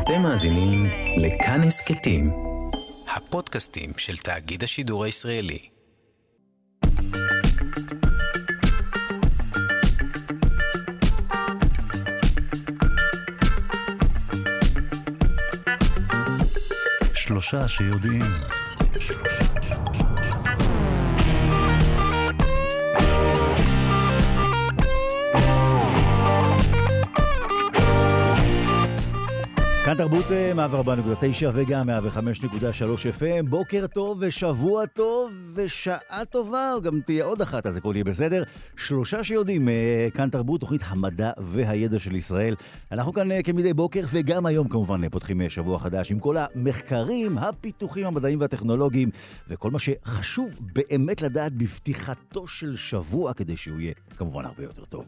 אתם מאזינים לכאן הסכתים, הפודקאסטים של תאגיד השידור הישראלי. שלושה שיודעים. כאן תרבות 104.9 וגם 105.3 FM. בוקר טוב ושבוע טוב ושעה טובה, או גם תהיה עוד אחת, אז הכל יהיה בסדר. שלושה שיודעים, כאן תרבות, תוכנית המדע והידע של ישראל. אנחנו כאן כמדי בוקר, וגם היום כמובן פותחים שבוע חדש עם כל המחקרים, הפיתוחים המדעיים והטכנולוגיים, וכל מה שחשוב באמת לדעת בפתיחתו של שבוע, כדי שהוא יהיה כמובן הרבה יותר טוב.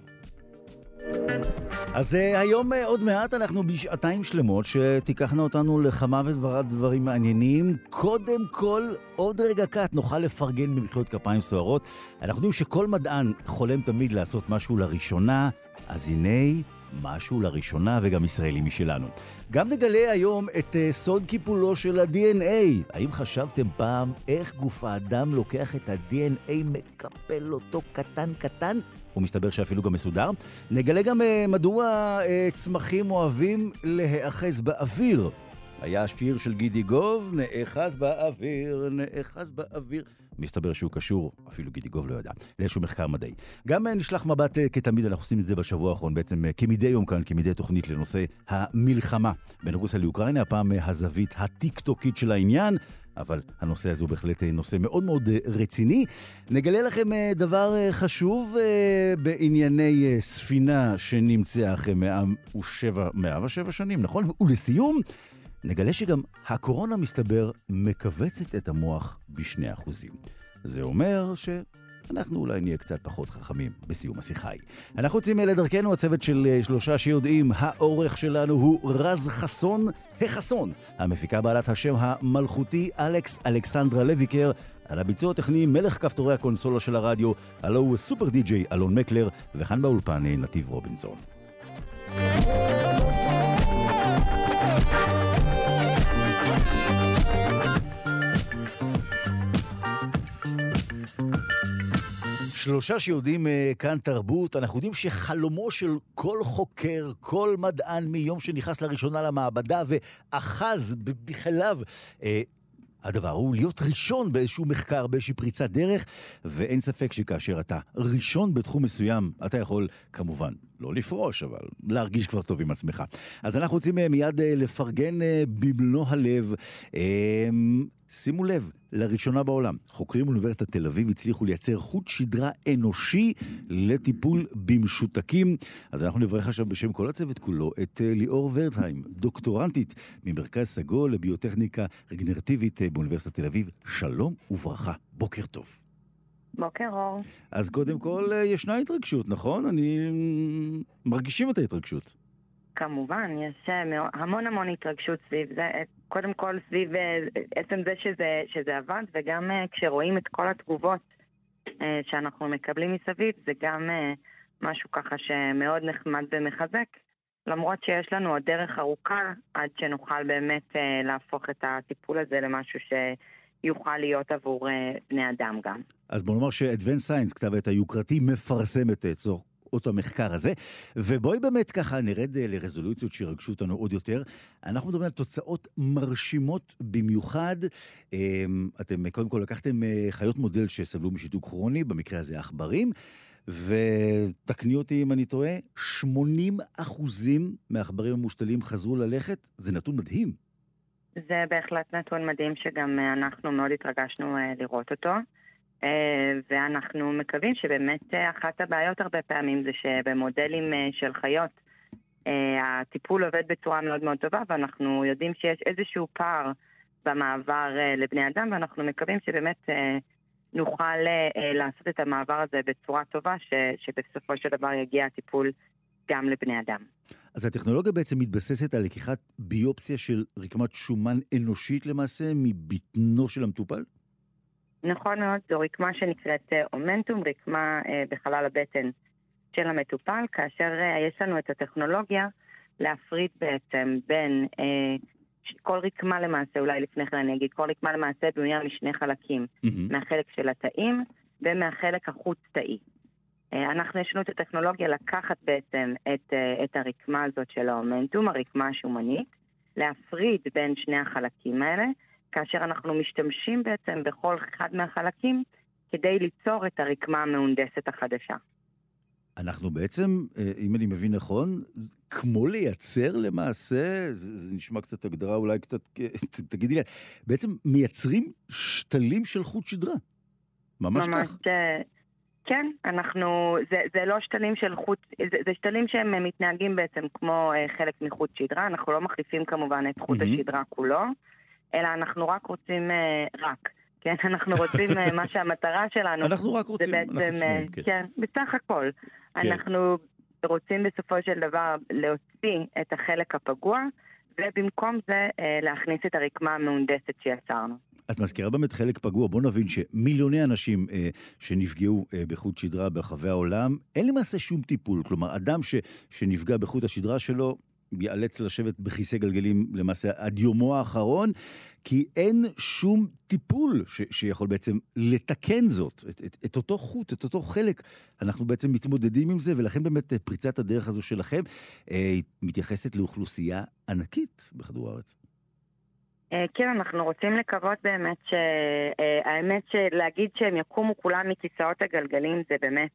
אז היום עוד מעט אנחנו בשעתיים שלמות שתיקחנה אותנו לכמה ודברים מעניינים. קודם כל, עוד רגע קט נוכל לפרגן במחיאות כפיים סוערות. אנחנו יודעים שכל מדען חולם תמיד לעשות משהו לראשונה, אז הנה משהו לראשונה וגם ישראלי משלנו. גם נגלה היום את סוד קיפולו של ה-DNA. האם חשבתם פעם איך גוף האדם לוקח את ה-DNA, מקפל אותו קטן קטן? הוא מסתבר שאפילו גם מסודר. נגלה גם מדוע צמחים אוהבים להיאחז באוויר. היה שיר של גידי גוב, נאחז באוויר, נאחז באוויר. מסתבר שהוא קשור, אפילו גידי גוב לא יודע, לאיזשהו מחקר מדעי. גם נשלח מבט כתמיד, אנחנו עושים את זה בשבוע האחרון, בעצם כמדי יום כאן, כמדי תוכנית לנושא המלחמה בין רוסיה לאוקראינה, הפעם הזווית הטיק-טוקית של העניין, אבל הנושא הזה הוא בהחלט נושא מאוד מאוד רציני. נגלה לכם דבר חשוב בענייני ספינה שנמצאה אחרי 107 שנים, נכון? ולסיום, נגלה שגם הקורונה מסתבר מכווצת את המוח ב2%. זה אומר שאנחנו אולי נהיה קצת פחות חכמים בסיום השיחה. אנחנו רוצים לדרכנו, הצוות של שלושה שיודעים. העורך שלנו הוא רז חסון, החסון. המפיקה בעלת השם המלכותי אלכסנדרה לויקר. על הביצוע הטכני מלך כפתורי הקונסולה של הרדיו, הלו הוא סופר די-ג'יי אלון מקלר, וכאן באולפן נתיב רובינסון. שלושה שיודעים כאן תרבות. אנחנו יודעים שחלומו של כל חוקר, כל מדען מיום שנכנס לראשונה למעבדה ואחז בחלב, הדבר הוא להיות ראשון באיזשהו מחקר, באיזושהי פריצת דרך, ואין ספק שכאשר אתה ראשון בתחום מסוים, אתה יכול כמובן לא לפרוש, אבל להרגיש כבר טוב עם עצמך. אז אנחנו רוצים מיד לפרגן במלוא הלב. שימו לב, לראשונה בעולם, חוקרים באוניברסיטת תל אביב הצליחו לייצר חוט שדרה אנושי לטיפול במשותקים. אז אנחנו נברך עכשיו בשם כל הצוות כולו את ליאור ורטהיים, דוקטורנטית ממרכז סגול לביוטכניקה רגנרטיבית באוניברסיטת תל אביב. שלום וברכה, בוקר טוב. בוקר אור. אז קודם כל ישנה התרגשות, נכון? מרגישים את ההתרגשות. כמובן, יש המון התרגשות סביב זה. קודם כל סביב עצם זה שזה עבד, וגם כשרואים את כל התגובות שאנחנו מקבלים מסביב, זה גם משהו ככה שמאוד נחמד ומחזק, למרות שיש לנו עוד דרך ארוכה עד שנוכל באמת להפוך את הטיפול הזה למשהו שיוכל להיות עבור בני אדם גם. אז בוא נאמר ש-Advanced Science, כתב את היוקרתי, מפרסמת את אותו המחקר הזה, ובואי באמת ככה נרד לרזולוציות שירגשו אותנו עוד יותר. אנחנו מדברים על תוצאות מרשימות במיוחד. אתם קודם כל לקחתם חיות מודל שסבלו משיתוק כרוני, במקרה הזה עכברים, ותקני אותי אם אני טועה, 80% מהעכברים המושתלים חזרו ללכת. זה נתון מדהים. זה בהחלט נתון מדהים שגם אנחנו מאוד התרגשנו לראות אותו. ואנחנו מקווים שבאמת אחת הבעיות הרבה פעמים זה שבמודלים של חיות הטיפול עובד בצורה מאוד מאוד טובה, ואנחנו יודעים שיש איזשהו פער במעבר לבני אדם, ואנחנו מקווים שבאמת נוכל לעשות את המעבר הזה בצורה טובה, שבסופו של דבר יגיע הטיפול גם לבני אדם. אז הטכנולוגיה בעצם מתבססת על לקיחת ביופסיה של רקמת שומן אנושית למעשה מבטנו של המטופל? נכון מאוד, זו רקמה שנקראת אומנטום, רקמה בחלל הבטן של המטופל, כאשר יש לנו את הטכנולוגיה להפריד בעצם בין כל רקמה למעשה, אולי לפני כן אני אגיד, כל רקמה למעשה בנויה משני חלקים, מהחלק של התאים ומהחלק החוץ-תאי. אנחנו יש לנו את הטכנולוגיה לקחת בעצם את הרקמה הזאת של האומנטום, הרקמה השומנית, להפריד בין שני החלקים האלה, כאשר אנחנו משתמשים בעצם בכל אחד מהחלקים כדי ליצור את הרקמה המהונדסת החדשה. אנחנו בעצם, אם אני מבין נכון, כמו לייצר למעשה, זה נשמע קצת הגדרה, אולי קצת, תגידי לי, בעצם מייצרים שתלים של חוט שדרה. ממש כך. כן, זה לא שתלים של חוט, זה שתלים שהם מתנהגים בעצם כמו חלק מחוט שדרה, אנחנו לא מחליפים כמובן את חוט השדרה כולו, אלא אנחנו רק רוצים, כן, אנחנו רוצים מה שהמטרה שלנו. אנחנו רק רוצים, כן, בסך הכל. אנחנו רוצים בסופו של דבר להוציא את החלק הפגוע, ובמקום זה להכניס את הרקמה המהונדסת שיצרנו. את מזכירה באמת חלק פגוע. בוא נבין שמיליוני אנשים שנפגעו בחוט שדרה ברחבי העולם, אין למעשה שום טיפול. כלומר, אדם שנפגע בחוט השדרה שלו, ייאלץ לשבת בכיסא גלגלים למעשה עד יומו האחרון, כי אין שום טיפול שיכול בעצם לתקן זאת, את אותו חוט, את אותו חלק. אנחנו בעצם מתמודדים עם זה, ולכן באמת פריצת הדרך הזו שלכם מתייחסת לאוכלוסייה ענקית בכדור הארץ. כן, אנחנו רוצים לקוות באמת שהאמת שלהגיד שהם יקומו כולם מכיסאות הגלגלים זה באמת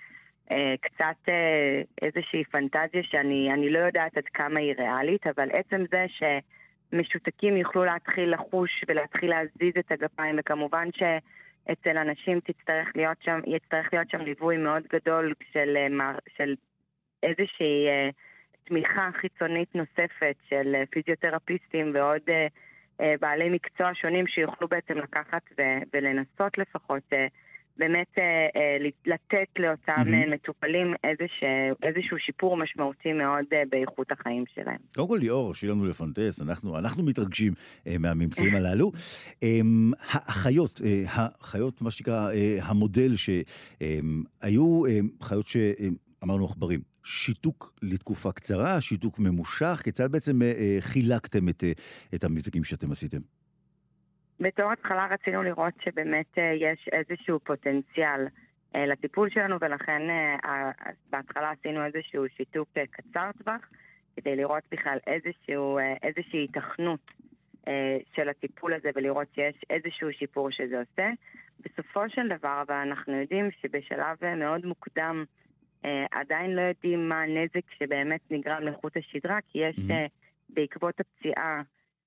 קצת איזושהי פנטזיה שאני לא יודעת עד כמה היא ריאלית, אבל עצם זה שמשותקים יוכלו להתחיל לחוש ולהתחיל להזיז את הגפיים, וכמובן שאצל אנשים יצטרך להיות שם ליווי מאוד גדול של איזושהי תמיכה חיצונית נוספת של פיזיותרפיסטים ועוד בעלי מקצוע שונים שיוכלו בעצם לקחת ולנסות לפחות באמת לתת לאותם מטופלים איזשהו שיפור משמעותי מאוד באיכות החיים שלהם. קודם כל ליאור, שיהיה לנו לפנטס, אנחנו מתרגשים מהממצאים הללו. החיות, מה שנקרא, המודל שהיו חיות שאמרנו עכברים, שיתוק לתקופה קצרה, שיתוק ממושך, כיצד בעצם חילקתם את המבצעים שאתם עשיתם? בתור התחלה רצינו לראות שבאמת יש איזשהו פוטנציאל לטיפול שלנו, ולכן בהתחלה עשינו איזשהו שיתוק קצר טווח, כדי לראות בכלל איזושהי התכנות של הטיפול הזה, ולראות שיש איזשהו שיפור שזה עושה. בסופו של דבר, אבל אנחנו יודעים שבשלב מאוד מוקדם, עדיין לא יודעים מה הנזק שבאמת נגרם לחוט השדרה, כי יש בעקבות הפציעה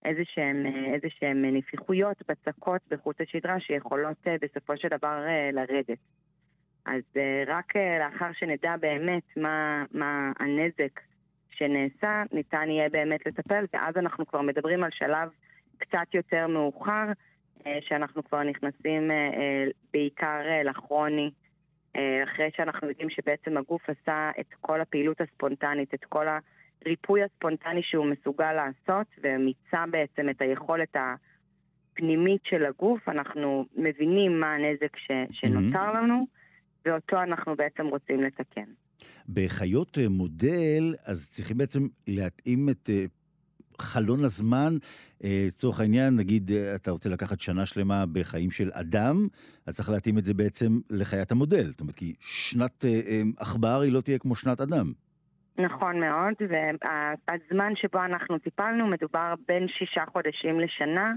איזשהם נפיחויות, בצקות בחוט השדרה שיכולות בסופו של דבר לרדת. אז רק לאחר שנדע באמת מה הנזק שנעשה, ניתן יהיה באמת לטפל, ואז אנחנו כבר מדברים על שלב קצת יותר מאוחר, שאנחנו כבר נכנסים בעיקר לכרוני, אחרי שאנחנו יודעים שבעצם הגוף עשה את כל הפעילות הספונטנית, את כל הריפוי הספונטני שהוא מסוגל לעשות, ומיצה בעצם את היכולת הפנימית של הגוף, אנחנו מבינים מה הנזק שנותר לנו, ואותו אנחנו בעצם רוצים לתקן. בחיות מודל, אז צריכים בעצם להתאים את חלון הזמן, צורך העניין, נגיד, אתה רוצה לקחת שנה שלמה בחיים של אדם, אז צריך להתאים את זה בעצם לחיית המודל. זאת אומרת, כי שנת עכבר היא לא תהיה כמו שנת אדם. נכון מאוד, והזמן שבו אנחנו טיפלנו מדובר בין 6 חודשים לשנה,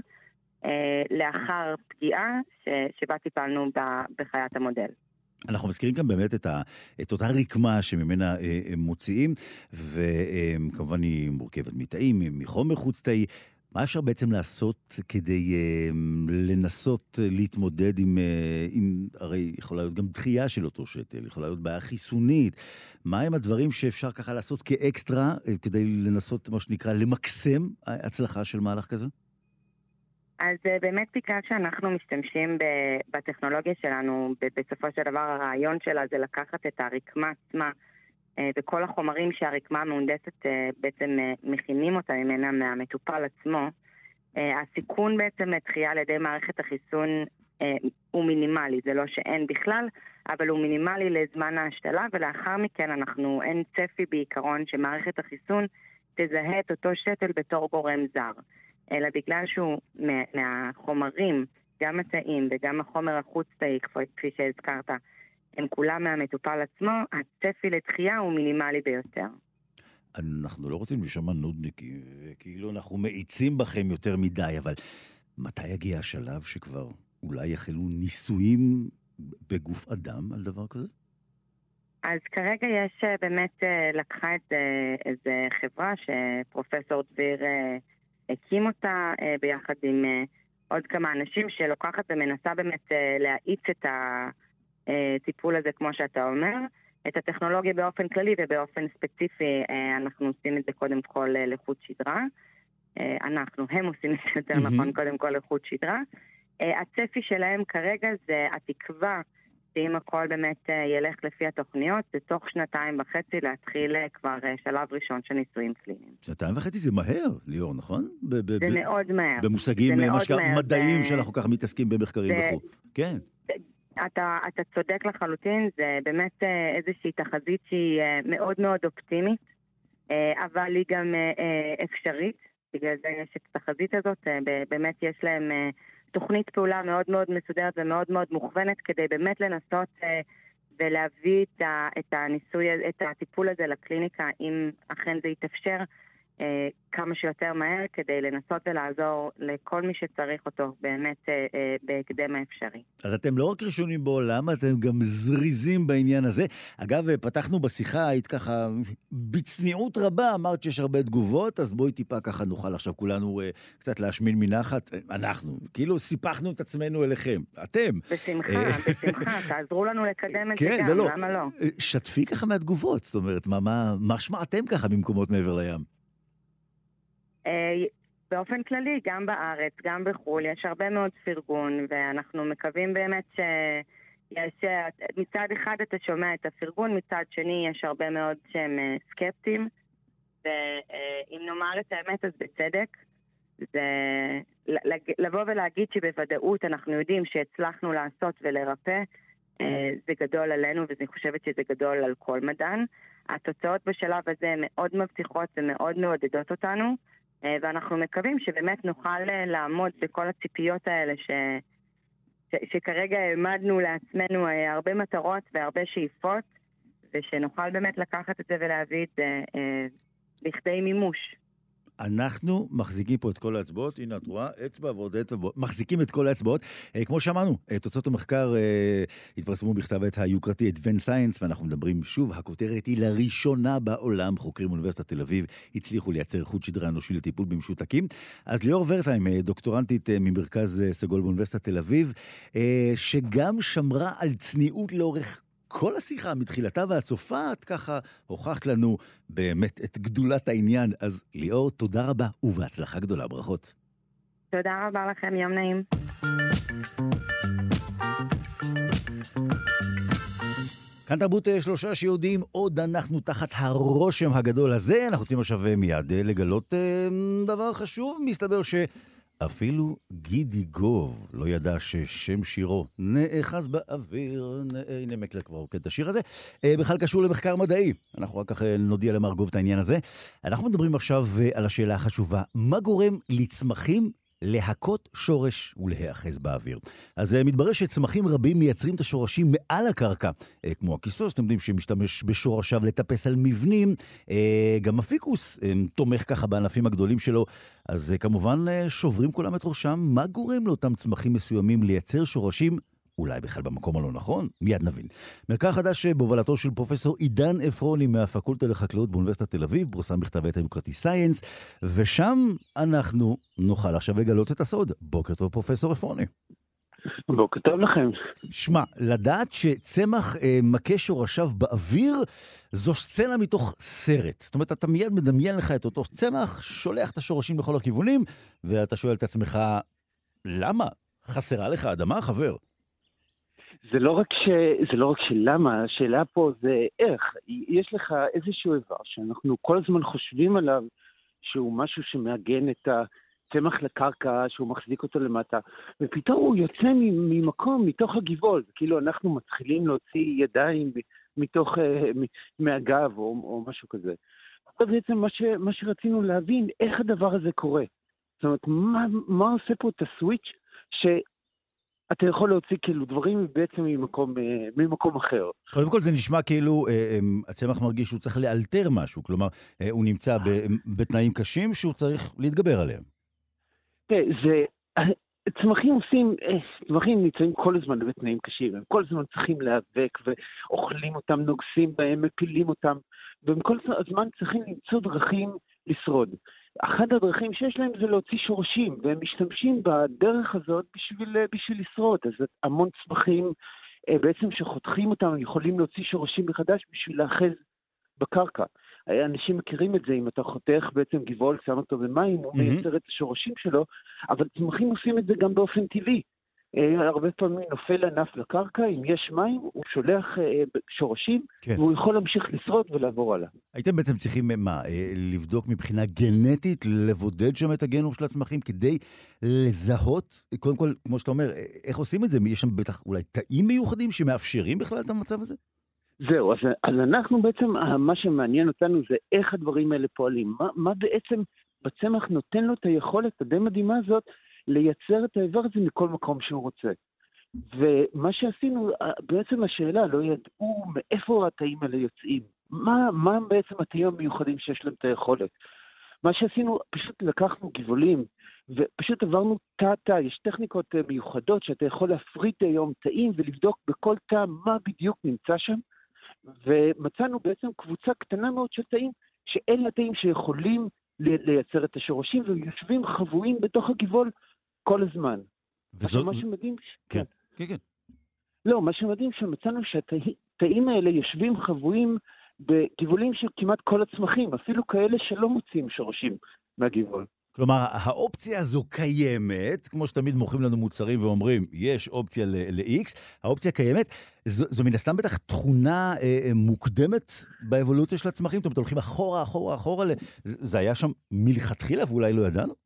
לאחר פגיעה שבה טיפלנו בחיית המודל. אנחנו מזכירים כאן באמת את אותה רקמה שממנה מוציאים, וכמובן היא מורכבת מתאים, מחומר חוץ תאי. מה אפשר בעצם לעשות כדי לנסות להתמודד עם הרי יכולה להיות גם דחייה של אותו שתל, יכולה להיות בעיה חיסונית. מה הם הדברים שאפשר ככה לעשות כאקסטרה, כדי לנסות מה שנקרא למקסם הצלחה של מהלך כזה? אז באמת בגלל שאנחנו משתמשים בטכנולוגיה שלנו, בסופו של דבר הרעיון שלה זה לקחת את הרקמה עצמה, וכל החומרים שהרקמה המהונדסת בעצם מכינים אותה ממנה מהמטופל עצמו, הסיכון בעצם לדחייה על ידי מערכת החיסון הוא מינימלי, זה לא שאין בכלל, אבל הוא מינימלי לזמן ההשתלה, ולאחר מכן אין צפי בעיקרון שמערכת החיסון תזהה את אותו שתל בתור גורם זר, אלא בגלל שהוא מהחומרים, גם התאים וגם החומר החוץ-תאי, כפי שהזכרת, הם כולם מהמטופל עצמו, הצפי לתחייה הוא מינימלי ביותר. אנחנו לא רוצים לשמוע נודניקים, כאילו אנחנו מאיצים בכם יותר מדי, אבל מתי יגיע השלב שכבר אולי יחלו ניסויים בגוף אדם על דבר כזה? אז כרגע יש באמת, לקחה את איזו חברה שפרופסור דביר הקים אותה ביחד עם עוד כמה אנשים שלוקחת ומנסה באמת להאיץ את הטיפול הזה כמו שאתה אומר. את הטכנולוגיה באופן כללי ובאופן ספציפי אנחנו עושים את זה קודם כל לחוט שדרה. הם עושים את זה יותר נכון קודם כל לחוט שדרה. הצפי שלהם כרגע זה התקווה שאם הכל באמת ילך לפי התוכניות, בתוך 2.5 להתחיל כבר שלב ראשון של ניסויים קליניים. 2.5 זה מהר, ליאור, נכון? זה מאוד מהר. במושגים מדעיים שאנחנו כך מתעסקים במחקרים וכו'. כן. אתה צודק לחלוטין, זה באמת איזושהי תחזית שהיא מאוד מאוד אופטימית, אבל היא גם אפשרית. בגלל זה יש את התחזית הזאת, באמת יש להם תוכנית פעולה מאוד מאוד מסודרת ומאוד מאוד מוכוונת כדי באמת לנסות ולהביא את הניסוי, את הטיפול הזה לקליניקה, אם אכן זה יתאפשר כמה שיותר מהר, כדי לנסות ולעזור לכל מי שצריך אותו באמת בהקדם האפשרי. אז אתם לא רק ראשונים בעולם, אתם גם זריזים בעניין הזה. אגב, פתחנו בשיחה, היית ככה בצניעות רבה, אמרת שיש הרבה תגובות, אז בואי טיפה ככה נוכל עכשיו כולנו קצת להשמין מנחת. אנחנו, כאילו סיפחנו את עצמנו אליכם. אתם. בשמחה, תעזרו לנו לקדם את זה גם, למה לא? שתפי ככה מהתגובות, זאת אומרת, מה שמעתם ככה במקומות מעבר לים? באופן כללי, גם בארץ, גם בחול, יש הרבה מאוד פרגון, ואנחנו מקווים באמת שיש, מצד אחד אתה שומע את הפרגון, מצד שני יש הרבה מאוד שהם סקפטיים, ואם נאמר את האמת אז בצדק, זה לבוא ולהגיד שבוודאות אנחנו יודעים שהצלחנו לעשות ולרפא, זה גדול עלינו, ואני חושבת שזה גדול על כל מדען. התוצאות בשלב הזה מאוד מבטיחות ומאוד מעודדות אותנו, ואנחנו מקווים שבאמת נוכל לעמוד בכל הציפיות האלה שכרגע העמדנו לעצמנו הרבה מטרות והרבה שאיפות, ושנוכל באמת לקחת את זה ולהביא את זה לכדי מימוש. אנחנו מחזיקים פה את כל האצבעות, הנה את רואה, אצבע ועוד אצבע, מחזיקים את כל האצבעות. כמו שאמרנו, תוצאות המחקר התפרסמו בכתב עת היוקרתי Advanced Science, ואנחנו מדברים שוב, הכותרת היא לראשונה בעולם, חוקרים אוניברסיטת תל אביב הצליחו לייצר חוט שדרה אנושי לטיפול במשותקים. אז ליאור ורטהיים, דוקטורנטית ממרכז סגול באוניברסיטת תל אביב, שגם שמרה על צניעות לאורך כל השיחה, מתחילתה ועד סופה, את ככה הוכחת לנו באמת את גדולת העניין. אז ליאור, תודה רבה ובהצלחה גדולה, ברכות. תודה רבה לכם, יום נעים. כאן תרבות שלושה שיודעים, עוד אנחנו תחת הרושם הגדול הזה. אנחנו רוצים עכשיו מיד לגלות דבר חשוב. מסתבר אפילו גידי גוב לא ידע ששם שירו נאחז באוויר, הנה מקלר כבר רוקד את השיר הזה, בכלל קשור למחקר מדעי. אנחנו רק כך נודיע למר גוב את העניין הזה. אנחנו מדברים עכשיו על השאלה החשובה, מה גורם לצמחים להכות שורש ולהיאחז באוויר? אז מתברר שצמחים רבים מייצרים את השורשים מעל הקרקע, כמו הכיסוס, אתם יודעים שמשתמש בשורשיו לטפס על מבנים, גם הפיקוס תומך ככה בענפים הגדולים שלו, אז כמובן שוברים כולם את ראשם. מה גורם לאותם צמחים מסוימים לייצר שורשים אולי בכלל במקום הלא נכון? מיד נבין. מחקר חדש בהובלתו של פרופסור עידן אפרוני מהפקולטה לחקלאות באוניברסיטת תל אביב, פורסם בכתב עת היוקרתי סייאנס, ושם אנחנו נוכל עכשיו לגלות את הסוד. בוקר טוב פרופסור אפרוני. בוקר טוב לכם. שמע, לדעת שצמח מכה שורשיו באוויר, זו סצנה מתוך סרט. זאת אומרת, אתה מיד מדמיין לך את אותו צמח, שולח את השורשים לכל הכיוונים, ואתה שואל את עצמך, למה? חסרה לך אדמה, חבר? זה לא רק שלמה, השאלה פה זה איך. יש לך איזשהו איבר שאנחנו כל הזמן חושבים עליו שהוא משהו שמאגן את הצמח לקרקע, שהוא מחזיק אותו למטה, ופתאום הוא יוצא ממקום, מתוך הגבעול. כאילו אנחנו מתחילים להוציא ידיים מהגב או משהו כזה. זה בעצם מה שרצינו להבין, איך הדבר הזה קורה. זאת אומרת, מה עושה פה את הסוויץ' שאתה יכול להוציא כאילו דברים בעצם ממקום אחר. קודם כל זה נשמע כאילו הצמח מרגיש שהוא צריך לאלתר משהו, כלומר הוא נמצא בתנאים קשים שהוא צריך להתגבר עליהם. צמחים נמצאים כל הזמן בתנאים קשים, הם כל הזמן צריכים להיאבק ואוכלים אותם, נוגסים בהם, מפילים אותם, והם כל הזמן צריכים למצוא דרכים לשרוד. אחת הדרכים שיש להם זה להוציא שורשים, והם משתמשים בדרך הזאת בשביל לשרוד. אז המון צמחים בעצם שחותכים אותם, הם יכולים להוציא שורשים מחדש בשביל לאחז בקרקע. אנשים מכירים את זה, אם אתה חותך בעצם גבעול, שם אותו במים, הוא מייצר את השורשים שלו, אבל צמחים עושים את זה גם באופן טבעי. הרבה פעמים נופל ענף לקרקע, אם יש מים, הוא שולח שורשים, כן. והוא יכול להמשיך לשרוד ולעבור עליו. הייתם בעצם צריכים לבדוק מבחינה גנטית, לבודד שם את הגנום של הצמחים, כדי לזהות, קודם כל, כמו שאתה אומר, איך עושים את זה? יש שם בטח אולי תאים מיוחדים שמאפשרים בכלל את המצב הזה? זהו, אז אנחנו בעצם, מה שמעניין אותנו זה איך הדברים האלה פועלים. מה בעצם בצמח נותן לו את היכולת, הדי מדהימה הזאת, לייצר את האיבר הזה מכל מקום שהוא רוצה. ומה שעשינו, בעצם השאלה, לא ידעו מאיפה התאים האלה יוצאים. מה בעצם התאים המיוחדים שיש להם את היכולת? מה שעשינו, פשוט לקחנו גבעולים, ופשוט עברנו תא, יש טכניקות מיוחדות שאתה יכול להפריד היום תאים ולבדוק בכל תא מה בדיוק נמצא שם, ומצאנו בעצם קבוצה קטנה מאוד של תאים, שאלה התאים שיכולים לייצר את השורשים, ויושבים חבויים בתוך הגבעול כל הזמן. מה שמדהים... כן. לא, מה שמדהים שמצאנו שהתאים האלה יושבים חבויים בגבעולים של כמעט כל הצמחים, אפילו כאלה שלא מוצאים שורשים מהגבעול. כלומר, האופציה הזו קיימת, כמו שתמיד מוכרים לנו מוצרים ואומרים, יש אופציה ל-X, האופציה קיימת, זו מן הסתם בטח תכונה מוקדמת באבולוציה של הצמחים, אתם הולכים אחורה, זה היה שם מלכתחילה ואולי לא ידענו?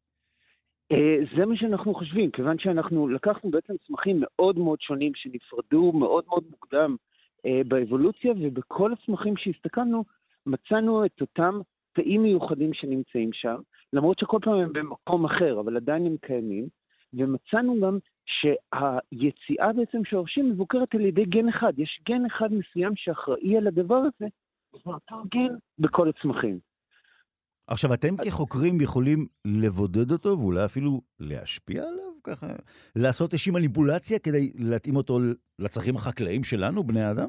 זה מה שאנחנו חושבים, כיוון שאנחנו לקחנו בעצם צמחים מאוד מאוד שונים, שנפרדו מאוד מאוד מוקדם באבולוציה, ובכל הצמחים שהסתכלנו, מצאנו את אותם תאים מיוחדים שנמצאים שם, למרות שכל פעם הם במקום אחר, אבל עדיין הם קיימים, ומצאנו גם שהיציאה בעצם שורשים מבוקרת על ידי גן אחד. יש גן אחד מסוים שאחראי על הדבר הזה, וזה אותו גן בכל הצמחים. עכשיו, אתם כחוקרים יכולים לבודד אותו, ואולי אפילו להשפיע עליו ככה? לעשות איזושהי מניפולציה כדי להתאים אותו לצרכים החקלאיים שלנו, בני האדם?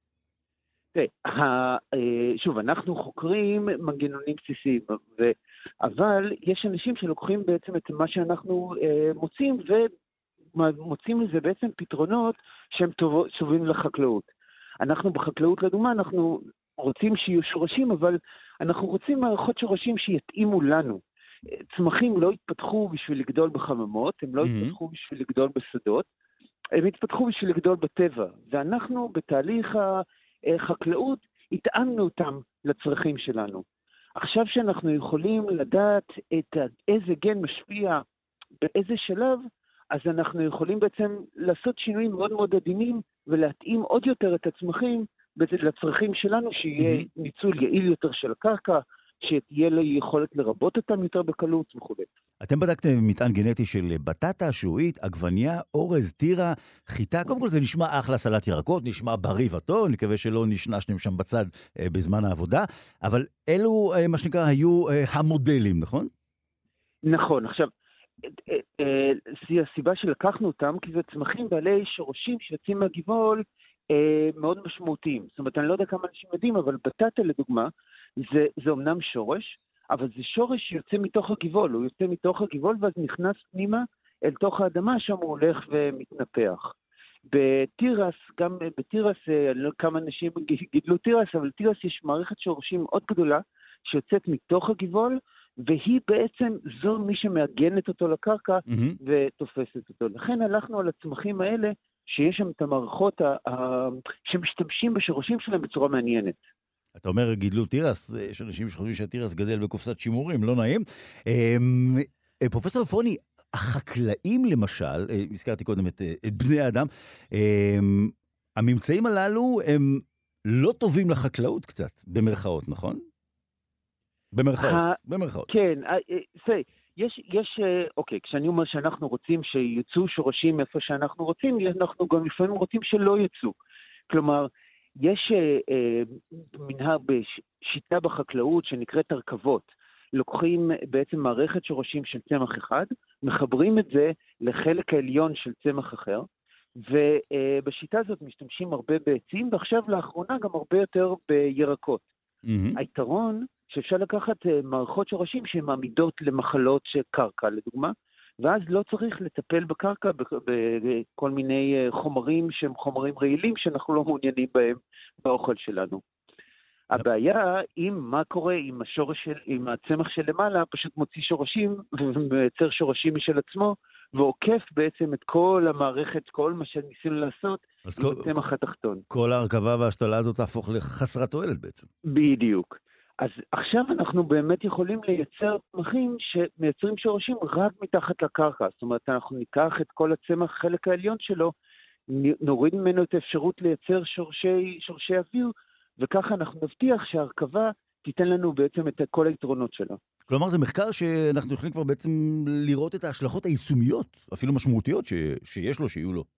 שוב, אנחנו חוקרים מנגנונים בסיסיים, אבל יש אנשים שלוקחים בעצם את מה שאנחנו מוצאים, ומוצאים לזה בעצם פתרונות שהם טובים לחקלאות. אנחנו בחקלאות לדוגמה, אנחנו רוצים שיהיו שורשים, אבל אנחנו רוצים מערכות שורשים שיתאימו לנו. צמחים לא התפתחו בשביל לגדול בחממות, הם לא התפתחו בשביל לגדול בשדות, הם התפתחו בשביל לגדול בטבע, ואנחנו בתהליך החקלאות התאמנו אותם לצרכים שלנו. עכשיו שאנחנו יכולים לדעת איזה גן משפיע באיזה שלב, אז אנחנו יכולים בעצם לעשות שינויים מאוד מאוד עדינים, ולהתאים עוד יותר את הצמחים לצרכים שלנו, שיהיה ניצול יעיל יותר של הקרקע, שתהיה לה יכולת לרבות אותם יותר בקלות וכו'. אתם בדקתם מטען גנטי של בטטה, שעועית, עגבניה, אורז, טירה, חיטה. קודם כל זה נשמע אחלה סלט ירקות, נשמע בריא וטוב, נקווה שלא נשנשתם שם בצד בזמן העבודה, אבל אלו, מה שנקרא, היו המודלים, נכון? נכון. עכשיו, זו הסיבה שלקחנו אותם, כי זה צמחים בעלי שורשים שיוצאים מהגבעול מאוד משמעותיים. זאת אומרת, אני לא יודע כמה אנשים יודעים, אבל בטטה לדוגמה, זה אומנם שורש, אבל זה שורש שיוצא מתוך הגבעול, הוא יוצא מתוך הגבעול ואז נכנס פנימה אל תוך האדמה, שם הוא הולך ומתנפח. בתירס, גם בתירס, אני לא יודע כמה אנשים גידלו תירס, אבל בתירס יש מערכת שורשים מאוד גדולה שיוצאת מתוך הגבעול, והיא בעצם זו מי שמאגנת אותו לקרקע ותופסת אותו. לכן הלכנו על הצמחים האלה, שיש שם את המערכות שמשתמשים בשורשים שלהם בצורה מעניינת. אתה אומר, גידלו תירס, יש אנשים שחושבים שהתירס גדל בקופסת שימורים, לא נעים. פרופסור אפרוני, החקלאים למשל, הזכרתי קודם את בני האדם, הממצאים הללו הם לא טובים לחקלאות קצת, במרכאות, נכון? במרכאות. כן, אוקיי, כשאני אומר שאנחנו רוצים שיצאו שורשים איפה שאנחנו רוצים, אנחנו גם לפעמים רוצים שלא יצאו. כלומר, יש מנהג בשיטה בחקלאות שנקראת הרכבות. לוקחים בעצם מערכת שורשים של צמח אחד, מחברים את זה לחלק העליון של צמח אחר, ובשיטה הזאת משתמשים הרבה בעצים, ועכשיו לאחרונה גם הרבה יותר בירקות. היתרון שאפשר לקחת מערכות שורשים שהן עמידות למחלות של קרקע, לדוגמה, ואז לא צריך לטפל בקרקע בכל מיני חומרים שהם חומרים רעילים שאנחנו לא מעוניינים בהם באוכל שלנו. הבעיה מה קורה עם הצמח של למעלה, פשוט מוציא שורשים ומייצר שורשים משל עצמו, ועוקף בעצם את כל המערכת, כל מה שניסינו לעשות עם הצמח התחתון. כל ההרכבה וההשתלה הזאת להפוך לחסרת תועלת בעצם. בדיוק. אז עכשיו אנחנו באמת יכולים לייצר צמחים שמייצרים שורשים רק מתחת לקרקע. זאת אומרת, אנחנו ניקח את כל הצמח, חלק העליון שלו, נוריד ממנו את האפשרות לייצר שורשי אוויר, וככה אנחנו נבטיח שההרכבה תיתן לנו בעצם את כל היתרונות שלה. כלומר, זה מחקר שאנחנו יכולים כבר בעצם לראות את ההשלכות היישומיות, אפילו משמעותיות שיש לו, שיהיו לו.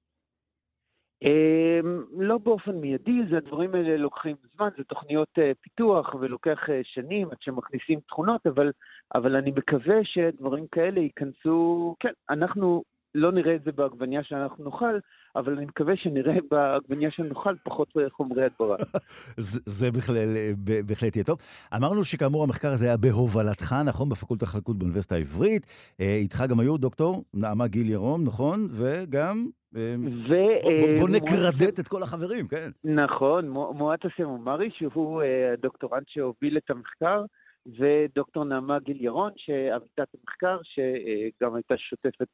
לא באופן מיידי, זה הדברים האלה לוקחים זמן, זה תוכניות פיתוח ולוקח שנים עד שמכניסים תכונות, אבל אני מקווה שדברים כאלה ייכנסו, כן, אנחנו לא נראה את זה בעגבניה שאנחנו נאכל, אבל אני מקווה שנראה בעגבניה שנאכל פחות חומרי הדברה. זה בהחלט יהיה טוב. אמרנו שכאמור המחקר הזה היה בהובלתך, נכון? בפקולטה לחקלאות באוניברסיטה העברית. איתך גם היו דוקטור נעמה גיל ירום, נכון? וגם בוא נקרדט את כל החברים, כן. נכון, מועטה סמומרי, שהוא הדוקטורנט שהוביל את המחקר, ודוקטור נעמה גיל ירון, שעמיתת המחקר, שגם הייתה שותפת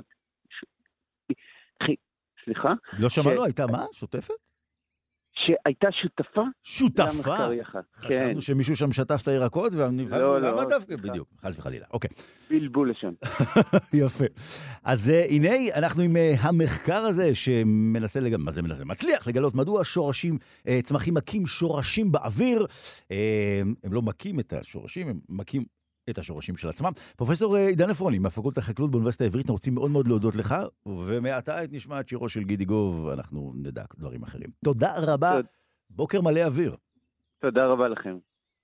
סליחה? לא שמענו, הייתה מה? שותפת? שהייתה שותפה? שותפה? חשבנו שמישהו שם שטף את הירקות, לא. למה דווקא? בדיוק, חס וחלילה. אוקיי. בלבול לשם. יפה. אז הנה, אנחנו עם המחקר הזה, שמנסה, מה זה מנסה? מצליח לגלות מדוע שורשים, צמחים מקים שורשים באוויר. הם לא מקים את השורשים, הם מקים את השורשים של עצמם. פרופסור עידן עפרוני, מהפקולטה לחקלאות באוניברסיטה העברית, אנחנו רוצים מאוד מאוד להודות לך, ומעתה את נשמע את שירו של גידי גוב, אנחנו נדע דברים אחרים. תודה רבה, בוקר מלא אוויר. תודה רבה לכם.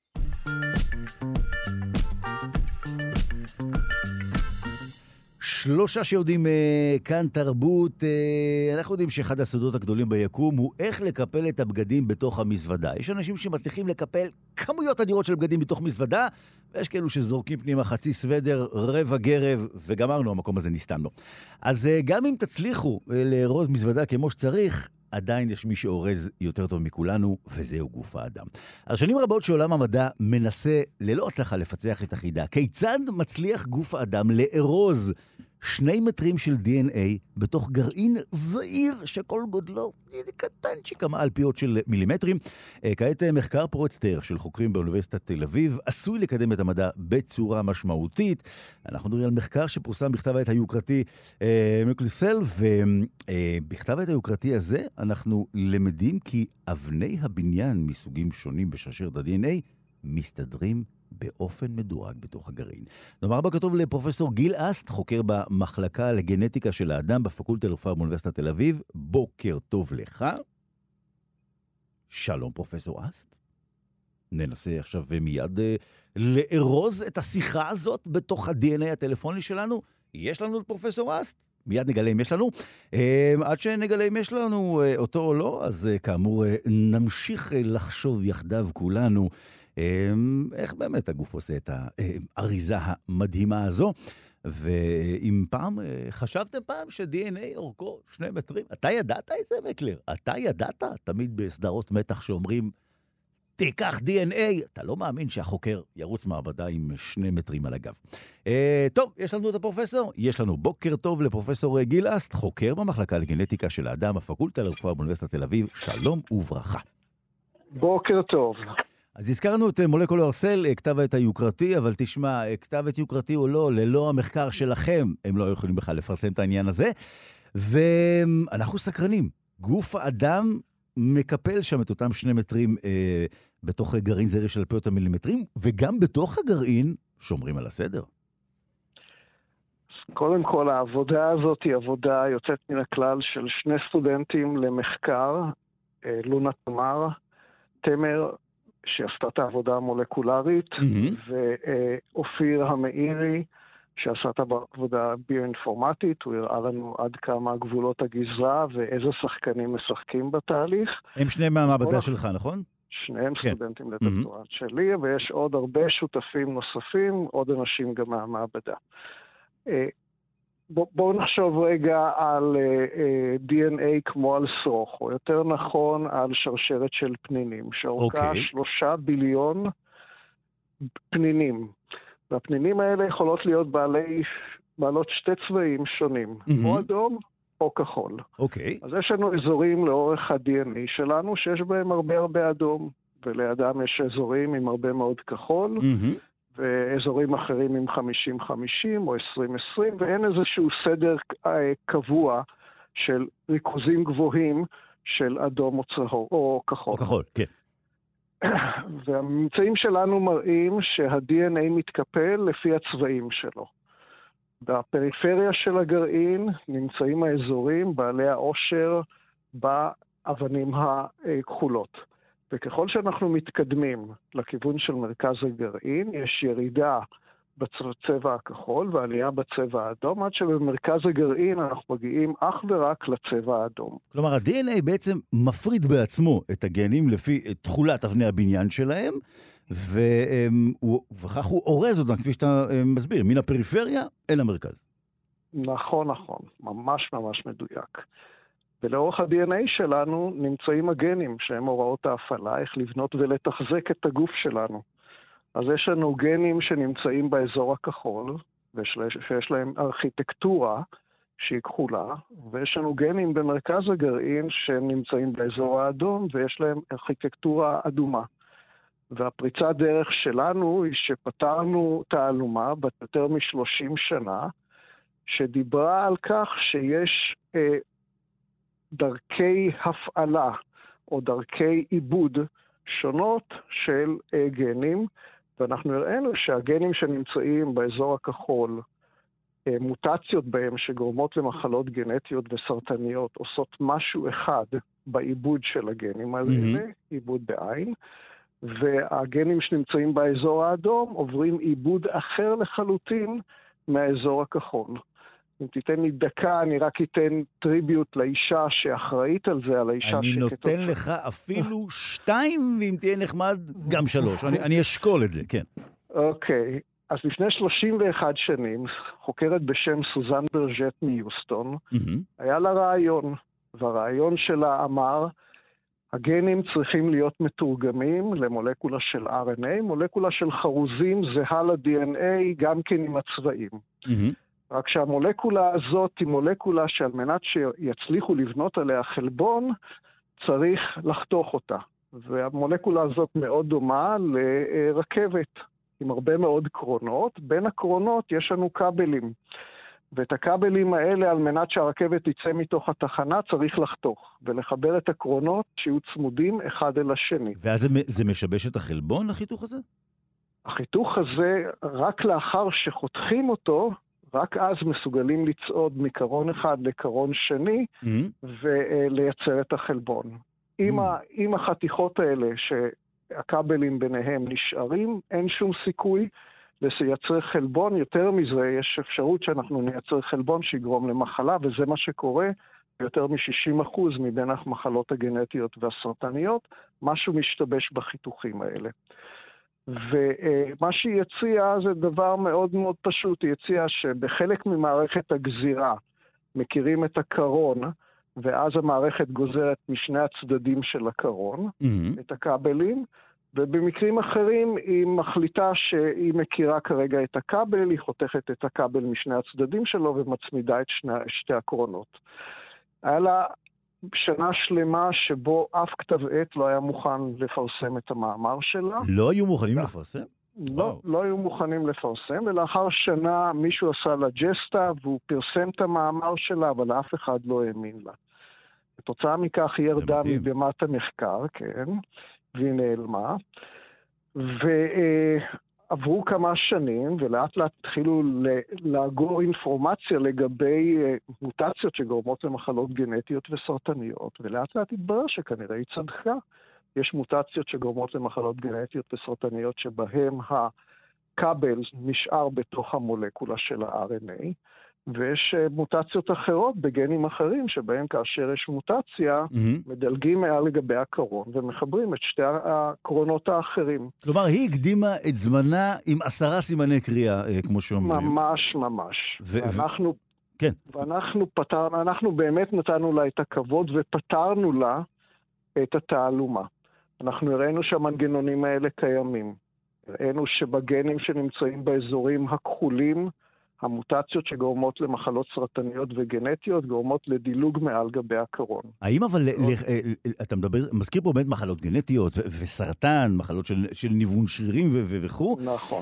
שלושה שיודעים כאן תרבות, אנחנו יודעים שאחד הסודות הגדולים ביקום הוא איך לקפל את הבגדים בתוך המזוודה. יש אנשים שמצליחים לקפל כמויות אדירות של בגדים בתוך מזוודה, ויש כאלו שזורקים פנימה חצי סוודר, רבע גרב, וגמרנו, המקום הזה נסתם לו. אז גם אם תצליחו לארוז מזוודה כמו שצריך, עדיין יש מי שאורז יותר טוב מכולנו, וזהו גוף האדם. אז שנים רבות שעולם המדע מנסה ללא הצלחה לפצח את החידה. כיצד מצליח גוף האדם לארוז 2 מטרים של DNA בתוך גרעין זעיר שכל גודלו קטנצ'יק, כמה אלפיות של מילימטרים. כעת מחקר פורץ דרך של חוקרים באוניברסיטת תל אביב עשוי לקדם את המדע בצורה משמעותית. אנחנו מדברים על מחקר שפורסם בכתב העת היוקרתי מיקלסל, ובכתב העת היוקרתי הזה אנחנו למדים כי אבני הבניין מסוגים שונים בשרשרת ה-DNA מסתדרים באופן מדורג בתוך הגרעין. נאמר בה כתוב לפרופסור גיל אסט, חוקר במחלקה לגנטיקה של האדם בפקולטה לרפואה באוניברסיטת תל אביב. בוקר טוב לך. שלום פרופסור אסט. ננסה עכשיו מיד לארוז את השיחה הזאת בתוך ה-DNA הטלפוני שלנו. יש לנו את פרופסור אסט? מיד נגלה אם יש לנו. עד שנגלה אם יש לנו אותו או לא, אז כאמור נמשיך לחשוב יחדיו כולנו איך באמת הגוף עושה את האריזה המדהימה הזו. ואם פעם, חשבתם פעם ש-DNA אורכו 2 מטרים? אתה ידעת את זה, מקלר? אתה ידעת? תמיד בסדרות מתח שאומרים, תיקח DNA. אתה לא מאמין שהחוקר ירוץ מעבדה עם 2 מטרים על הגב. טוב, יש לנו את הפרופסור? יש לנו. בוקר טוב לפרופסור גיל אסט, חוקר במחלקה לגנטיקה של האדם, הפקולטה לרפואה באוניברסיטת תל אביב. שלום וברכה. בוקר טוב. אז הזכרנו את מולקולר סל, כתב העת היוקרתי, אבל תשמע, כתב עת יוקרתי או לא, ללא המחקר שלכם, הם לא יכולים בכלל לפרסם את העניין הזה. ואנחנו סקרנים. גוף האדם מקפל שם את אותם 2 מטרים בתוך גרעין זרעי של אלפי אותם מילימטרים, וגם בתוך הגרעין שומרים על הסדר. קודם כל, העבודה הזאת היא עבודה יוצאת מן הכלל של שני סטודנטים למחקר, לונה תמר, שעשתה את העבודה המולקולרית, ואופיר המאירי, שעשה את העבודה ביואינפורמטית. הוא הראה לנו עד כמה גבולות הגזרה ואיזה שחקנים משחקים בתהליך. הם שניהם מהמעבדה שלך, נכון? שניהם סטודנטים לדוקטורט שלי, ויש עוד הרבה שותפים נוספים, עוד אנשים גם מהמעבדה. בואו נחשוב רגע על DNA כמו על שרוך, או יותר נכון על שרשרת של פנינים, שאורכה 3 ביליון פנינים. והפנינים האלה יכולות להיות בעלות שתי צבעים שונים, או אדום או כחול. אז יש לנו אזורים לאורך ה-DNA שלנו שיש בהם הרבה אדום, ולידם יש אזורים עם הרבה מאוד כחול, ואזורים אחרים עם 50-50 או 20-20, ואין איזשהו סדר קבוע של ריכוזים גבוהים של אדום או צהוב או כחול. או כחול, כן. והממצאים שלנו מראים שה-DNA מתקפל לפי הצבעים שלו. בפריפריה של הגרעין נמצאים האזורים בעלי העושר באבנים הכחולות. וככל שאנחנו מתקדמים לכיוון של מרכז הגרעין, יש ירידה בצבע הכחול ועלייה בצבע האדום, עד שבמרכז הגרעין אנחנו מגיעים אך ורק לצבע האדום. כלומר, ה-DNA בעצם מפריד בעצמו את הגנים לפי תכולת אבני הבניין שלהם, וכך הוא אורז אותם, כפי שאתה מסביר, מן הפריפריה אל המרכז. נכון, ממש מדויק. ולאורך ה-DNA שלנו נמצאים הגנים, שהם הוראות ההפעלה, איך לבנות ולתחזק את הגוף שלנו. אז יש לנו גנים שנמצאים באזור הכחול, שיש להם ארכיטקטורה שהיא כחולה, ויש לנו גנים במרכז הגרעין שנמצאים באזור האדום, ויש להם ארכיטקטורה אדומה. והפריצת דרך שלנו היא שפתרנו תעלומה בת יותר מ-30 שנה, שדיברה על כך שיש דרכי הפעלה או דרכי עיבוד שונות של גנים, ואנחנו הראינו שהגנים שנמצאים באזור הכחול, מוטציות בהם שגורמות למחלות גנטיות וסרטניות, עושות משהו אחד בעיבוד של הגנים האלה, עיבוד בעין, והגנים שנמצאים באזור האדום עוברים עיבוד אחר לחלוטין מהאזור הכחול. אם תיתן לי דקה, אני רק אתן טריביוט לאישה שאחראית על זה, על האישה אני נותן לך אפילו 2, ואם תהיה נחמד, גם 3. אני אשקול את זה, כן. אוקיי. אז לפני 31 שנים, חוקרת בשם סוזן ברג'ט מיוסטון, היה לה רעיון, והרעיון שלה אמר, הגנים צריכים להיות מתורגמים למולקולה של RNA, מולקולה של חרוזים זהה ל-DNA, גם כן עם הצבעים. רק שהמולקולה הזאת היא מולקולה שעל מנת שיצליחו לבנות עליה חלבון, צריך לחתוך אותה. והמולקולה הזאת מאוד דומה לרכבת, עם הרבה מאוד קרונות. בין הקרונות יש לנו כבלים. ואת הכבלים האלה, על מנת שהרכבת תצא מתוך התחנה, צריך לחתוך. ולחבר את הקרונות שיהיו צמודים אחד אל השני. ואז זה משבש את החלבון, החיתוך הזה? החיתוך הזה, רק לאחר שחותכים אותו, רק אז מסוגלים לצעוד מקרון אחד לקרון שני, ולייצר את החלבון. עם החתיכות האלה, שהכבלים ביניהם נשארים, אין שום סיכוי לייצר חלבון. יותר מזה, יש אפשרות שאנחנו נייצר חלבון שיגרום למחלה, וזה מה שקורה ביותר מ-60% מבין המחלות הגנטיות והסרטניות, משהו משתבש בחיתוכים האלה. ומה שהיא הציעה זה דבר מאוד מאוד פשוט. היא הציעה שבחלק ממערכת הגזירה מכירים את הקרון, ואז המערכת גוזרת משני הצדדים של הקרון, את הכבלים, ובמקרים אחרים היא מחליטה שהיא מכירה כרגע את הכבל, היא חותכת את הכבל משני הצדדים שלו ומצמידה את שתי הקרונות. היה לה שנה שלמה שבו אף כתב עת לא היה מוכן לפרסם את המאמר שלה. לא היו מוכנים לפרסם? לא היו מוכנים לפרסם, ולאחר שנה מישהו עשה לה ג'סטה, והוא פרסם את המאמר שלה, אבל אף אחד לא האמין לה. בתוצאה מכך היא ירדה מבמת המחקר, כן. והיא נעלמה. ועברו כמה שנים, ולאט לאט התחילו לאגור אינפורמציה לגבי מוטציות שגורמות למחלות גנטיות וסרטניות, ולאט לאט התברר שכנראה היא צדקה. יש מוטציות שגורמות למחלות גנטיות וסרטניות שבהם הכבל נשאר בתוך המולקולה של ה-RNA, ויש מוטציות אחרות בגנים אחרים שבהם כאשר יש מוטציה, מדלגים מעל לגבי הקרון ומחברים את שתי הקרונות האחרים. כלומר, היא הקדימה את זמנה עם 10 סימני קריאה, כמו שאומרים. ממש, ממש. כן. ואנחנו באמת נתנו לה את הכבוד ופתרנו לה את התעלומה. אנחנו הראינו שהמנגנונים האלה קיימים. הראינו שבגנים שנמצאים באזורים הכחולים, המוטציות שגורמות למחלות סרטניות וגנטיות גורמות לדילוג מעל גבי הקרון. האם אבל, אתה מזכיר פה באמת מחלות גנטיות וסרטן, מחלות של ניוון שרירים וכו'. נכון.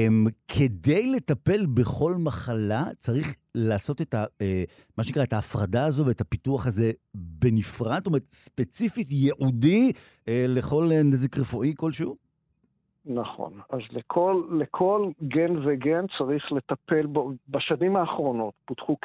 כדי לטפל בכל מחלה צריך לעשות מה שנקרא את ההפרדה הזו ואת הפיתוח הזה בנפרד, זאת אומרת ספציפית ייעודי לכל נזק רפואי כלשהו? נכון. אז לכל גן וגן צריך לטפל בו. בשנים האחרונות פותחו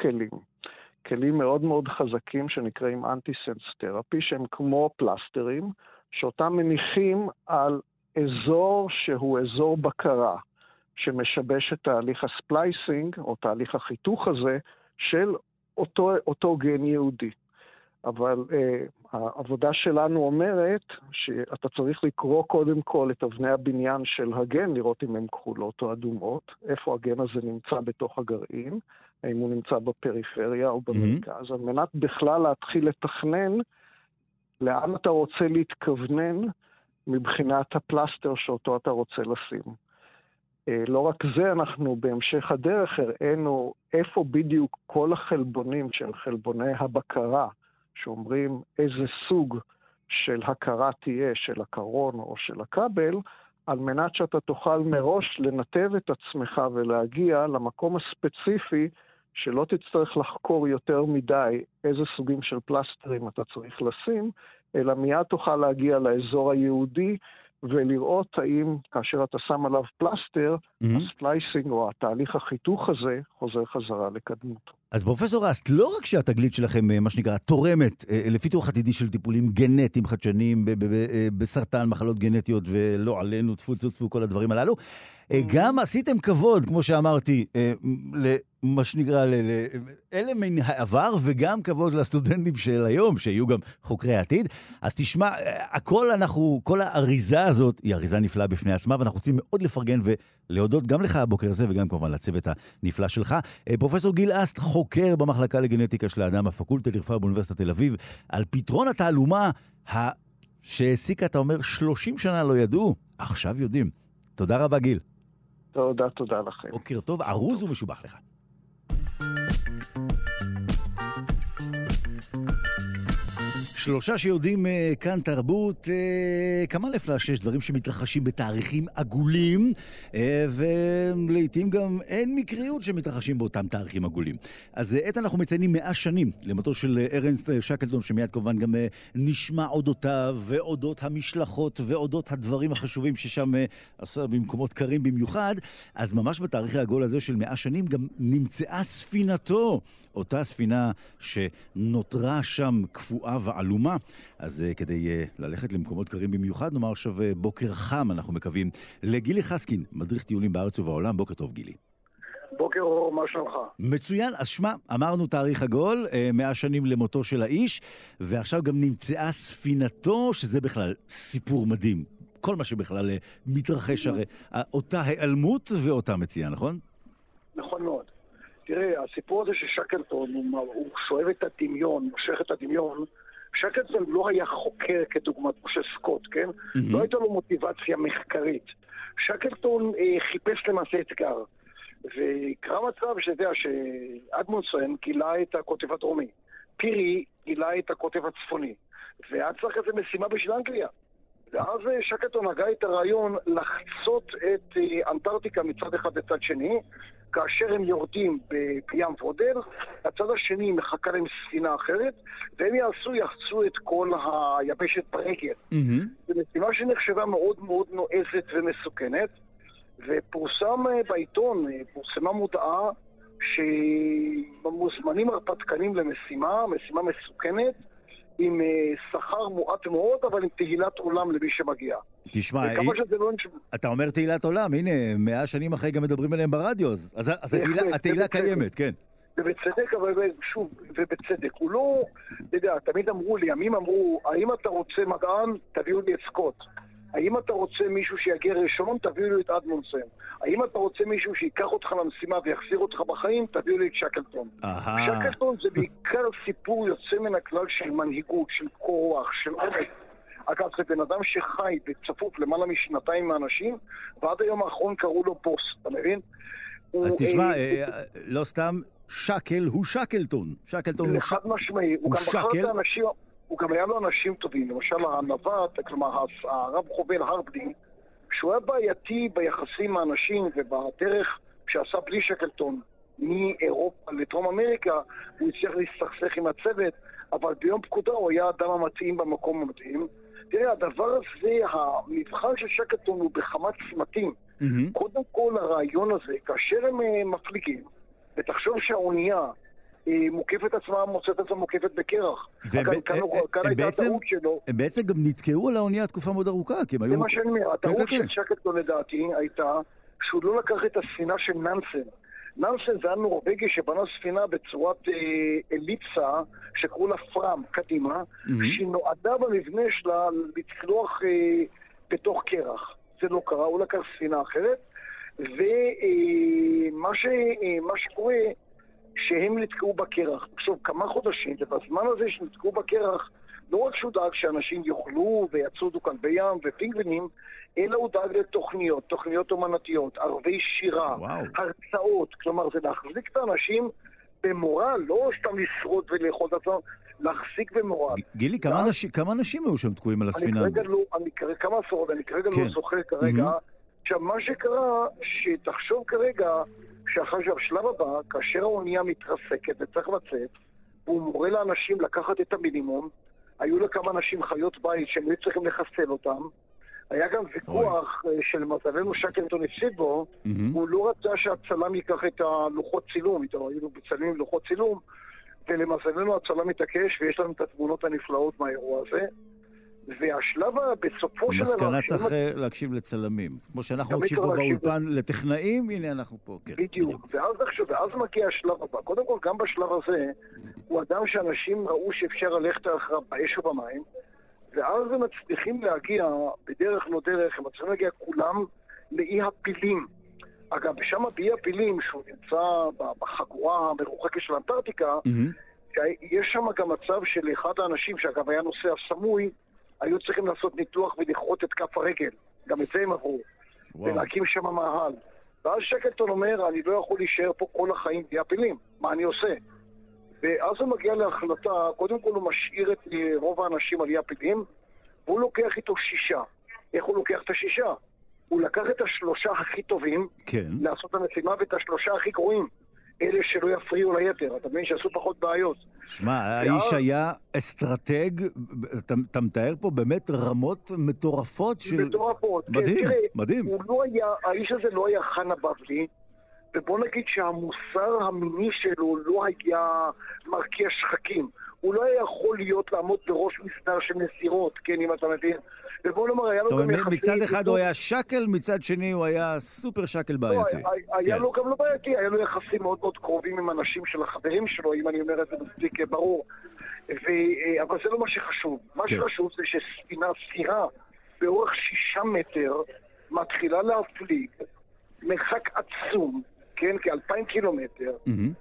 כלים מאוד מאוד חזקים שנקראים אנטי-סנס תרפי, שהם כמו פלסטרים, שאותם מניחים על אזור שהוא אזור בקרה, שמשבש את תהליך הספלייסינג, או תהליך החיתוך הזה, של אותו גן יהודי. אבל העבודה שלנו אומרת שאתה צריך לקרוא קודם כל את אבני הבניין של הגן, לראות אם הן כחולות או אדומות, איפה הגן הזה נמצא בתוך הגרעין, האם הוא נמצא בפריפריה או במרכז, על מנת בכלל להתחיל לתכנן לאן אתה רוצה להתכוונן מבחינת הפלסטר שאותו אתה רוצה לשים. לא רק זה, אנחנו בהמשך הדרך הראינו איפה בדיוק כל החלבונים שהם חלבוני הבקרה, שאומרים איזה סוג של הכרה תהיה של הקרון או של הכבל, על מנת שאתה תוכל מראש לנתב את עצמך ולהגיע למקום הספציפי שלא תצטרך לחקור יותר מדי איזה סוגים של פלסטרים אתה צריך לשים, אלא מיד תוכל להגיע לאזור היהודי ולראות האם כאשר אתה שם עליו פלסטר, הספלייסינג או התהליך החיתוך הזה חוזר חזרה לקדמותו. אז פרופסור אסט, לא רק שהתגלית שלכם, מה שנקרא, תורמת לפיתוח עתידי של טיפולים גנטיים חדשניים בסרטן, מחלות גנטיות ולא עלינו, תפו, כל הדברים הללו, גם עשיתם כבוד, כמו שאמרתי, מה שנקרא, אלה מן העבר וגם כבוד לסטודנטים של היום, שיהיו גם חוקרי העתיד. אז תשמע, כל האריזה הזאת היא אריזה נפלאה בפני עצמה, ואנחנו רוצים מאוד לפרגן ולהודות גם לך הבוקר הזה, וגם כמובן לצוות הנפלא שלך. פרופסור גיל אסט, חוקר במחלקה לגנטיקה של האדם, הפקולטה לרפואה באוניברסיטת תל אביב, על פתרון התעלומה שהעסיקה, אתה אומר, 30 שנה לא ידעו, עכשיו יודעים. תודה רבה, גיל. תודה לכם. בוקר טוב, ערוז ומשובח לך. שלושה שיודעים כאן תרבות, כמה לפלש יש דברים שמתרחשים בתאריכים עגולים, ולעיתים גם אין מקריות שמתרחשים באותם תאריכים עגולים. אז עת אנחנו מציינים 100 שנים למותו של ארנסט שקלטון, שמיד כמובן גם נשמע אודותיו ואודות המשלחות ואודות הדברים החשובים ששם עשה במקומות קרים במיוחד. אז ממש בתאריך העגול הזה של 100 שנים גם נמצאה ספינתו, אותה ספינה שנותרה שם קפואה ועלומה. אז כדי ללכת למקומות קרים במיוחד, נאמר עכשיו בוקר חם, אנחנו מקווים, לגילי חסקין, מדריך טיולים בארץ ובעולם. בוקר טוב, גילי. בוקר אור, מה שלומך? מצוין. אז שמע, אמרנו תאריך עגול, 100 שנים למותו של האיש, ועכשיו גם נמצאה ספינתו, שזה בכלל סיפור מדהים. כל מה שבכלל מתרחש, הרי אותה העלמות ואותה מציאה, נכון? נכון מאוד. תראה, הסיפור הזה ששקלטון, הוא שואב את הדמיון, מושך את הדמיון. שקלטון לא היה חוקר כדוגמת משה סקוט, כן? לא הייתה לו מוטיבציה מחקרית. שקלטון חיפש למעשה אתגר. וקרה מצב שאדמונסון גילה את הקוטב הדרומי. פירי גילה את הקוטב הצפוני. והיה צריך איזו משימה בשביל אנגליה. ואז שקלטון הגה את הרעיון לחצות את אנטארקטיקה מצד אחד לצד שני, כאשר הם יורדים בים וודל, הצד השני מחכה להם ספינה אחרת, והם יחצו את כל היבשת ברגל. זו משימה שנחשבה מאוד מאוד נועזת ומסוכנת, ופורסם בעיתון, פורסמה מודעה שמוזמנים הרפתקנים למשימה, משימה מסוכנת, עם שכר מועט מאוד, אבל עם תהילת עולם למי שמגיע. תשמע, אתה אומר תהילת עולם, הנה, 100 שנים אחרי גם מדברים עליהם ברדיו, אז התהילה קיימת, כן. ובצדק, אבל שוב, ובצדק. הוא לא, אתה יודע, תמיד אמרו לי, ימים אמרו, האם אתה רוצה מדען, תביאו לי את סקוט. האם אתה רוצה מישהו שיגיע ראשון, תביאו לי את אדמונסן. האם אתה רוצה מישהו שיקח אותך למשימה ויחזיר אותך בחיים, תביאו לי את שקלטון. שקלטון זה בעיקר סיפור יוצא מן הכלל של מנהיגות, של כוח, של אומץ. אגב, זה בן אדם שחי בצפוף למעלה משנתיים מהאנשים, ועד היום האחרון קראו לו בוס, אתה מבין? אז תשמע, לא סתם, שקל הוא שקלטון. שקלטון הוא שקל. לחד משמעי, הוא גם בחר את האנשים... הוא גם היה לו אנשים טובים, למשל הנווט, כלומר הרב חובל הרבלי, שהוא היה בעייתי ביחסים האנשים ובדרך שעשה בלי שקלטון מאירופה לדרום אמריקה, הוא הצליח להסתכסך עם הצוות, אבל ביום פקודה הוא היה האדם המתאים במקום המתאים. תראה, הדבר הזה, המבחן של שקלטון הוא בכמה צמתים. קודם כל הרעיון הזה, כאשר הם מפליגים, ותחשוב שהאונייה מוקפת עצמה, מוצאת עצמה מוקפת בקרח. הם בעצם גם נתקעו על האונייה תקופה מאוד ארוכה, כי הם היו... זה מה שאני אומר, הטעות של שקלטון לדעתי הייתה שהוא לא לקח את הספינה של ננסן. ננסן זה היה נורווגי שבנה ספינה בצורת אליפסה, שקראו לה פרם, קדימה, שהיא נועדה במבנה שלה לצלוח בתוך קרח. זה לא קרה, הוא לקח ספינה אחרת, ומה שקורה... שהם נתקעו בקרח. עכשיו, כמה חודשים, ובזמן הזה שנתקעו בקרח, לא רק שהוא דאג שאנשים יאכלו ויצודו כאן בים ופינגווינים, אלא הוא דאג לתוכניות, תוכניות אומנתיות, ערבי שירה, הרצאות, כלומר זה להחזיק את האנשים במורל, לא סתם לשרוד ולאכול את עצמם, להחזיק במורל. גילי, כמה אנשים היו שם תקועים על הספינה? כמה עשרות, אני כרגע לא זוכר כרגע. עכשיו, מה שקרה, שתחשוב כרגע, שאחרי שהשלב הבא, כאשר האונייה מתרסקת וצריך לצאת, והוא מורה לאנשים לקחת את המינימום, היו לכמה אנשים חיות בית שהם לא צריכים לחסל אותם, היה גם ויכוח של מזלנו שקלטון הפסיד בו, הוא לא רצה שהצלם ייקח את הלוחות צילום, היינו בצלמים לוחות צילום, ולמזלנו הצלם מתעקש ויש לנו את התמונות הנפלאות מהאירוע הזה, והשלב בסופו של דבר... מסקנה צריך להקשיב לצלמים. כמו שאנחנו מקשיב פה באולפן לטכנאים, הנה אנחנו פה. בדיוק. ואז מגיע השלב הבא. קודם כל, גם בשלב הזה, הוא אדם שאנשים ראו שאפשר ללכת אחריו באש ובמים, ואז הם מצליחים להגיע, בדרך לא דרך, הם מצליחים להגיע כולם לאי הפילים. אגב, בשם באי הפילים, שהוא נמצא בחגורה המרוחקת של האנטארקטיקה, יש שם גם מצב של אחד האנשים, שאגב היה נוסע סמוי, היו צריכים לעשות ניתוח ולכרות את כף הרגל. גם את זה הם עברו. ולהקים שם מאהל. ואז שקלטון אומר, אני לא יכול להישאר פה כל החיים בלי הפילים. מה אני עושה? ואז הוא מגיע להחלטה, קודם כל הוא משאיר את רוב האנשים על אי הפילים, והוא לוקח איתו 6. איך הוא לוקח את 6? הוא לקח את 3 הכי טובים, לעשות את המשימה, ואת 3 הכי גרועים. אלה שלא יפריעו ליתר, אתה מבין שעשו פחות בעיות. שמע, האיש היה אסטרטג, אתה מתאר פה באמת רמות מטורפות של... מטורפות, מדהים, מדהים. האיש הזה לא היה חנה בבלי, ובוא נגיד שהמוסר המיני שלו לא היה מרקיע שחקים. הוא לא היה יכול לעמוד בראש מסדר של נסירות, כן, אם אתה מבין. ובוא נאמר, היה לו גם יחסי... מצד אחד הוא היה שקל, מצד שני הוא היה סופר שקל בעייתי. היה לו גם לא בעייתי, היה לו יחסים מאוד מאוד קרובים עם אנשים של החברים שלו, אם אני אומר את זה מספיק ברור. אבל זה לא מה שחשוב. מה שחשוב זה שספינה סירה באורך 6 מטר מתחילה להפליג מרחק עצום, כן, כ2,000 קילומטר,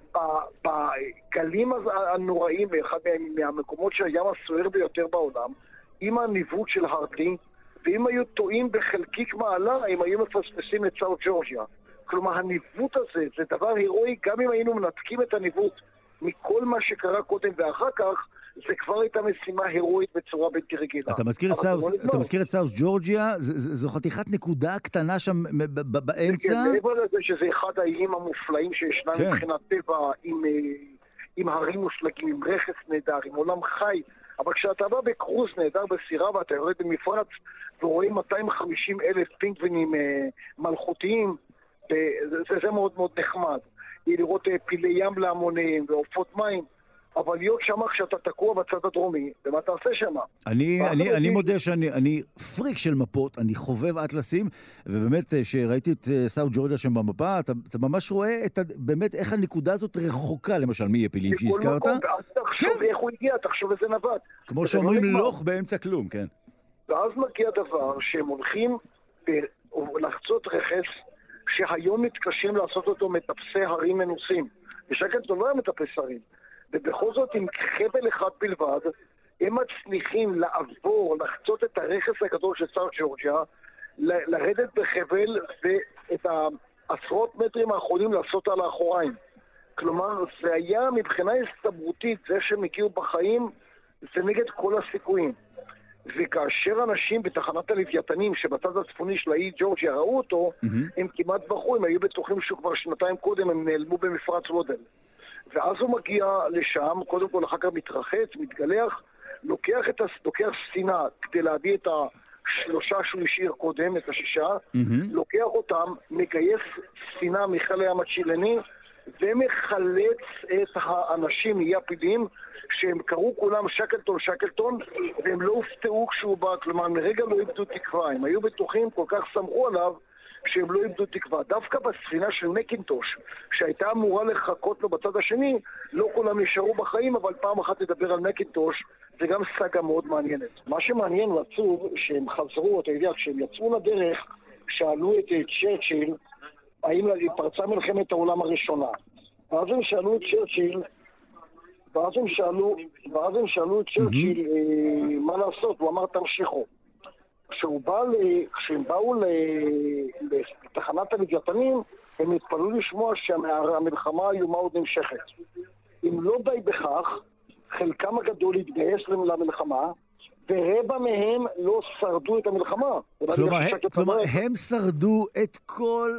בגלים הנוראים, באחד מהמקומות שהים הסוער ביותר בעולם, עם הניווט של הרדלי, ואם היו טועים בחלקיק מעלה, הם היו מפספסים את סאוט ג'ורג'יה. כלומר, הניווט הזה זה דבר הירואי, גם אם היינו מנתקים את הניווט מכל מה שקרה קודם ואחר כך, זה כבר הייתה משימה הירואית בצורה בלתי רגילה. אתה מזכיר את סאוס ג'ורג'יה, זו חתיכת נקודה קטנה שם באמצע? כן, מעבר לזה שזה אחד האיים המופלאים שישנם מבחינת טבע, עם הרים מושלגים, עם רכס נהדר, עם עולם חי, אבל כשאתה בא בקרוז נהדר בסירה ואתה יורד במפרץ ורואים 250,000 פינגווינים מלכותיים, זה מאוד מאוד נחמד. לראות פילי ים להמונים ועופות מים, אבל להיות שם כשאתה תקוע בצד הדרומי, ומה אתה עושה שם? אני מודה שאני פריק של מפות, אני חובב אטלסים, ובאמת שראיתי את סאוט ג'ורג'יה שם במפה, אתה ממש רואה באמת איך הנקודה הזאת רחוקה, למשל מיפילים שהזכרת. תחשוב איך הוא הגיע, תחשוב איזה נווט. כמו שאומרים לוך באמצע כלום, כן. ואז מגיע דבר שהם הולכים לחצות רכס, שהיום מתקשים לעשות אותו מטפסי הרים מנוסים. בשקלטון לא היה מטפס הרים. ובכל זאת עם חבל אחד בלבד, הם מצליחים לעבור, לחצות את הרכס הגדול של סאוט ג'ורג'יה, לרדת בחבל ואת העשרות מטרים האחרונים לעשות על האחוריים. כלומר, זה היה מבחינה הסתברותית, זה שהם הגיעו בחיים, זה נגד כל הסיכויים. וכאשר אנשים בתחנת הלוויתנים שבצד הצפוני של האי ג'ורג'יה ראו אותו, הם כמעט ברחו, הם היו בטוחים שהוא כבר שנתיים קודם, הם נעלמו במפרץ וודל. ואז הוא מגיע לשם, קודם כל אחר כך מתרחץ, מתגלח, לוקח ספינה כדי להביא את השלושה שהוא השאיר קודם, את השישה, לוקח אותם, מגייס ספינה מחיל הים הצ'ילני, ומחלץ את האנשים מיפילים, שהם קראו כולם שקלטון, והם לא הופתעו כשהוא בא, כלומר, מרגע לא איבדו תקווה, הם היו בטוחים, כל כך סמכו עליו, שהם לא איבדו תקווה. דווקא בספינה של מקינטוש, שהייתה אמורה לחכות לו בצד השני, לא כולם נשארו בחיים, אבל פעם אחת לדבר על מקינטוש, זה גם סגה מאוד מעניינת. מה שמעניין ועצוב, שהם חזרו, אתה יודע, כשהם יצאו לדרך, שאלו את צ'רצ'יל, האם פרצה מלחמת העולם הראשונה. ואז הם שאלו את צ'רצ'יל, מה לעשות, הוא אמר תמשיכו. כשהם באו לתחנת הלוויתנים, הם התפללו לשמוע שהמלחמה האיומה עוד נמשכת. אם לא די בכך, חלקם הגדול התגייס למלחמה, ורבע מהם לא שרדו את המלחמה. כלומר, הם שרדו את כל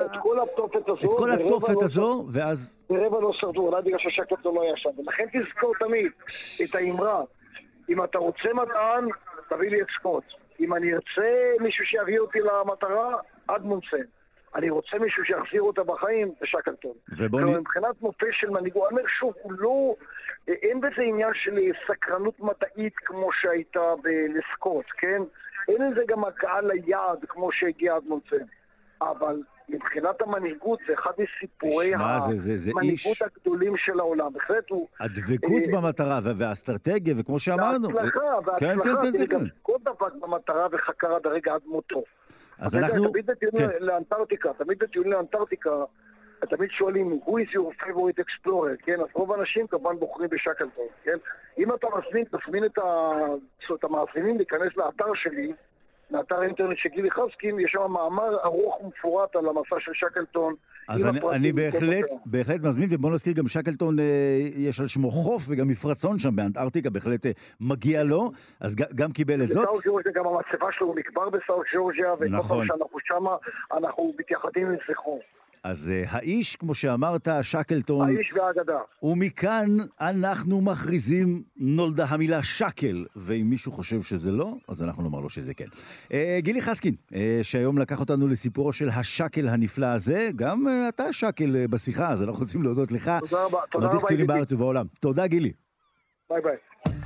התופת הזו, ואז... ורבע לא שרדו, אולי בגלל ששקלטון לא היה שם. ולכן תזכור תמיד את האמרה, אם אתה רוצה מדען, תביא לי את סקוט. אם אני ארצה מישהו שיביא אותי למטרה, אדמונדסן. אני רוצה מישהו שיחזיר אותה בחיים, זה שקלטון. מבחינת מופה של מנהיגו, אני אומר שוב, הוא לא... אין בזה עניין של סקרנות מדעית כמו שהייתה לסקוט, כן? אין לזה גם הגעה ליעד כמו שהגיע אדמונדסן. אבל מבחינת המנהיגות זה אחד מסיפורי המנהיגות הגדולים של העולם. בהחלט הוא... הדבקות במטרה והאסטרטגיה, וכמו שאמרנו... וההצלחה, גם סקוט דבק במטרה וחקר עד הרגע עד מותו. אז אנחנו... תמיד בטיולים לאנטארקטיקה, תמיד שואלים, who is your favorite explorer, כן? אז רוב האנשים כמובן בוחרים בשקלטון, כן? אם אתה תזמין את המאזינים להיכנס לאתר שלי, לאתר האינטרנט של גילי חסקין, יש שם מאמר ארוך ומפורט על המסע של שקלטון. אז אני בהחלט מזמין, ובוא נזכיר גם שקלטון, יש על שמו חוף וגם מפרצון שם באנטארקטיקה, בהחלט מגיע לו, אז גם קיבל את זאת. בסאוט ג'ורג'יה, גם המצבה שלו הוא נקבר בסאוט ג'ורג'יה, וכל פעם שאנחנו שמה, אנחנו מתייחדים עם זכרו. אז האיש, כמו שאמרת, שקלטון... האיש והאגדה. ומכאן אנחנו מכריזים נולדה המילה שקל, ואם מישהו חושב שזה לא, אז אנחנו נאמר לו שזה כן. גילי חסקין, שהיום לקח אותנו לסיפורו של השקל הנפלא הזה, גם אתה שקל בשיחה, אז אנחנו רוצים להודות לך. תודה רבה. מדריך טיולים בארץ ובעולם. תודה, גילי. ביי ביי.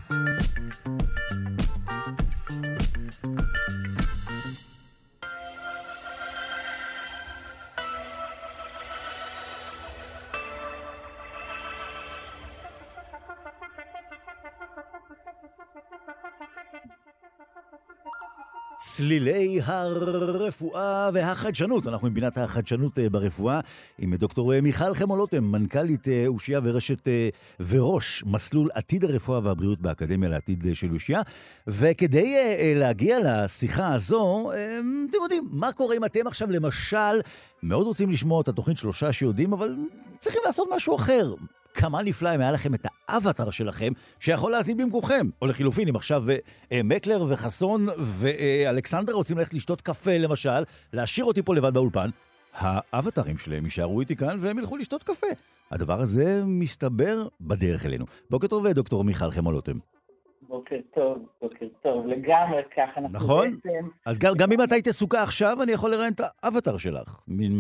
צלילי הרפואה והחדשנות. אנחנו עם בינת החדשנות ברפואה עם דוקטור מיכל חמולותם, מנכ"לית אושיה ורשת וראש מסלול עתיד הרפואה והבריאות באקדמיה לעתיד של אושיה. וכדי להגיע לשיחה הזו, אתם יודעים, מה קורה אם אתם עכשיו למשל מאוד רוצים לשמוע את התוכנית 3 שיודעים, אבל צריכים לעשות משהו אחר. כמה נפלא אם היה לכם את האבטר שלכם, שיכול להזין במקומכם. או לחילופין, אם עכשיו מקלר וחסון ואלכסנדר רוצים ללכת לשתות קפה למשל, להשאיר אותי פה לבד באולפן, האבטרים שלהם יישארו איתי כאן והם ילכו לשתות קפה. הדבר הזה מסתבר בדרך אלינו. בוקר טוב, דוקטור מיכל חמולותם. בוקר טוב, לגמרי ככה. נכון? אז גם אם אתה היית עסוקה עכשיו, אני יכול לראיין את האבטר שלך.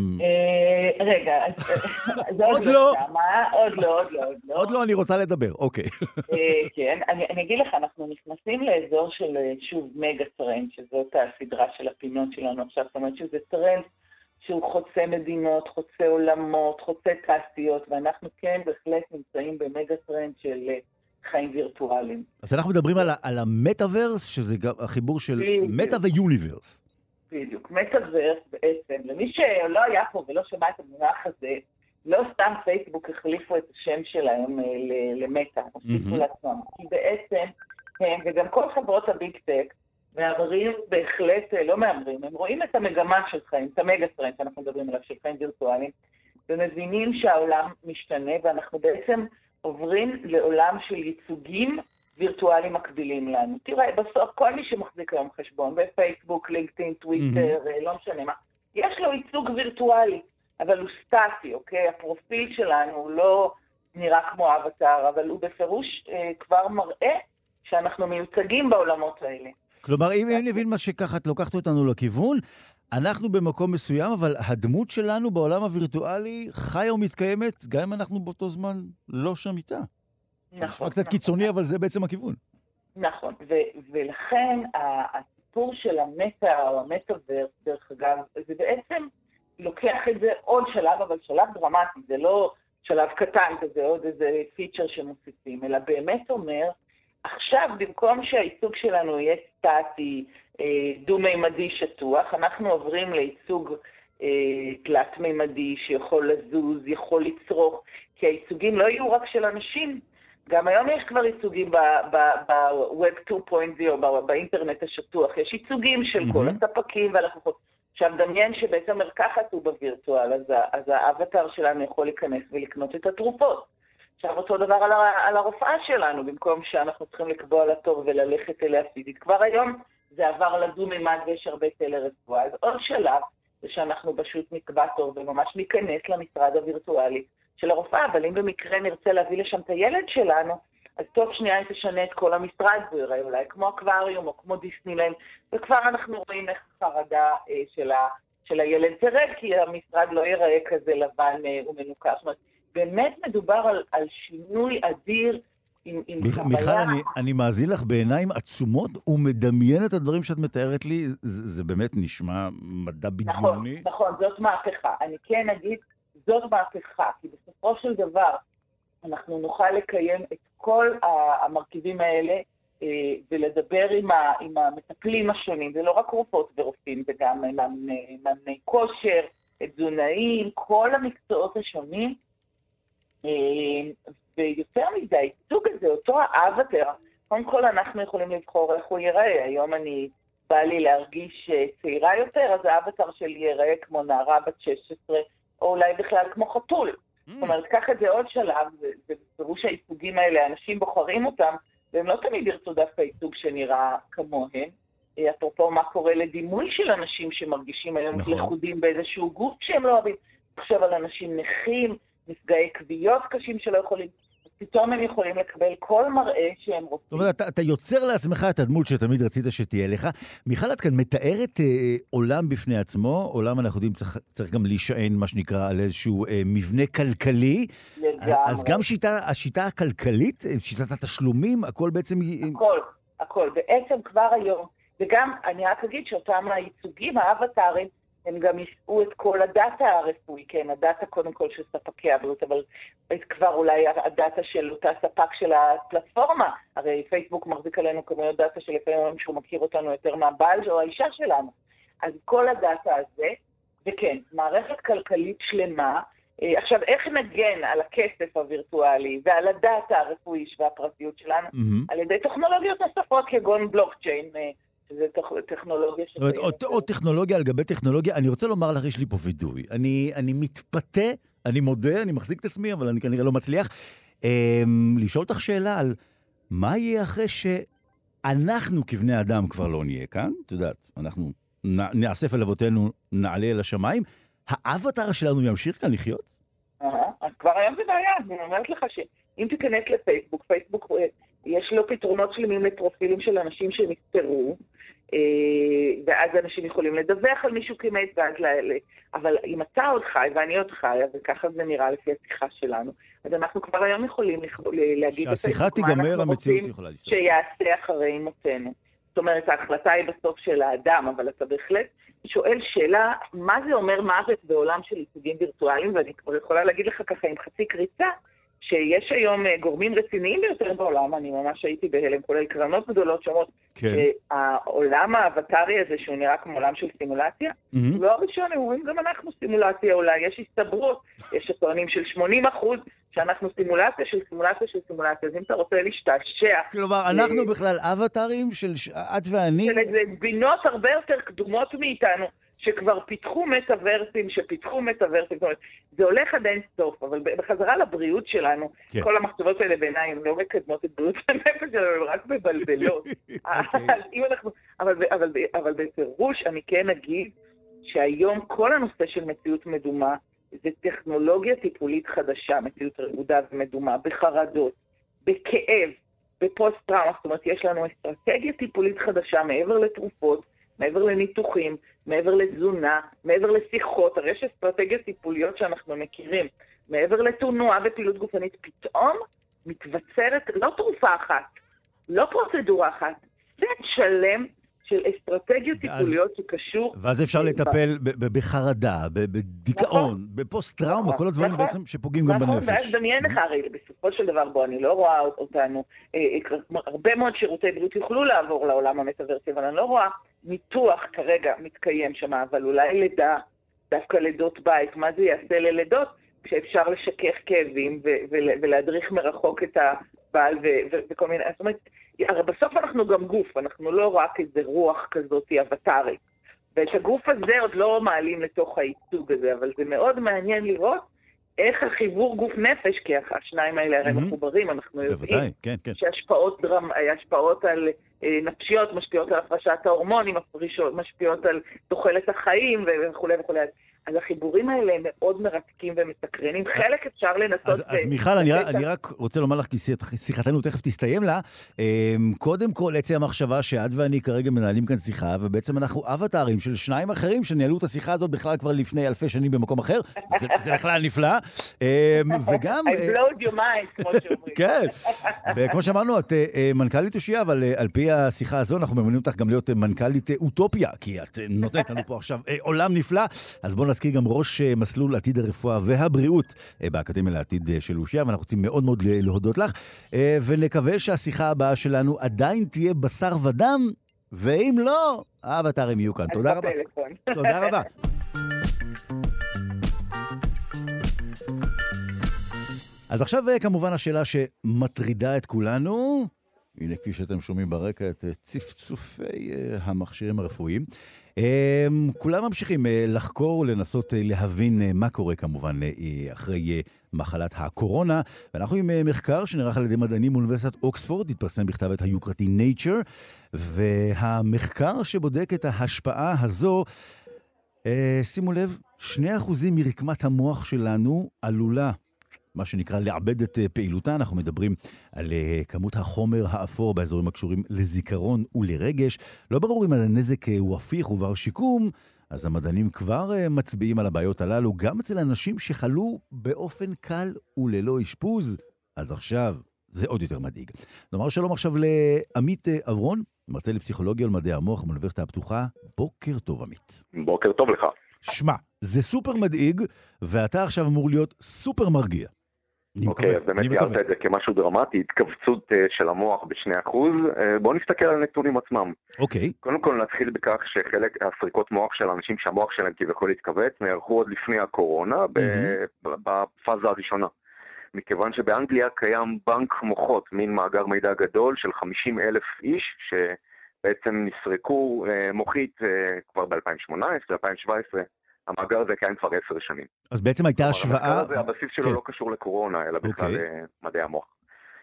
רגע, עוד לא. עוד לא, אני רוצה לדבר, אוקיי. כן, אני אגיד לך, אנחנו נכנסים לאזור של, שוב, מגה טרנד, שזאת הסדרה של הפינות שלנו עכשיו, זאת אומרת שזה טרנד שהוא חוצה מדינות, חוצה עולמות, חוצה תעשיות, ואנחנו כן בהחלט נמצאים במגה טרנד של חיים וירטואליים. אז אנחנו מדברים על המטאברס, שזה החיבור של מטא ויוניברס. בדיוק, מטאברס בעצם, למי שלא היה פה ולא שמע את המונח הזה, לא סתם פייסבוק החליפו את השם שלהם למטא, הוסיפו לעצמם, כי בעצם הם, וגם כל חברות הביג טק, מאמרים בהחלט, לא מאמרים, הם רואים את המגמה של חיים, את המגה טרנד שאנחנו מדברים עליו, של חיים וירטואליים, ומבינים שהעולם משתנה, ואנחנו בעצם עוברים לעולם של ייצוגים וירטואליים מקבילים לנו. תראה, בסוף כל מי שמחזיק היום חשבון, בפייסבוק, לינקדאין, טוויטר, לא משנה מה, יש לו ייצוג וירטואלי, אבל הוא סטטי, אוקיי? הפרופיל שלנו הוא לא נראה כמו אבטר, אבל הוא בפירוש כבר מראה שאנחנו מיוצגים בעולמות האלה. כלומר, אם נבין מה שככה את לוקחת אותנו לכיוון, אנחנו במקום מסוים, אבל הדמות שלנו בעולם הווירטואלי חיה ומתקיימת, גם אם אנחנו באותו זמן לא שם איתה. נכון. נשמע קצת קיצוני, אבל זה בעצם הכיוון. נכון, ולכן הסיפור של המטה או המטאברס, דרך אגב, זה בעצם לוקח את זה עוד שלב, אבל שלב דרמטי, זה לא שלב קטן כזה, עוד איזה פיצ'ר שמוסיפים, אלא באמת אומר, עכשיו, במקום שהייצוג שלנו יהיה סטטי, דו-מימדי שטוח, אנחנו עוברים לייצוג תלת-מימדי שיכול לזוז, יכול לצרוך, כי הייצוגים לא יהיו רק של אנשים. גם היום יש כבר ייצוגים ב-Web 2.0, באינטרנט השטוח, יש ייצוגים של כל הספקים והלקוחות. עכשיו, דמיין שבעצם מרקחת הוא בווירטואל, אז האבטר שלנו יכול להיכנס ולקנות את התרופות. עכשיו אותו דבר על הרופאה שלנו, במקום שאנחנו צריכים לקבוע לתור וללכת אליה פיזית. כבר היום זה עבר לדו-מימד ויש הרבה טלרפואה. אז עוד שלב זה שאנחנו פשוט נקבע תור וממש ניכנס למשרד הווירטואלי של הרופאה, אבל אם במקרה נרצה להביא לשם את הילד שלנו, אז תוך שנייה היא תשנה את כל המשרד, זה יראה אולי כמו אקווריום או כמו דיסנילנד, וכבר אנחנו רואים איך החרדה של הילד תרד, כי המשרד לא ייראה כזה לבן ומנוקש. זאת אומרת, באמת מדובר על שינוי אדיר עם מיכל, אני מאזין לך בעיניים עצומות ומדמיין את הדברים שאת מתארת לי, זה באמת נשמע מדע בדיוני. נכון, זאת מהפכה. אני כן אגיד, זאת מהפכה, כי בסופו של דבר אנחנו נוכל לקיים את כל המרכיבים האלה ולדבר עם המטפלים השונים, זה לא רק רופאות ורופאים, זה גם מאמני כושר, תזונאים, כל המקצועות השונים, ויותר מזה, הייצוג הזה, אותו האבטר, קודם כל אנחנו יכולים לבחור איך הוא ייראה. היום בא לי להרגיש צעירה יותר, אז האבטר שלי ייראה כמו נערה בת 16, או אולי בכלל כמו חתול. זאת אומרת, קח את זה עוד שלב, ובפירוש הייצוגים האלה, אנשים בוחרים אותם, והם לא תמיד ירצו דווקא ייצוג שנראה כמוהם. אפרופו מה קורה לדימוי של אנשים שמרגישים היום לחודים באיזשהו גוף שהם לא אוהבים. חושב על אנשים נכים, נפגעי כוויות קשים שלא יכולים, פתאום הם יכולים לקבל כל מראה שהם רוצים. זאת אומרת, אתה יוצר לעצמך את הדמות שתמיד רצית שתהיה לך. מיכל, את כאן מתארת עולם בפני עצמו, עולם אנחנו יודעים צריך גם להישען מה שנקרא על איזשהו מבנה כלכלי. לגמרי. אז גם השיטה הכלכלית, שיטת התשלומים, הכל בעצם... הכל. בעצם כבר היום, וגם אני רק אגיד שאותם הייצוגים, האבטרים, הם גם ישאו את כל הדאטה הרפואי, כן, הדאטה קודם כל של ספקי הבריאות, אבל כבר אולי הדאטה של אותה ספק של הפלטפורמה, הרי פייסבוק מחזיק עלינו כמויות דאטה שלפעמים שהוא מכיר אותנו יותר מהבעל או האישה שלנו. אז כל הדאטה הזה, וכן, מערכת כלכלית שלמה, עכשיו איך נגן על הכסף הווירטואלי ועל הדאטה הרפואי והפרטיות שלנו, על ידי טכנולוגיות נוספות כגון בלוקצ'יין, שזה טכנולוגיה ש... עוד טכנולוגיה על גבי טכנולוגיה. אני רוצה לומר לך, יש לי פה וידוי. אני מתפתה, אני מודה, אני מחזיק את עצמי, אבל אני כנראה לא מצליח. לשאול אותך שאלה על מה יהיה אחרי שאנחנו כבני אדם כבר לא נהיה כאן, את יודעת, אנחנו נאסף אל אבותינו, נעלה אל השמיים, האבטר שלנו ימשיך כאן לחיות? אז כבר היום זה בעיה, אני אומרת לך שאם תיכנס לפייסבוק, פייסבוק יש לו פתרונות שלמים לפרופילים של אנשים שנפטרו, ואז אנשים יכולים לדווח על מישהו כמת, אבל אם אתה עוד חי ואני עוד חי, וככה זה נראה לפי השיחה שלנו, אז אנחנו כבר היום יכולים להגיד שהשיחה תיגמר, המציאות יכולה להשתתף. שיעשה אחרי מותנו. זאת אומרת, ההחלטה היא בסוף של האדם, אבל אתה בהחלט שואל שאלה, מה זה אומר מוות בעולם של ייצוגים וירטואליים, ואני כבר יכולה להגיד לך ככה עם חצי קריצה, שיש היום גורמים רציניים ביותר בעולם, אני ממש הייתי בהלם, כולל קרנות גדולות שאומרות, שהעולם האבטרי הזה, שהוא נראה כמו עולם של סימולציה, לא הראשון, הם אומרים, גם אנחנו סימולציה אולי, יש הסתברות, יש הטוענים של 80%, שאנחנו סימולציה של סימולציה של סימולציה, אז אם אתה רוצה להשתעשע... כלומר, אנחנו בכלל אבטרים של את ואני... זה בינות הרבה יותר קדומות מאיתנו, שכבר פיתחו מטאברסים, זאת אומרת, זה הולך עד אין סוף, אבל בחזרה לבריאות שלנו, כל המחשבות האלה בעיניי, הן לא מקדמות את בריאות הנפש שלנו, הן רק מבלבלות. אבל בפירוש אני כן אגיד, שהיום כל הנושא של מציאות מדומה, זה טכנולוגיה טיפולית חדשה, מציאות רעודה ומדומה, בחרדות, בכאב, בפוסט-טראומה, זאת אומרת, יש לנו אסטרטגיה טיפולית חדשה מעבר לתרופות, מעבר לניתוחים, מעבר לתזונה, מעבר לשיחות, הרי יש אסטרטגיות טיפוליות שאנחנו מכירים, מעבר לתנועה ופעילות גופנית, פתאום מתווצרת לא תרופה אחת, לא פרוצדורה אחת, סט שלם של אסטרטגיות טיפוליות שקשור... ואז אפשר לטפל בחרדה, בדיכאון, בפוסט-טראומה, כל הדברים בעצם שפוגעים גם בנפש. ואז דמיין לך, הרי בסופו של דבר בו, אני לא רואה אותנו, הרבה מאוד שירותי בריאות יוכלו לעבור לעולם המטאברסי, אבל אני לא רואה ניתוח כרגע מתקיים שם, אבל אולי לידה, דווקא לידות בית, מה זה יעשה ללידות? כשאפשר לשכך כאבים ולהדריך מרחוק את הבעל וכל מיני... זאת אומרת, הרי בסוף אנחנו גם גוף, אנחנו לא רק איזה רוח כזאת אבטרית. ואת הגוף הזה עוד לא מעלים לתוך הייצוג הזה, אבל זה מאוד מעניין לראות איך החיבור גוף נפש, כי השניים האלה הרי מחוברים, אנחנו יודעים שהשפעות על נפשיות, משפיעות על הפרשת ההורמונים, משפיעות על תוחלת החיים וכו' וכו'. אז החיבורים האלה הם מאוד מרתקים ומסקרנים. חלק אפשר לנסות... אז מיכל, אני רק רוצה לומר לך, כי שיחתנו תכף תסתיים לה, קודם כל, עצם המחשבה שאת ואני כרגע מנהלים כאן שיחה, ובעצם אנחנו אבטרים של שניים אחרים שניהלו את השיחה הזאת בכלל כבר לפני אלפי שנים במקום אחר, זה בכלל נפלא. וגם... I blowed your mind, כמו שאומרים. כן, וכמו שאמרנו, את מנכ"לית אושיה, אבל על פי השיחה הזו, אנחנו ממנים אותך גם להיות מנכ"לית אוטופיה, כי את נותנת לנו פה עכשיו עולם נפלא, אז בואו נזכיר גם ראש מסלול עתיד הרפואה והבריאות באקדמיה לעתיד של אושיה, ואנחנו רוצים מאוד מאוד להודות לך, ונקווה שהשיחה הבאה שלנו עדיין תהיה בשר ודם, ואם לא, האבטרים יהיו כאן. תודה רבה. תודה רבה. אז עכשיו כמובן השאלה שמטרידה את כולנו, הנה כפי שאתם שומעים ברקע את צפצופי המכשירים הרפואיים. כולם ממשיכים לחקור ולנסות להבין מה קורה כמובן אחרי מחלת הקורונה, ואנחנו עם מחקר שנערך על ידי מדענים מאוניברסיטת אוקספורד, התפרסם בכתב עת היוקרתי Nature, והמחקר שבודק את ההשפעה הזו, שימו לב, 2% מרקמת המוח שלנו עלולה, מה שנקרא לעבד את פעילותה. אנחנו מדברים על כמות החומר האפור באזורים הקשורים לזיכרון ולרגש. לא ברור אם הנזק הוא הפיך ובר שיקום, אז המדענים כבר מצביעים על הבעיות הללו, גם אצל אנשים שחלו באופן קל וללא אשפוז. אז עכשיו זה עוד יותר מדאיג. נאמר שלום עכשיו לעמית אברון, מרצה לפסיכולוגיה ולמדעי המוח באוניברסיטה הפתוחה. בוקר טוב עמית. בוקר טוב לך. שמע, זה סופר מדאיג, ואתה עכשיו אמור להיות סופר מרגיע. אוקיי, אז באמת תיארת את זה כמשהו דרמטי, התכווצות של המוח ב2%. בואו נסתכל על הנתונים עצמם. אוקיי. קודם כל נתחיל בכך שחלק הסריקות מוח של אנשים שהמוח שלהם כביכול להתכווץ, נערכו עוד לפני הקורונה, בפאזה הראשונה. מכיוון שבאנגליה קיים בנק מוחות, מין מאגר מידע גדול של 50,000 איש, שבעצם נסרקו מוחית כבר ב-2018, 2017, המאגר הזה קיים כבר 10 שנים. אז בעצם הייתה השוואה... הבסיס שלו לא קשור לקורונה, אלא בכלל מדעי המוח.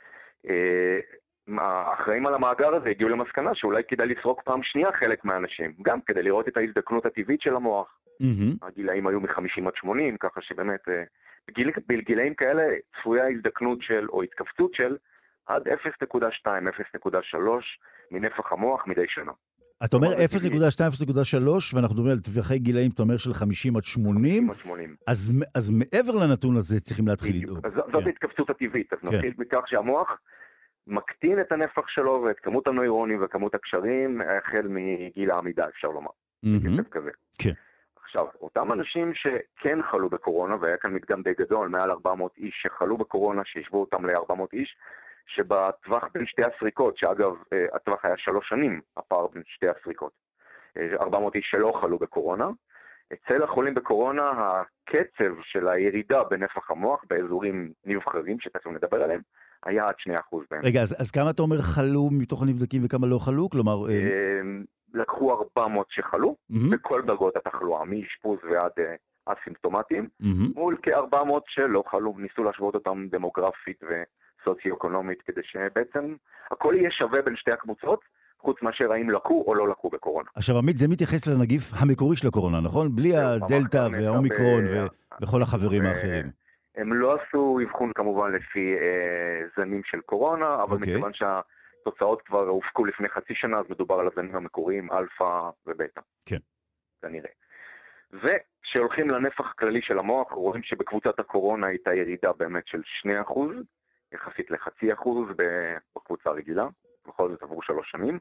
האחראים על המאגר הזה הגיעו למסקנה שאולי כדאי לסרוק פעם שנייה חלק מהאנשים, גם כדי לראות את ההזדקנות הטבעית של המוח. הגילאים היו מ-50 עד 80, ככה שבאמת בגילאים כאלה צפויה הזדקנות של, או התכווצות של, עד 0.2, 0.3 מנפח המוח מדי שנה. אתה אומר 0.2, 0.3, ואנחנו מדברים על טווחי גילאים, אתה אומר של 50 עד 80, אז מעבר לנתון הזה צריכים להתחיל לדאוג. זאת ההתכווצות הטבעית, אז נתחיל מכך שהמוח מקטין את הנפח שלו ואת כמות הנוירונים וכמות הקשרים, החל מגיל העמידה, אפשר לומר. בקצב כזה. כן. עכשיו, אותם אנשים שכן חלו בקורונה, והיה כאן מדגם די גדול, מעל 400 איש שחלו בקורונה, שישבו אותם ל-400 איש, שבטווח בין שתי הסריקות, שאגב, הטווח היה 3 שנים, הפער בין שתי הסריקות, 400 איש שלא חלו בקורונה, אצל החולים בקורונה, הקצב של הירידה בנפח המוח, באזורים נבחרים, שתכף נדבר עליהם, היה עד 2% בהם. רגע, אז כמה אתה אומר חלו מתוך הנבדקים וכמה לא חלו? כלומר... לקחו 400 שחלו, בכל דרגות התחלואה, מאשפוז ועד אסימפטומטיים, מול כ-400 שלא חלו, ניסו להשוות אותם דמוגרפית וסוציו-אקונומית, כדי שבעצם הכל יהיה שווה בין שתי הקבוצות, חוץ מאשר האם לקו או לא לקו בקורונה. עכשיו, עמית, זה מתייחס לנגיף המקורי של הקורונה, נכון? בלי הדלטה והאומיקרון וכל החברים האחרים. הם לא עשו אבחון כמובן לפי זנים של קורונה, אבל מכיוון התוצאות כבר הופקו לפני חצי שנה, אז מדובר על הזנים המקוריים, אלפא ובטא. כן. כנראה. וכשהולכים לנפח כללי של המוח, רואים שבקבוצת הקורונה הייתה ירידה באמת של 2%, יחסית ל0.5% בקבוצה הרגילה, בכל זאת עברו 3 שנים,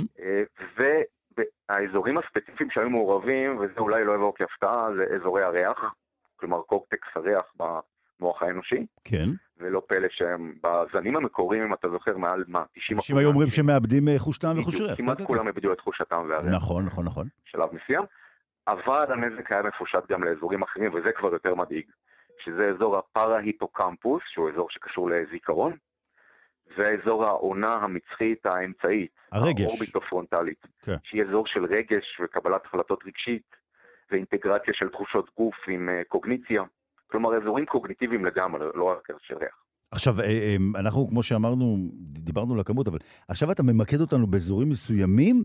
והאזורים הספציפיים שהיו מעורבים, וזה אולי לא יבוא כהפתעה, זה אזורי הריח, כלומר קורטקס הריח במוח האנושי. כן. ולא פלא שהם בזנים המקוריים, אם אתה זוכר, מעל 90%. אנשים היו אומרים שמאבדים חוש טעם וחוש ריח. כמעט כולם איבדו את חוש הטעם והריח. נכון. שלב מסוים. אבל הנזק היה מפושט גם לאזורים אחרים, וזה כבר יותר מדאיג. שזה אזור הפרה-היפוקמפוס, שהוא אזור שקשור לזיכרון, ואזור העונה המצחית האמצעית. הרגש. האורביטופרונטלית. שהיא אזור של רגש וקבלת החלטות רגשית, ואינטגרציה של תחושות גוף עם קוגניציה. כלומר, אזורים קוגניטיביים לגמרי, לא רק של ריח. עכשיו, אנחנו, כמו שאמרנו, דיברנו על הכמות, אבל עכשיו אתה ממקד אותנו באזורים מסוימים,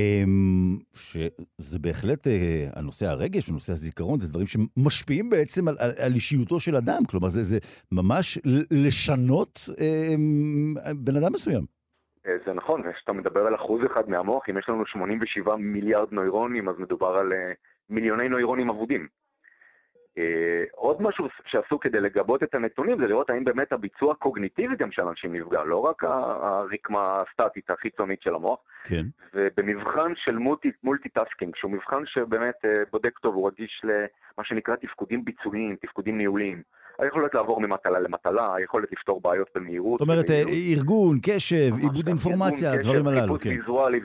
שזה בהחלט הנושא הרגש, הנושא הזיכרון, זה דברים שמשפיעים בעצם על אישיותו של אדם, כלומר, זה ממש לשנות בן אדם מסוים. זה נכון, כשאתה מדבר על 1% מהמוח, אם יש לנו 87 מיליארד נוירונים, אז מדובר על מיליוני נוירונים אבודים. עוד משהו שעשו כדי לגבות את הנתונים זה לראות האם באמת הביצוע הקוגניטיבי גם של אנשים נפגע, לא רק הרקמה הסטטית החיצונית של המוח. כן. ובמבחן של מולטיטאסקינג, שהוא מבחן שבאמת בודק טוב, הוא רגיש למה שנקרא תפקודים ביצועיים, תפקודים ניהוליים. היכולת לעבור ממטלה למטלה, היכולת לפתור בעיות במהירות. זאת אומרת, ארגון, קשב, עיבוד אינפורמציה, הדברים הללו. חיפוש ויזואלי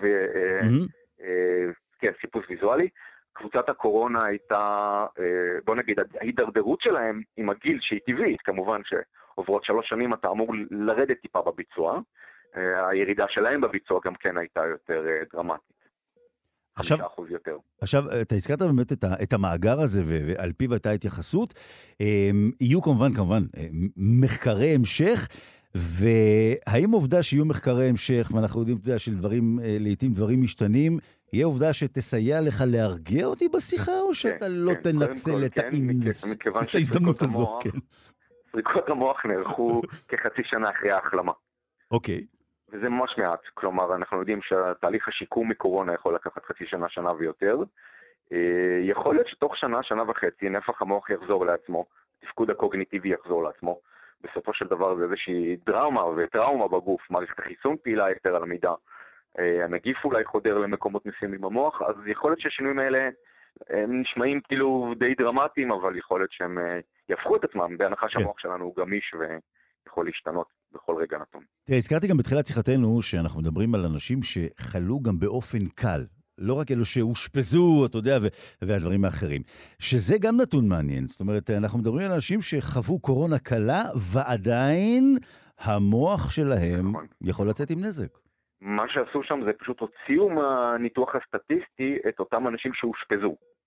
כן, חיפוש ויזואלי. קבוצת הקורונה הייתה, בוא נגיד, ההידרדרות שלהם עם הגיל שהיא טבעית, כמובן שעוברות 3 שנים אתה אמור לרדת טיפה בביצוע, הירידה שלהם בביצוע גם כן הייתה יותר דרמטית. 5% יותר. עכשיו, אתה הזכרת באמת את המאגר הזה, ועל פיו הייתה התייחסות, יהיו כמובן מחקרי המשך, והאם עובדה שיהיו מחקרי המשך, ואנחנו יודעים שדברים, לעתים דברים משתנים, יהיה עובדה שתסייע לך להרגיע אותי בשיחה, או שאתה לא תנצל את ההזדמנות הזו? סריקות המוח נערכו כחצי שנה אחרי ההחלמה. אוקיי. וזה ממש מעט. כלומר, אנחנו יודעים שהתהליך השיקום מקורונה יכול לקחת חצי שנה, שנה ויותר. יכול להיות שתוך שנה, שנה וחצי, נפח המוח יחזור לעצמו, תפקוד הקוגניטיבי יחזור לעצמו. בסופו של דבר זה איזושהי דרמה וטראומה בגוף, מערכת החיסון פעילה יותר על המידה. הנגיף אולי חודר למקומות מסוימים במוח, אז יכול להיות שהשינויים האלה הם נשמעים כאילו די דרמטיים, אבל יכול להיות שהם יפכו את עצמם, בהנחה שהמוח שלנו הוא גמיש ויכול להשתנות בכל רגע נתון. תראה, הזכרתי גם בתחילת שיחתנו שאנחנו מדברים על אנשים שחלו גם באופן קל, לא רק אלו שהושפזו, אתה יודע, והדברים האחרים. שזה גם נתון מעניין. זאת אומרת, אנחנו מדברים על אנשים שחוו קורונה קלה, ועדיין המוח שלהם יכול לצאת עם נזק. מה שעשו שם זה פשוט הוציאו מהניתוח הסטטיסטי את אותם אנשים שהושפזו.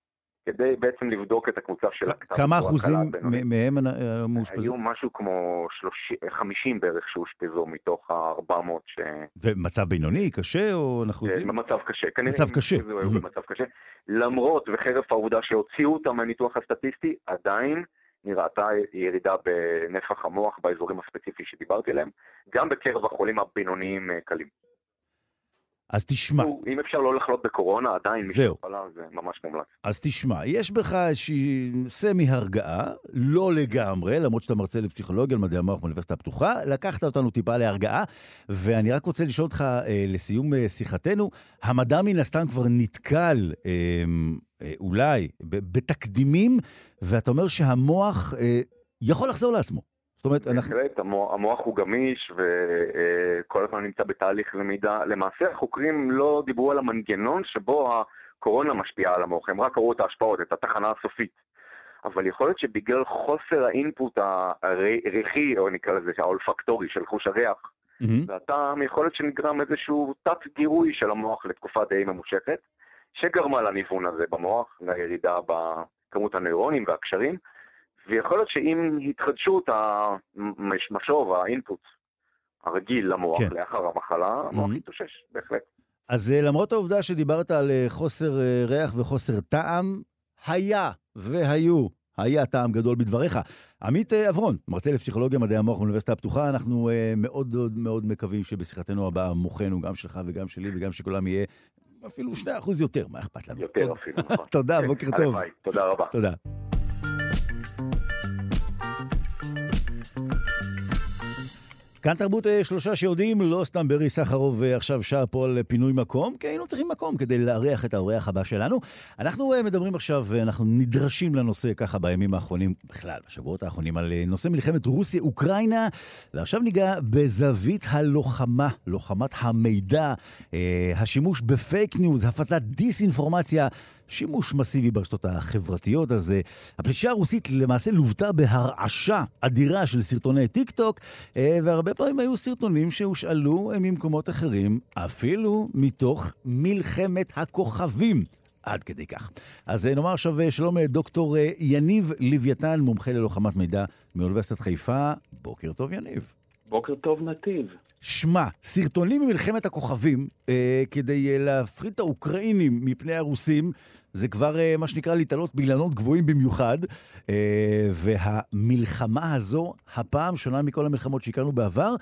כדי בעצם לבדוק את הקבוצה של הכתב. כמה אחוזים מהם מאושפזים? היו משהו כמו 50 בערך שהושפזו מתוך ה-400 ומצב בינוני, קשה, או אנחנו יודעים? במצב קשה. מצב קשה. במצב קשה. למרות וחרף העובדה שהוציאו אותם מהניתוח הסטטיסטי, עדיין נראתה ירידה בנפח המוח באזורים הספציפיים שדיברתי עליהם, גם בקרב החולים הבינוניים קלים. אז תשמע. אם אפשר לא לחלות בקורונה, עדיין מי שחלה זה ממש מומלץ. אז תשמע, יש בך איזושהי סמי הרגעה, לא לגמרי, למרות שאתה מרצה לפסיכולוגיה, למדעי המוח באוניברסיטה הפתוחה, לקחת אותנו טיפה להרגעה, ואני רק רוצה לשאול אותך לסיום שיחתנו, המדע מן הסתם כבר נתקל אולי בתקדימים, ואתה אומר שהמוח יכול לחזור לעצמו. בהחלט, המוח הוא גמיש וכל הזמן נמצא בתהליך למידה. למעשה החוקרים לא דיברו על המנגנון שבו הקורונה משפיעה על המוח, הם רק ראו את ההשפעות, את התחנה הסופית. אבל יכול להיות שבגלל חוסר האינפוט הריחי, או נקרא לזה האולפקטורי של חוש הריח, והטעם יכול להיות שנגרם איזשהו תת גירוי של המוח לתקופה די ממושכת, שגרמה לניוון הזה במוח, לירידה בכמות הנוירונים והקשרים, ויכול להיות שאם התחדשו את המשוב, האינפוט הרגיל למוח לאחר המחלה, המוח יתאושש, בהחלט. אז למרות העובדה שדיברת על חוסר ריח וחוסר טעם, היה טעם גדול בדבריך. עמית אברון, מרצה לפסיכולוגיה מדעי המוח באוניברסיטה הפתוחה, אנחנו מאוד מאוד מקווים שבשיחתנו הבאה מוחנו, גם שלך וגם שלי וגם שכולם יהיה אפילו 2% יותר, מה אכפת לנו? יותר אפילו, נכון. תודה, בוקר טוב. תודה רבה. תודה. כאן תרבות 3 שיודעים, לא סתם ברי סחרוב עכשיו שר פה על פינוי מקום, כי היינו צריכים מקום כדי להריח את האורח הבא שלנו. אנחנו מדברים עכשיו, אנחנו נדרשים לנושא ככה בימים האחרונים, בכלל, בשבועות האחרונים, על נושא מלחמת רוסיה-אוקראינה, ועכשיו ניגע בזווית הלוחמה, לוחמת המידע, השימוש בפייק ניוז, הפצת דיסאינפורמציה, שימוש מסיבי ברשתות החברתיות הזה. הפלישה הרוסית למעשה לוותה בהרעשה אדירה של סרטוני טיק טוק, והרבה פעמים היו סרטונים שהושאלו ממקומות אחרים, אפילו מתוך מלחמת הכוכבים. עד כדי כך. אז נאמר עכשיו שלום לדוקטור יניב לוויתן, מומחה ללוחמת מידע מאוניברסיטת חיפה. בוקר טוב יניב. בוקר טוב נתיב. שמע, סרטונים ממלחמת הכוכבים, כדי להפחיד את האוקראינים מפני הרוסים, זה כבר מה שנקרא להתעלות באילנות גבוהים במיוחד, והמלחמה הזו הפעם שונה מכל המלחמות שהכרנו בעבר,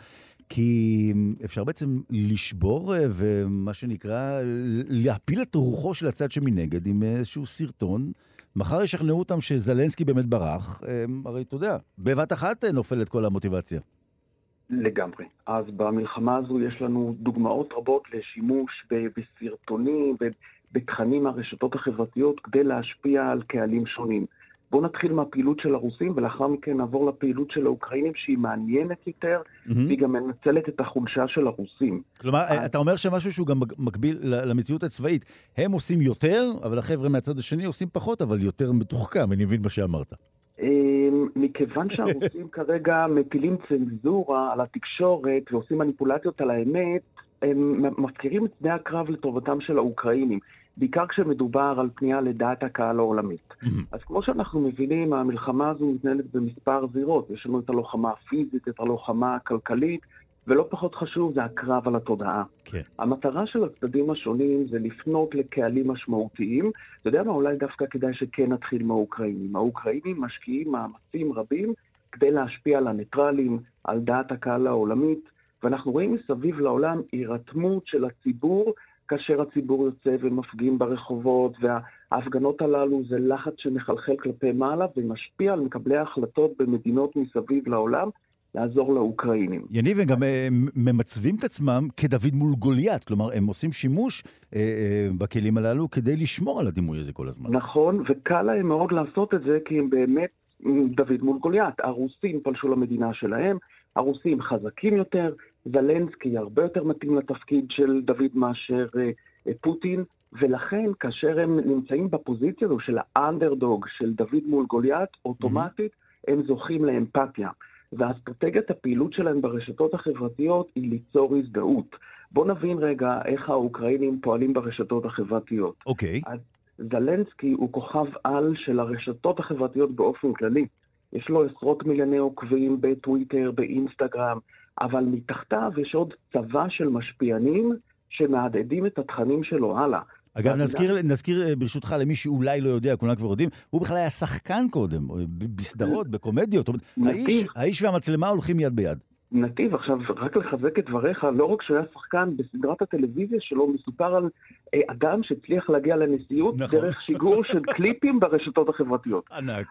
כי אפשר בעצם לשבור ומה שנקרא להפיל את רוחו של הצד שמנגד עם איזשהו סרטון. מחר ישכנעו אותם שזלנסקי באמת ברח, הרי אתה יודע, בבת אחת נופלת כל המוטיבציה. לגמרי. אז במלחמה הזו יש לנו דוגמאות רבות לשימוש בסרטונים ובתכנים מהרשתות החברתיות כדי להשפיע על קהלים שונים. בואו נתחיל מהפעילות של הרוסים ולאחר מכן נעבור לפעילות של האוקראינים שהיא מעניינת יותר והיא גם מנצלת את החולשה של הרוסים. כלומר, אתה אומר שמשהו שהוא גם מקביל למציאות הצבאית. הם עושים יותר, אבל החבר'ה מהצד השני עושים פחות, אבל יותר מתוחכם, אני מבין מה שאמרת. מכיוון שהרוסים כרגע מטילים צנזורה על התקשורת ועושים מניפולציות על האמת, הם מפקירים את שדה הקרב לטובתם של האוקראינים, בעיקר כשמדובר על פנייה לדעת הקהל העולמית. אז כמו שאנחנו מבינים, המלחמה הזו מתנהלת במספר זירות. יש לנו את הלוחמה הפיזית, את הלוחמה הכלכלית, ולא פחות חשוב זה הקרב על התודעה. כן. המטרה של הצדדים השונים זה לפנות לקהלים משמעותיים. אתה יודע מה? אולי דווקא כדאי שכן נתחיל מהאוקראינים. האוקראינים משקיעים מאמצים רבים כדי להשפיע על הניטרלים, על דעת הקהל העולמית, ואנחנו רואים מסביב לעולם הירתמות של הציבור, כאשר הציבור יוצא ומפגין ברחובות, וההפגנות הללו זה לחץ שמחלחל כלפי מעלה ומשפיע על מקבלי ההחלטות במדינות מסביב לעולם, לעזור לאוקראינים. יניב, הם גם ממצבים את עצמם כדוד מול גוליית, כלומר, הם עושים שימוש בכלים הללו כדי לשמור על הדימוי הזה כל הזמן. נכון, וקל להם מאוד לעשות את זה, כי הם באמת דוד מול גוליית. הרוסים פלשו למדינה שלהם, הרוסים חזקים יותר, זלנסקי הרבה יותר מתאים לתפקיד של דוד מאשר פוטין, ולכן כאשר הם נמצאים בפוזיציה הזו של האנדרדוג של דוד מול גוליית, אוטומטית הם זוכים לאמפתיה. והאסטרטגיית הפעילות שלהם ברשתות החברתיות היא ליצור הזדהות. בואו נבין רגע איך האוקראינים פועלים ברשתות החברתיות. אוקיי. אז זלנסקי הוא כוכב על של הרשתות החברתיות באופן כללי. יש לו עשרות מיליוני עוקבים בטוויטר, באינסטגרם, אבל מתחתיו יש עוד צבא של משפיענים שמעדדים את התכנים שלו הלאה. אגב, נזכיר ברשותך למי שאולי לא יודע, כולם כבר יודעים, הוא בכלל היה שחקן קודם, בסדרות, בקומדיות. האיש והמצלמה הולכים יד ביד. נתיב, עכשיו רק לחזק את דבריך, לא רק שהוא היה שחקן בסדרת הטלוויזיה שלו, מסופר על אדם שהצליח להגיע לנשיאות דרך שיגור של קליפים ברשתות החברתיות. ענק.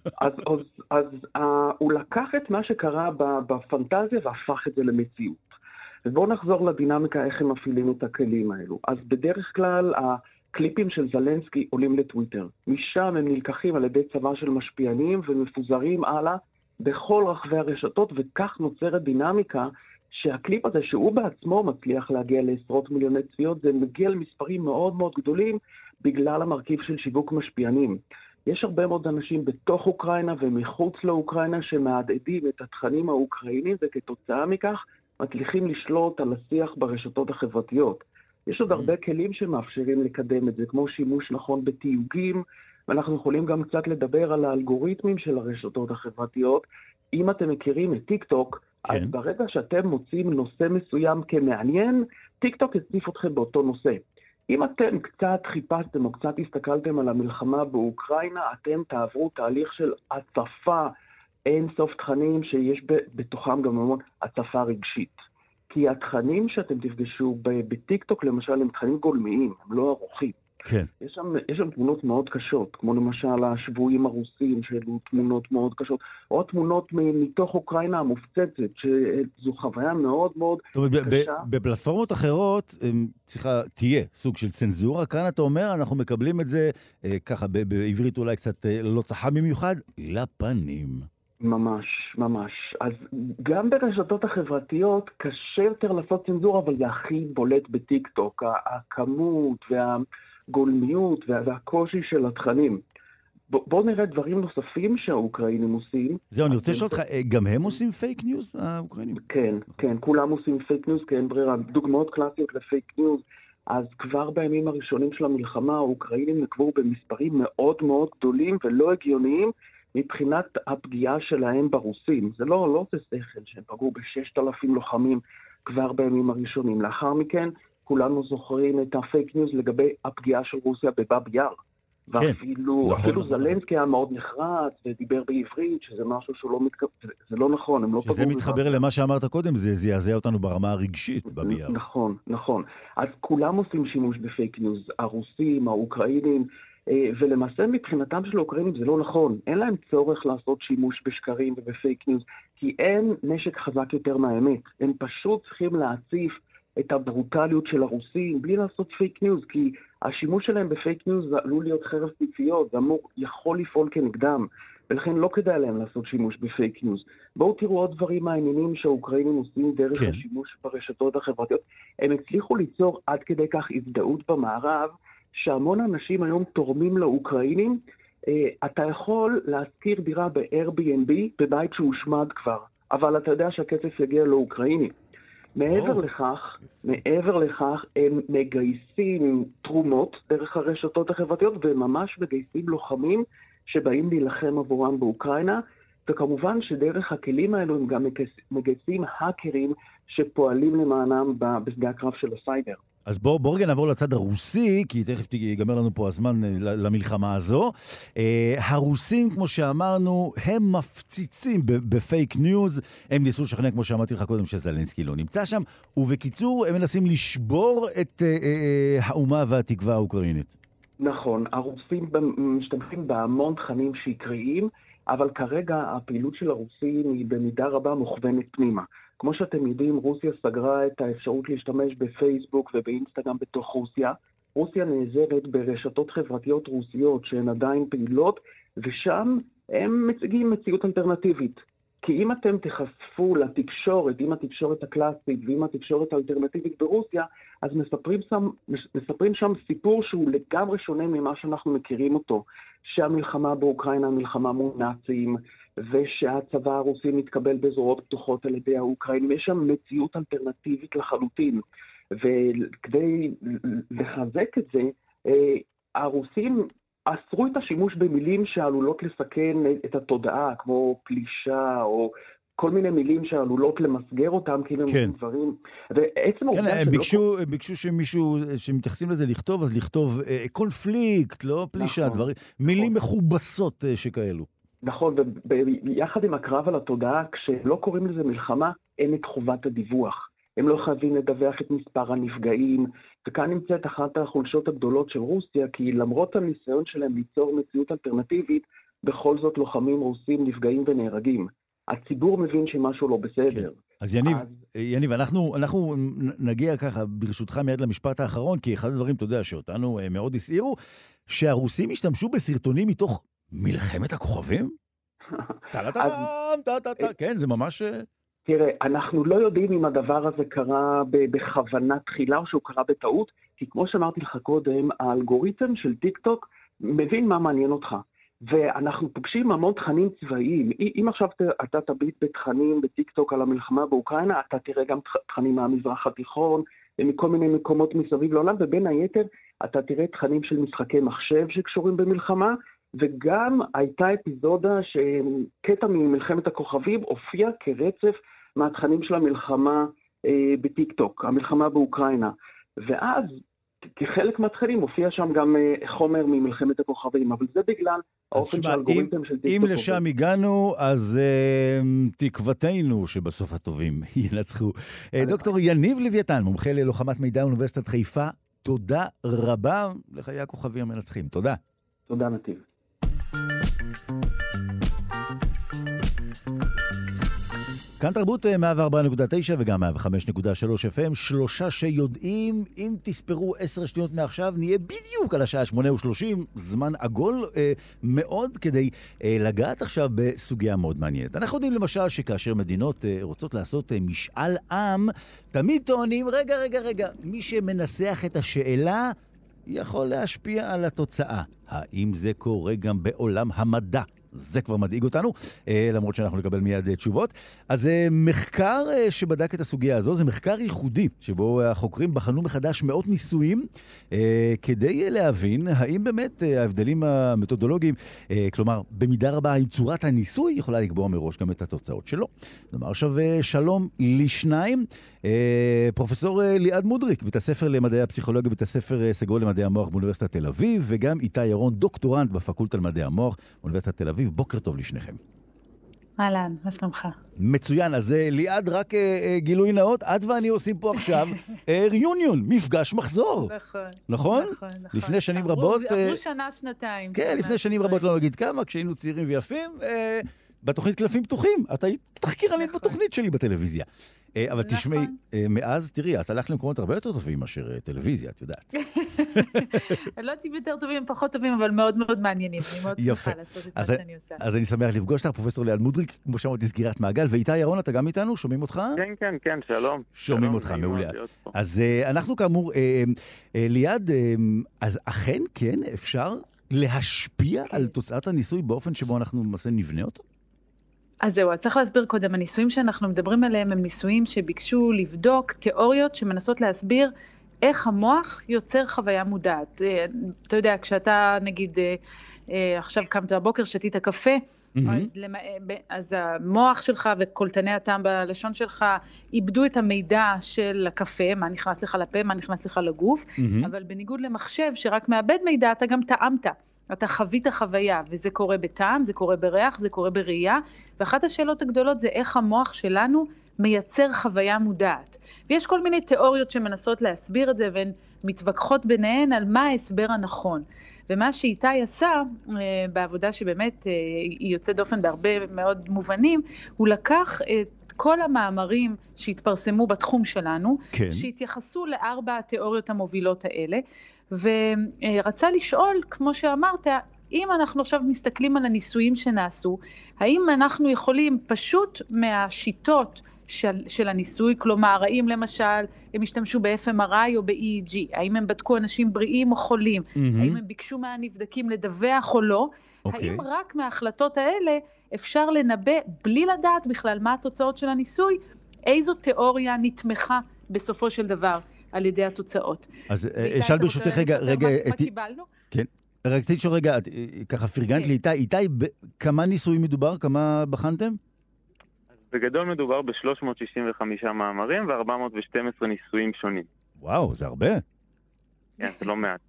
אז הוא לקח את מה שקרה בפנטזיה והפך את זה למציאות. ובואו נחזור לדינמיקה איך הם מפעילים את הכלים האלו. אז בדרך כלל הקליפים של זלנסקי עולים לטוויטר. משם הם נלקחים על ידי צבא של משפיענים ומפוזרים הלאה בכל רחבי הרשתות, וכך נוצרת דינמיקה שהקליפ הזה שהוא בעצמו מצליח להגיע לעשרות מיליוני צפיות, זה מגיע למספרים מאוד מאוד גדולים בגלל המרכיב של שיווק משפיענים. יש הרבה מאוד אנשים בתוך אוקראינה ומחוץ לאוקראינה שמעדדים את התכנים האוקראינים, וכתוצאה מכך מצליחים לשלוט על השיח ברשתות החברתיות. יש עוד הרבה כלים שמאפשרים לקדם את זה, כמו שימוש נכון בתיוגים, ואנחנו יכולים גם קצת לדבר על האלגוריתמים של הרשתות החברתיות. אם אתם מכירים את טיק טוק, כן. אז ברגע שאתם מוצאים נושא מסוים כמעניין, טיק טוק יציף אתכם באותו נושא. אם אתם קצת חיפשתם או קצת הסתכלתם על המלחמה באוקראינה, אתם תעברו תהליך של הצפה, אין סוף תכנים שיש בתוכם גם המון הצפה רגשית. כי התכנים שאתם תפגשו בטיק טוק למשל הם תכנים גולמיים, הם לא ערוכים. כן. יש שם תמונות מאוד קשות, כמו למשל השבויים הרוסים, שאלו תמונות מאוד קשות, או תמונות מתוך אוקראינה המופצצת, שזו חוויה מאוד מאוד קשה. בפלטפורמות אחרות תהיה סוג של צנזורה, כאן אתה אומר, אנחנו מקבלים את זה, ככה בעברית אולי קצת לא צחה במיוחד, לפנים. ממש, ממש. אז גם ברשתות החברתיות קשה יותר לעשות צנזורה, אבל זה הכי בולט בטיק טוק, הכמות גולמיות והקושי של התכנים. בואו נראה דברים נוספים שהאוקראינים עושים. זהו, אני רוצה לשאול אותך, גם הם עושים פייק ניוז, האוקראינים? כן, כולם עושים פייק ניוז, כי אין ברירה. דוגמאות קלאסיות לפייק ניוז. אז כבר בימים הראשונים של המלחמה, האוקראינים נקבעו במספרים מאוד מאוד גדולים ולא הגיוניים, מבחינת הפגיעה שלהם ברוסים. זה לא עושה שכל שהם פגעו ב6,000 לוחמים כבר בימים הראשונים. לאחר מכן, כולנו זוכרים את הפייק ניוז לגבי הפגיעה של רוסיה בבאב יאר. ואפילו זלנסקי היה מאוד נחרץ ודיבר בעברית, שזה משהו שהוא לא זה לא נכון, הם לא פגעו. שזה מתחבר למה שאמרת קודם, זה זעזע אותנו ברמה הרגשית בבאב יאר. נכון. אז כולם עושים שימוש בפייק ניוז, הרוסים, האוקראינים, ולמעשה מבחינתם של האוקראינים זה לא נכון. אין להם צורך לעשות שימוש בשקרים ובפייק ניוז, כי אין נשק חזק יותר מהאמת. הם פשוט צריכים להציף את הברוטליות של הרוסים, בלי לעשות פייק ניוז, כי השימוש שלהם בפייק ניוז עלול להיות חרב פיפיות, זה יכול לפעול כנגדם, ולכן לא כדאי להם לעשות שימוש בפייק ניוז. בואו תראו עוד דברים מעניינים שהאוקראינים עושים דרך השימוש ברשתות החברתיות. הם הצליחו ליצור עד כדי כך הזדהות במערב, שהמון אנשים היום תורמים לאוקראינים. אתה יכול להשכיר דירה ב-Airbnb בבית שהושמד כבר, אבל אתה יודע שהכסף יגיע לאוקראינים. מעבר לכך, הם מגייסים תרומות דרך הרשתות החברתיות, וממש מגייסים לוחמים שבאים להילחם עבורם באוקראינה, וכמובן שדרך הכלים האלו הם גם מגייסים האקרים שפועלים למענם בשדה הקרב של הסייבר. אז בואו רגע נעבור לצד הרוסי, כי תכף ייגמר לנו פה הזמן למלחמה הזו. הרוסים, כמו שאמרנו, הם מפציצים בפייק ניוז. הם ניסו לשכנע, כמו שאמרתי לך קודם, שזלנסקי לא נמצא שם. ובקיצור, הם מנסים לשבור את האומה והתקווה האוקראינית. נכון, הרוסים משתמשים בהמון תכנים שקריים, אבל כרגע הפעילות של הרוסים היא במידה רבה מוכוונת פנימה. כמו שאתם יודעים, רוסיה סגרה את האפשרות להשתמש בפייסבוק ובאינסטגרם בתוך רוסיה. רוסיה נעזרת ברשתות חברתיות רוסיות שהן עדיין פעילות, ושם הם מציגים מציאות אלטרנטיבית. כי אם אתם תחשפו לתקשורת, עם התקשורת הקלאסית ועם התקשורת האלטרנטיבית ברוסיה, אז מספרים שם סיפור שהוא לגמרי שונה ממה שאנחנו מכירים אותו, שהמלחמה באוקראינה מלחמה מול נאצים, ושהצבא הרוסי מתקבל בזרועות פתוחות על ידי האוקראינים. יש שם מציאות אלטרנטיבית לחלוטין, וכדי לחזק את זה, הרוסים אסרו את השימוש במילים שעלולות לסכן את התודעה, כמו פלישה או כל מיני מילים שעלולות למסגר אותם, כאילו הם דברים. ועצם כן, הם ביקשו שמישהו שמתייחסים לזה לכתוב, אז לכתוב קונפליקט, לא פלישה, דברים, מילים מכובסות שכאלו. נכון, ויחד עם הקרב על התודעה, כשלא קוראים לזה מלחמה, אין את חובת הדיווח. הם לא חייבים לדווח את מספר הנפגעים, וכאן נמצאת אחת החולשות הגדולות של רוסיה, כי למרות הניסיון שלהם ליצור מציאות אלטרנטיבית, בכל זאת לוחמים רוסים נפגעים ונהרגים. הציבור מבין שמשהו לא בסדר. אז יניב, אנחנו נגיע ככה ברשותך מיד למשפט האחרון, כי אחד הדברים, אתה יודע, שאותנו מאוד הסעירו, שהרוסים השתמשו בסרטונים מתוך מלחמת הכוכבים? כן, זה ממש... תראה, אנחנו לא יודעים אם הדבר הזה קרה בכוונה תחילה או שהוא קרה בטעות, כי כמו שאמרתי לך קודם, האלגוריתם של טיק טוק מבין מה מעניין אותך. ואנחנו פוגשים המון תכנים צבאיים. אם עכשיו אתה תביט בתכנים בטיק טוק על המלחמה באוקראינה, אתה תראה גם תכנים מהמזרח התיכון, מכל מיני מקומות מסביב לעולם, ובין היתר אתה תראה תכנים של משחקי מחשב שקשורים במלחמה, וגם הייתה אפיזודה שקטע ממלחמת הכוכבים הופיע כרצף מהתכנים של המלחמה בטיק טוק, המלחמה באוקראינה. ואז כחלק מהתכנים הופיע שם גם חומר ממלחמת הכוכבים, אבל זה בגלל האופן של האלגוריתם של טיק אם טוק. לשם הגענו, אז תקוותנו שבסוף הטובים ינצחו. דוקטור יניב לויתן, מומחה ללוחמת מידע אוניברסיטת חיפה, תודה רבה לחיי הכוכבים המנצחים. תודה. תודה נתיב. כאן תרבות 104.9 וגם 105.3 FM, שלושה שיודעים, אם תספרו 10 שניות מעכשיו, נהיה בדיוק על השעה 8:30, זמן עגול מאוד כדי לגעת עכשיו בסוגיה מאוד מעניינת. אנחנו יודעים למשל שכאשר מדינות רוצות לעשות משאל עם, תמיד טוענים, רגע, מי שמנסח את השאלה יכול להשפיע על התוצאה. האם זה קורה גם בעולם המדע? זה כבר מדאיג אותנו, למרות שאנחנו נקבל מיד תשובות. אז מחקר שבדק את הסוגיה הזו, זה מחקר ייחודי, שבו החוקרים בחנו מחדש מאות ניסויים, כדי להבין האם באמת ההבדלים המתודולוגיים, כלומר, במידה רבה, האם צורת הניסוי יכולה לקבוע מראש גם את התוצאות שלו. נאמר עכשיו שלום לשניים, פרופסור ליעד מודריק, בית הספר למדעי הפסיכולוגיה, בית הספר סגול למדעי המוח באוניברסיטת תל אביב, וגם איתי ירון, דוקטורנט בפקולטה למדעי המוח באוניברסיטת תל אביב. בוקר טוב לשניכם. אהלן, מה שלומך? מצוין, אז ליעד, רק גילוי נאות, את ואני עושים פה עכשיו ריוניון, מפגש מחזור. נכון? לפני שנים רבות... עברו שנה, שנתיים. כן, לפני שנים רבות לא נגיד כמה, כשהיינו צעירים ויפים, בתוכנית קלפים פתוחים, את היית תחקירנית בתוכנית שלי בטלוויזיה. אבל תשמעי, מאז, תראי, את הלכת למקומות הרבה יותר טובים מאשר טלוויזיה, את יודעת. לא טיפ יותר טובים, פחות טובים, אבל מאוד מאוד מעניינים. אני מאוד שמחה לעשות את מה שאני עושה. אז אני שמח לפגוש לך, פרופסור ליעד מודריק, כמו שאמרתי, סגירת מעגל, ואיתי ירון, אתה גם איתנו? שומעים אותך? כן, שלום. שומעים אותך, מעולה. אז אנחנו כאמור, ליעד, אז אכן, כן, אפשר להשפיע על תוצאת הניסוי באופן שבו אנחנו למעשה נבנה אותו? אז זהו, צריך להסביר קודם, הניסויים שאנחנו מדברים עליהם הם ניסויים שביקשו לבדוק תיאוריות שמנסות להסביר איך המוח יוצר חוויה מודעת. אתה יודע, כשאתה נגיד עכשיו קמת בבוקר, שתית קפה, אז המוח שלך וקולטני הטעם בלשון שלך איבדו את המידע של הקפה, מה נכנס לך לפה, מה נכנס לך לגוף, אבל בניגוד למחשב שרק מאבד מידע, אתה גם טעמת. אתה חווית חוויה, וזה קורה בטעם, זה קורה בריח, זה קורה בראייה, ואחת השאלות הגדולות זה איך המוח שלנו מייצר חוויה מודעת. ויש כל מיני תיאוריות שמנסות להסביר את זה, והן מתווכחות ביניהן על מה ההסבר הנכון. ומה שאיתי עשה, בעבודה שבאמת היא יוצאת דופן בהרבה מאוד מובנים, הוא לקח את כל המאמרים שהתפרסמו בתחום שלנו, כן. שהתייחסו לארבע התיאוריות המובילות האלה, ורצה לשאול, כמו שאמרת, אם אנחנו עכשיו מסתכלים על הניסויים שנעשו, האם אנחנו יכולים פשוט מהשיטות של הניסוי, כלומר, האם למשל הם השתמשו ב-FMRI או ב-EEG, האם הם בדקו אנשים בריאים או חולים, האם הם ביקשו מהנבדקים לדווח או לא, האם רק מההחלטות האלה אפשר לנבא, בלי לדעת בכלל מה התוצאות של הניסוי, איזו תיאוריה נתמכה בסופו של דבר על ידי התוצאות. אז שאל ברשותך רגע... מה קיבלנו? כן. רציתי לשאול רגע, ככה פרגנת לי איתי, כמה ניסויים מדובר? כמה בחנתם? בגדול מדובר ב-365 מאמרים ו-412 ניסויים שונים. וואו, זה הרבה. כן, זה לא מעט.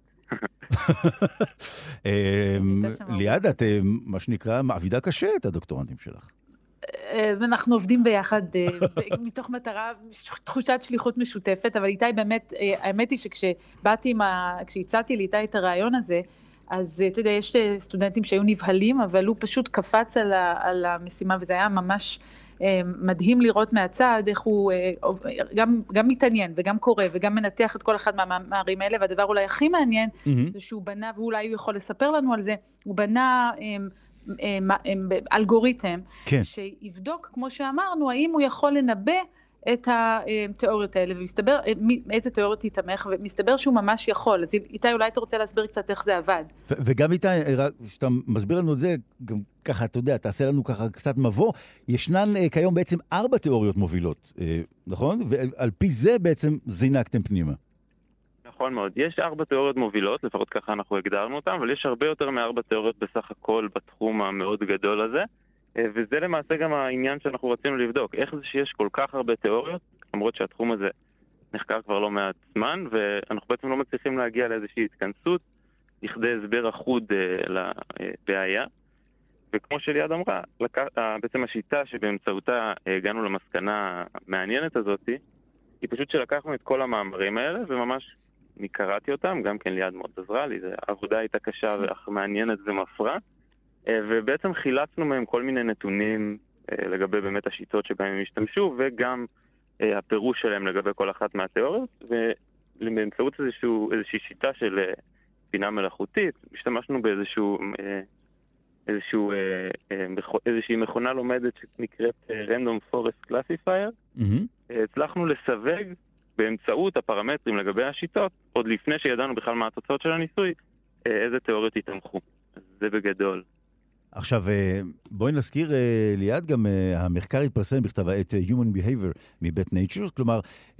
ליעד, את מה שנקרא מעבידה קשה את הדוקטורנטים שלך. אנחנו עובדים ביחד מתוך מטרה, תחושת שליחות משותפת, אבל איתי באמת, האמת היא כשהצעתי לאיתי את הרעיון הזה, אז אתה יודע, יש סטודנטים שהיו נבהלים, אבל הוא פשוט קפץ על המשימה, וזה היה ממש מדהים לראות מהצד, איך הוא גם מתעניין וגם קורא וגם מנתח את כל אחד מהמאמרים האלה, והדבר אולי הכי מעניין, זה שהוא בנה, ואולי הוא יכול לספר לנו על זה, הוא בנה אלגוריתם, שיבדוק, כמו שאמרנו, האם הוא יכול לנבא את התיאוריות האלה, ומסתבר, איזה תיאוריות תתמך, ומסתבר שהוא ממש יכול. אז איתי, אולי אתה רוצה להסביר קצת איך זה עבד. וגם איתי, שאתה מסביר לנו את זה, גם ככה, אתה יודע, תעשה לנו ככה קצת מבוא, ישנן כיום בעצם 4 תיאוריות מובילות, נכון? ועל פי זה בעצם זינקתם פנימה. נכון מאוד. יש 4 תיאוריות מובילות, לפחות ככה אנחנו הגדרנו אותן, אבל יש הרבה יותר מ4 תיאוריות בסך הכל בתחום המאוד גדול הזה. וזה למעשה גם העניין שאנחנו רצינו לבדוק. איך זה שיש כל כך הרבה תיאוריות, למרות שהתחום הזה נחקר כבר לא מעט זמן, ואנחנו בעצם לא מצליחים להגיע לאיזושהי התכנסות, לכדי הסבר אחוד לבעיה. וכמו שליעד אמרה, בעצם השיטה שבאמצעותה הגענו למסקנה המעניינת הזאת, היא פשוט שלקחנו את כל המאמרים האלה, וממש קראתי אותם, גם כן ליעד מאוד עזרה לי, העבודה הייתה קשה ואך מעניינת ומפרה, ובעצם חילצנו מהם כל מיני נתונים לגבי באמת השיטות שבהם הם השתמשו, וגם הפירוש שלהם לגבי כל אחת מהתיאוריות, ובאמצעות איזושהי שיטה של בינה מלאכותית, השתמשנו איזושהי מכונה לומדת שנקראת Random Forest Classifier, הצלחנו לסווג באמצעות הפרמטרים לגבי השיטות, עוד לפני שידענו בכלל מה התוצאות של הניסוי, איזה תיאוריות יתמכו. אז זה בגדול. עכשיו, בואי נזכיר ליד, גם המחקר התפרסם בכתב העת Human Behavior מבית Nature, כלומר,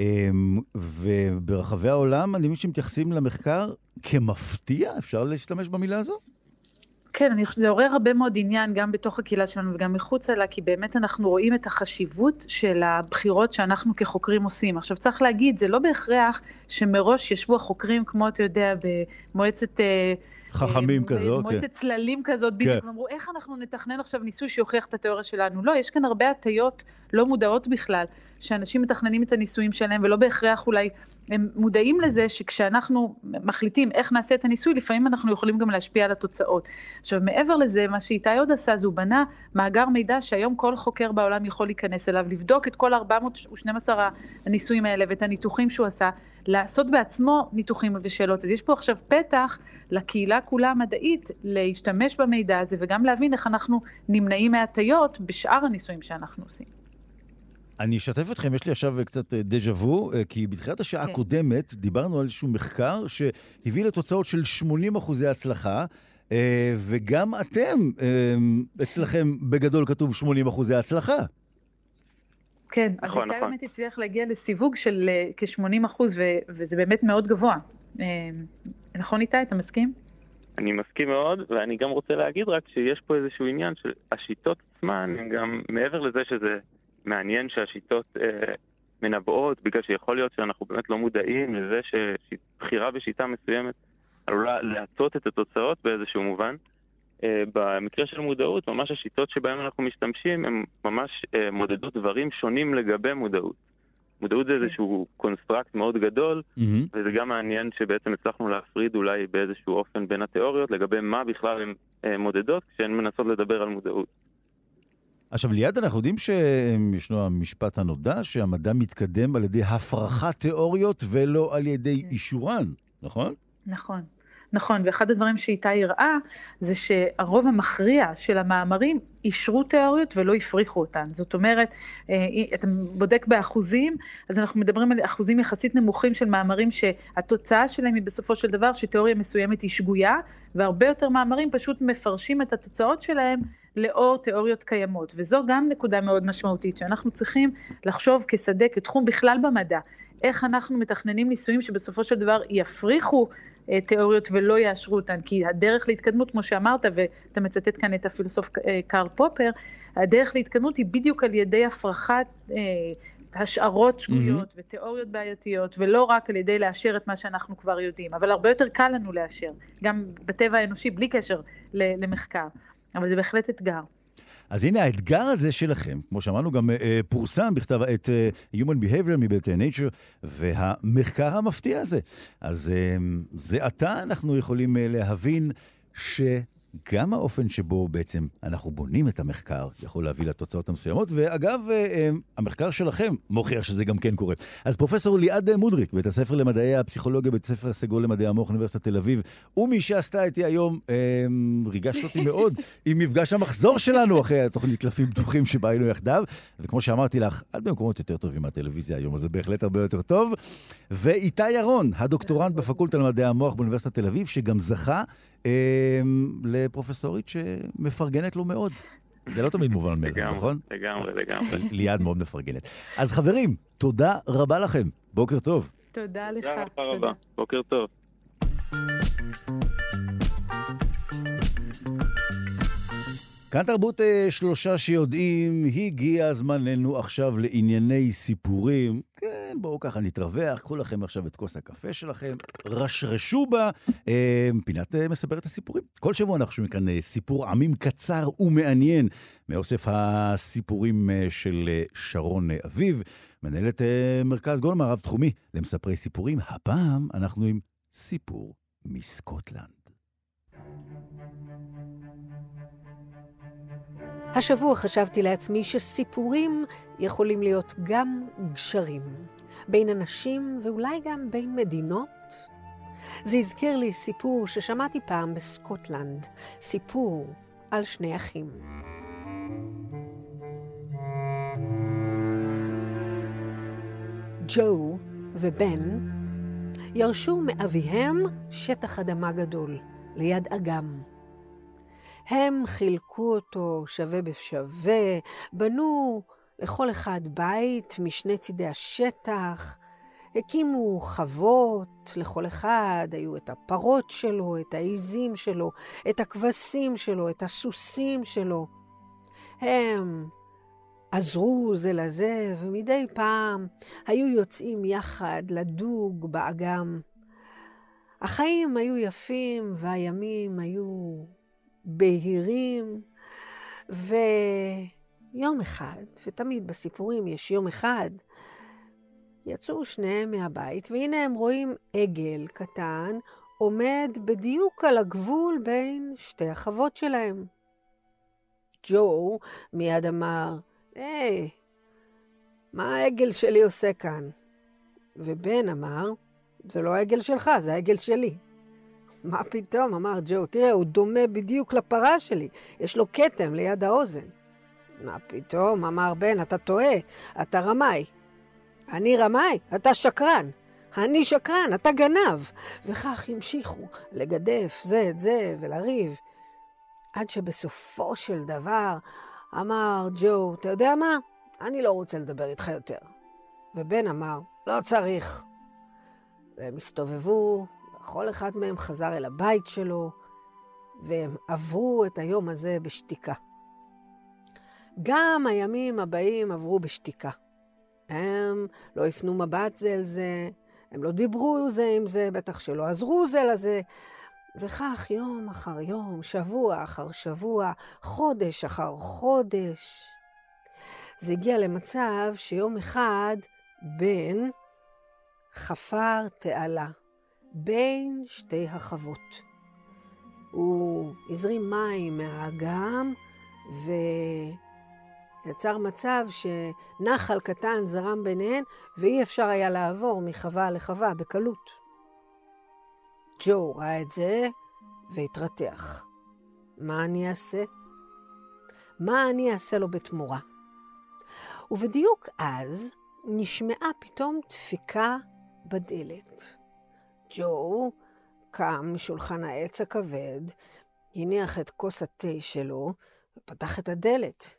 וברחבי העולם, אני מבין שמתייחסים למחקר כמפתיע, אפשר להשתמש במילה הזו? כן, זה עורר הרבה מאוד עניין גם בתוך הקהילה שלנו וגם מחוץ לה, כי באמת אנחנו רואים את החשיבות של הבחירות שאנחנו כחוקרים עושים. עכשיו צריך להגיד, זה לא בהכרח שמראש ישבו החוקרים, כמו אתה יודע, במועצת חכמים כזו, מועצת צללים כזאת, בדיוק, ואמרו, איך אנחנו נתכנן עכשיו ניסוי שיוכיח את התיאוריה שלנו? לא, יש כאן הרבה הטיות לא מודעות בכלל, שאנשים מתכננים את הניסויים שלהם, ולא בהכרח אולי הם מודעים לזה שכשאנחנו מחליטים איך נעשה את הניסוי, לפעמים אנחנו יכולים גם להשפיע על התוצאות. עכשיו, מעבר לזה, מה שאיתי עוד עשה, זה הוא בנה מאגר מידע שהיום כל חוקר בעולם יכול להיכנס אליו, לבדוק את כל 412 הניסויים האלה ואת הניתוחים שהוא עשה, לעשות בעצמו ניתוחים ושאלות. אז יש פה עכשיו פתח לקהילה כולה המדעית להשתמש במידע הזה, וגם להבין איך אנחנו נמנעים מהטיות בשאר הניסויים שאנחנו עושים. אני אשתף אתכם, יש לי עכשיו קצת דז'ה וו, כי בתחילת השעה הקודמת דיברנו על איזשהו מחקר שהביא לתוצאות של 80% הצלחה, וגם אתם, אצלכם בגדול כתוב 80% הצלחה. כן, אז איתי באמת הצליח להגיע לסיווג של כ-80%, וזה באמת מאוד גבוה. נכון איתי, אתה מסכים? אני מסכים מאוד, ואני גם רוצה להגיד רק שיש פה איזשהו עניין של השיטות עצמן, גם מעבר לזה שזה מעניין שהשיטות מנבאות, בגלל שיכול להיות שאנחנו באמת לא מודעים לזה שבחירה בשיטה מסוימת עלולה להטות את התוצאות באיזשהו מובן. במקרה של מודעות, ממש השיטות שבהן אנחנו משתמשים, הן ממש מודדות דברים שונים לגבי מודעות. מודעות זה איזשהו קונסטרקט מאוד גדול, וזה גם מעניין שבעצם הצלחנו להפריד אולי באיזשהו אופן בין התיאוריות, לגבי מה בכלל הן מודדות, כשהן מנסות לדבר על מודעות. עכשיו, ליד אנחנו יודעים שישנו המשפט הנודע, שהמדע מתקדם על ידי הפרחת תיאוריות ולא על ידי אישורן, נכון? נכון. נכון, ואחד הדברים שאיתי הראה, זה שהרוב המכריע של המאמרים אישרו תיאוריות ולא הפריחו אותן. זאת אומרת, אתה בודק באחוזים, אז אנחנו מדברים על אחוזים יחסית נמוכים של מאמרים שהתוצאה שלהם היא בסופו של דבר שתיאוריה מסוימת היא שגויה, והרבה יותר מאמרים פשוט מפרשים את התוצאות שלהם לאור תיאוריות קיימות, וזו גם נקודה מאוד משמעותית, שאנחנו צריכים לחשוב כשדה, כתחום בכלל במדע, איך אנחנו מתכננים ניסויים שבסופו של דבר יפריכו תיאוריות ולא יאשרו אותן, כי הדרך להתקדמות, כמו שאמרת, ואתה מצטט כאן את הפילוסוף קרל פופר, הדרך להתקדמות היא בדיוק על ידי הפרחת השערות שגויות ותיאוריות בעייתיות, ולא רק על ידי לאשר את מה שאנחנו כבר יודעים, אבל הרבה יותר קל לנו לאשר, גם בטבע האנושי, בלי קשר למחקר, אבל זה בהחלט אתגר. אז הנה, האתגר הזה שלכם, כמו שאמרנו, גם פורסם בכתב את Human Behavior מבית Nature, והמחקר המפתיע הזה. אז זה עתה אנחנו יכולים להבין גם האופן שבו בעצם אנחנו בונים את המחקר יכול להביא לתוצאות המסוימות, ואגב, המחקר שלכם מוכיח שזה גם כן קורה. אז פרופסור ליעד מודריק, בית הספר למדעי הפסיכולוגיה, בית הספר הסגול למדעי המוח, אוניברסיטת תל אביב, ומי שעשתה איתי היום, ריגשת אותי מאוד עם מפגש המחזור שלנו, אחרי התוכנית קלפים פתוחים שבה היינו יחדיו, וכמו שאמרתי לך, את במקומות יותר טובים מהטלוויזיה היום, אז זה בהחלט הרבה יותר טוב. ואיתי ירון, הדוקטורנט בפקולטה למדעי המוח באוניברסיטת תל אביב, שגם זכה לפרופסורית שמפרגנת לו מאוד. זה לא תמיד מובן מאליו, נכון? לגמרי. ליעד מאוד מפרגנת. אז חברים, תודה רבה לכם. בוקר טוב. תודה לך. תודה רבה. בוקר טוב. כאן תרבות שלושה שיודעים, הגיע זמננו עכשיו לענייני סיפורים. כן, בואו ככה נתרווח, קחו לכם עכשיו את כוס הקפה שלכם, רשרשו בה, פינת מספרת הסיפורים. כל שבוע אנחנו שומעים כאן סיפור עמים קצר ומעניין, מאוסף הסיפורים של שרון אביב, מנהלת מרכז גולדמן רב תחומי למספרי סיפורים. הפעם אנחנו עם סיפור מסקוטלנד. השבוע חשבתי לעצמי שסיפורים יכולים להיות גם גשרים, בין אנשים ואולי גם בין מדינות. זה הזכיר לי סיפור ששמעתי פעם בסקוטלנד, סיפור על שני אחים. ג'ו ובן ירשו מאביהם שטח אדמה גדול, ליד אגם. הם חילקו אותו שווה בשווה, בנו לכל אחד בית משני צידי השטח, הקימו חוות, לכל אחד היו את הפרות שלו, את העיזים שלו, את הכבשים שלו, את הסוסים שלו. הם עזרו זה לזה, ומדי פעם היו יוצאים יחד לדוג באגם. החיים היו יפים והימים היו בהירים, ויום אחד, ותמיד בסיפורים יש יום אחד, יצאו שניהם מהבית, והנה הם רואים עגל קטן עומד בדיוק על הגבול בין שתי החוות שלהם. ג'ו מיד אמר, היי, מה העגל שלי עושה כאן? ובן אמר, זה לא העגל שלך, זה העגל שלי. מה פתאום? אמר ג'ו, תראה, הוא דומה בדיוק לפרה שלי, יש לו כתם ליד האוזן. מה פתאום? אמר בן, אתה טועה, אתה רמאי. אני רמאי? אתה שקרן. אני שקרן, אתה גנב. וכך המשיכו לגדף זה את זה ולריב. עד שבסופו של דבר אמר ג'ו, אתה יודע מה? אני לא רוצה לדבר איתך יותר. ובן אמר, לא צריך. והם הסתובבו, כל אחד מהם חזר אל הבית שלו, והם עברו את היום הזה בשתיקה. גם הימים הבאים עברו בשתיקה. הם לא הפנו מבט זה אל זה, הם לא דיברו זה עם זה, בטח שלא עזרו זה לזה. וכך יום אחר יום, שבוע אחר שבוע, חודש אחר חודש. זה הגיע למצב שיום אחד בן חפר תעלה בין שתי החוות. הוא הזרים מים מהאגם ויצר מצב שנחל קטן זרם ביניהן ואי אפשר היה לעבור מחווה לחווה בקלות. ג'ו ראה את זה והתרתח. מה אני אעשה? מה אני אעשה לו בתמורה? ובדיוק אז נשמעה פתאום דפיקה בדלת. ג'ו קם משולחן העץ הכבד, הניח את כוס התה שלו ופתח את הדלת.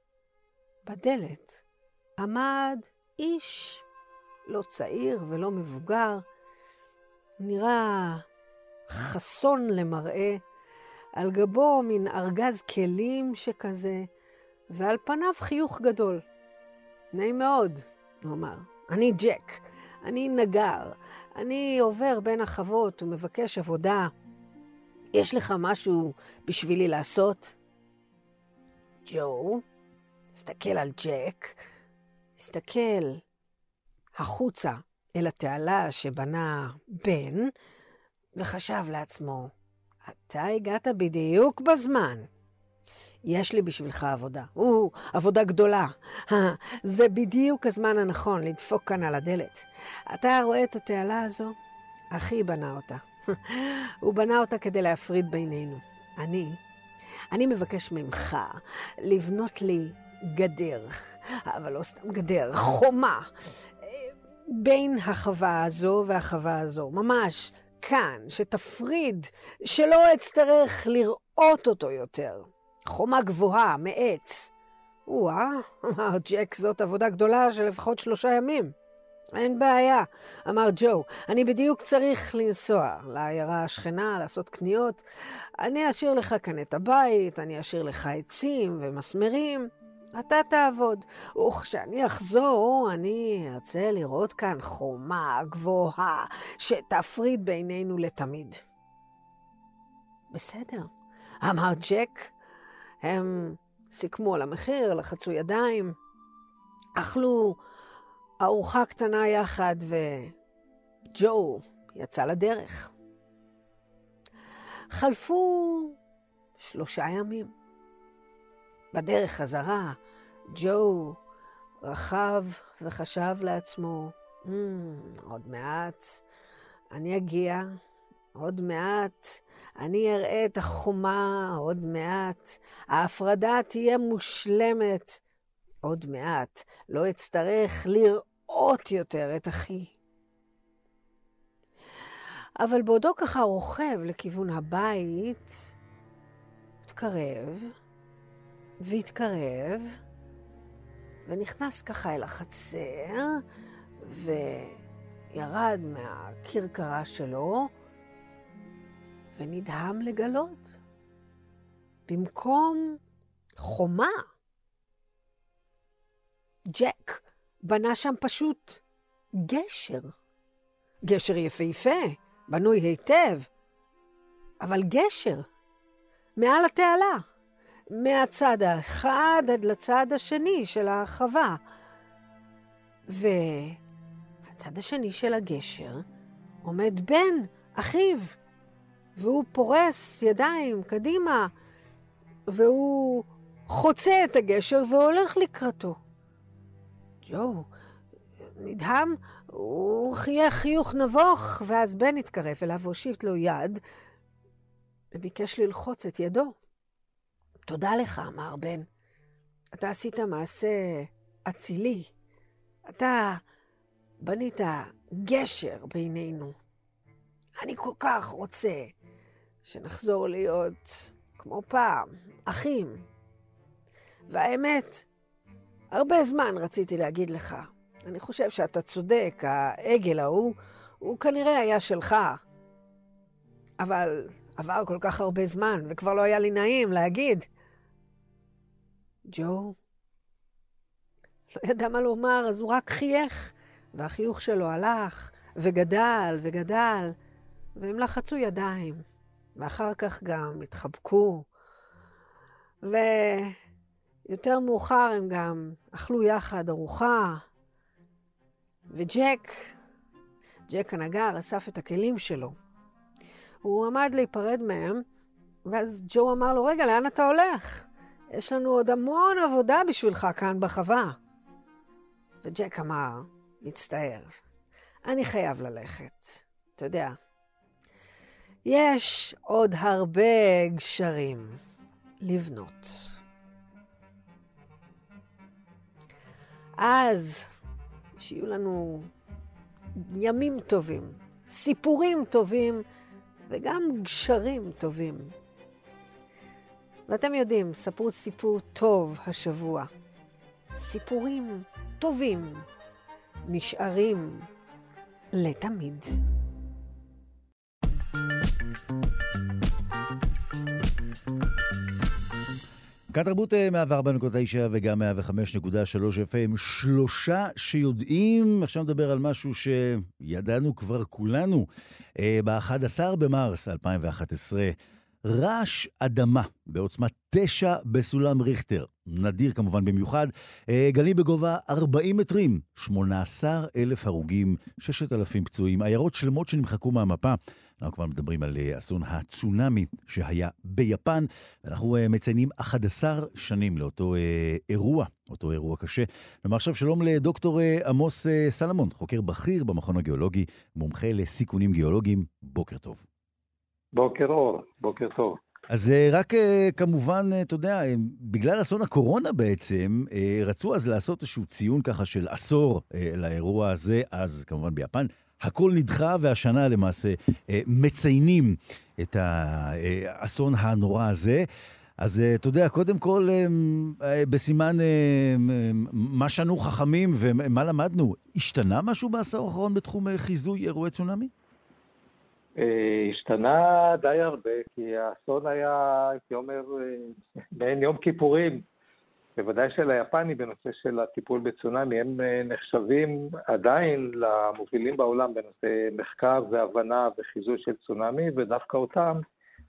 בדלת עמד איש לא צעיר ולא מבוגר, נראה חסון למראה, על גבו מין ארגז כלים שכזה, ועל פניו חיוך גדול. נעים מאוד, הוא אמר. אני ג'ק, אני נגר, אני עובר בין החוות ומבקש עבודה. יש לך משהו בשבילי לעשות? ג'ו הסתכל על ג'ק, הסתכל החוצה אל התעלה שבנה בן, וחשב לעצמו, אתה הגעת בדיוק בזמן. יש לי בשבילך עבודה. עבודה גדולה. זה בדיוק הזמן הנכון לדפוק כאן על הדלת. אתה רואה את התעלה הזו? אחי בנה אותה. הוא בנה אותה כדי להפריד בינינו. אני מבקש ממך לבנות לי גדר, אבל לא סתם גדר, חומה, בין החווה הזו והחווה הזו, ממש כאן, שתפריד, שלא אצטרך לראות אותו יותר. חומה גבוהה, מעץ. אמר ג'ק, זאת עבודה גדולה של לפחות 3 ימים. אין בעיה, אמר ג'ו, אני בדיוק צריך לנסוע לעיירה השכנה, לעשות קניות. אני אשאיר לך כאן את הבית, אני אשאיר לך עצים ומסמרים. אתה תעבוד. וכשאני אחזור, אני ארצה לראות כאן חומה גבוהה שתפריד בינינו לתמיד. בסדר, אמר ג'ק. הם סיכמו על המחיר, לחצו ידיים, אכלו ארוחה קטנה יחד, וג'ו יצא לדרך. חלפו 3 ימים. בדרך חזרה, ג'ו רחב וחשב לעצמו, עוד מעט אני אגיע, עוד מעט אני אראה את החומה, עוד מעט ההפרדה תהיה מושלמת, עוד מעט לא אצטרך לראות יותר את אחי. אבל בעודו ככה רוכב לכיוון הבית, התקרב והתקרב, ונכנס ככה אל החצר, וירד מהכרכרה שלו, ונדהם לגלות. במקום חומה, ג'ק בנה שם פשוט גשר. גשר יפהפה, בנוי היטב, אבל גשר מעל התעלה, מהצד האחד עד לצד השני של החווה. והצד השני של הגשר עומד בן אחיו, והוא פורס ידיים קדימה, והוא חוצה את הגשר והולך לקראתו. ג'ו נדהם, הוא חייך חיוך נבוך, ואז בן התקרב אליו והושיט לו יד, וביקש ללחוץ את ידו. תודה לך, אמר בן. אתה עשית מעשה אצילי. אתה בנית גשר בינינו. אני כל כך רוצה שנחזור להיות כמו פעם, אחים. והאמת, הרבה זמן רציתי להגיד לך. אני חושב שאתה צודק, העגל ההוא, הוא כנראה היה שלך. אבל עבר כל כך הרבה זמן, וכבר לא היה לי נעים להגיד. ג'ו לא ידע מה לומר, אז הוא רק חייך, והחיוך שלו הלך וגדל וגדל, והם לחצו ידיים, ואחר כך גם התחבקו, ויותר מאוחר הם גם אכלו יחד ארוחה, וג'ק הנגר אסף את הכלים שלו. הוא עמד להיפרד מהם, ואז ג'ו אמר לו, רגע, לאן אתה הולך? יש לנו עוד המון עבודה בשבילך כאן בחווה. וג'ק אמר, מצטער, אני חייב ללכת. אתה יודע, יש עוד הרבה גשרים לבנות. אז שיהיו לנו ימים טובים, סיפורים טובים, וגם גשרים טובים. ואתם יודעים, ספרו סיפור טוב השבוע. סיפורים טובים נשארים לתמיד. כאן תרבות 104.9 וגם 105.3 FM, שלושה שיודעים. עכשיו נדבר על משהו שידענו כבר כולנו. ב-11 במרס 2011, רעש אדמה בעוצמה 9 בסולם ריכטר. נדיר כמובן במיוחד. גלים בגובה 40 מטרים, 18,000 הרוגים, 6,000 פצועים, עיירות שלמות שנמחקו מהמפה. אנחנו כבר מדברים על אסון הצונאמי שהיה ביפן, ואנחנו מציינים 11 שנים לאותו אירוע קשה. נאמר עכשיו שלום לדוקטור עמוס סלמון, חוקר בכיר במכון הגיאולוגי, מומחה לסיכונים גיאולוגיים. בוקר טוב. בוקר אור, בוקר טוב. אז רק כמובן, אתה יודע, בגלל אסון הקורונה בעצם, רצו אז לעשות איזשהו ציון ככה של עשור לאירוע הזה, אז כמובן ביפן. הכל נדחה, והשנה למעשה מציינים את האסון הנורא הזה. אז אתה יודע, קודם כל, בסימן מה שנו חכמים ומה למדנו, השתנה משהו בעשור האחרון בתחום חיזוי אירועי צונאמי? השתנה די הרבה, כי האסון היה, הייתי אומר, בין יום כיפורים. בוודאי של היפני בנושא של הטיפול בצונאמי, הם נחשבים עדיין למובילים בעולם בנושא מחקר והבנה וחיזוי של צונאמי, ודווקא אותם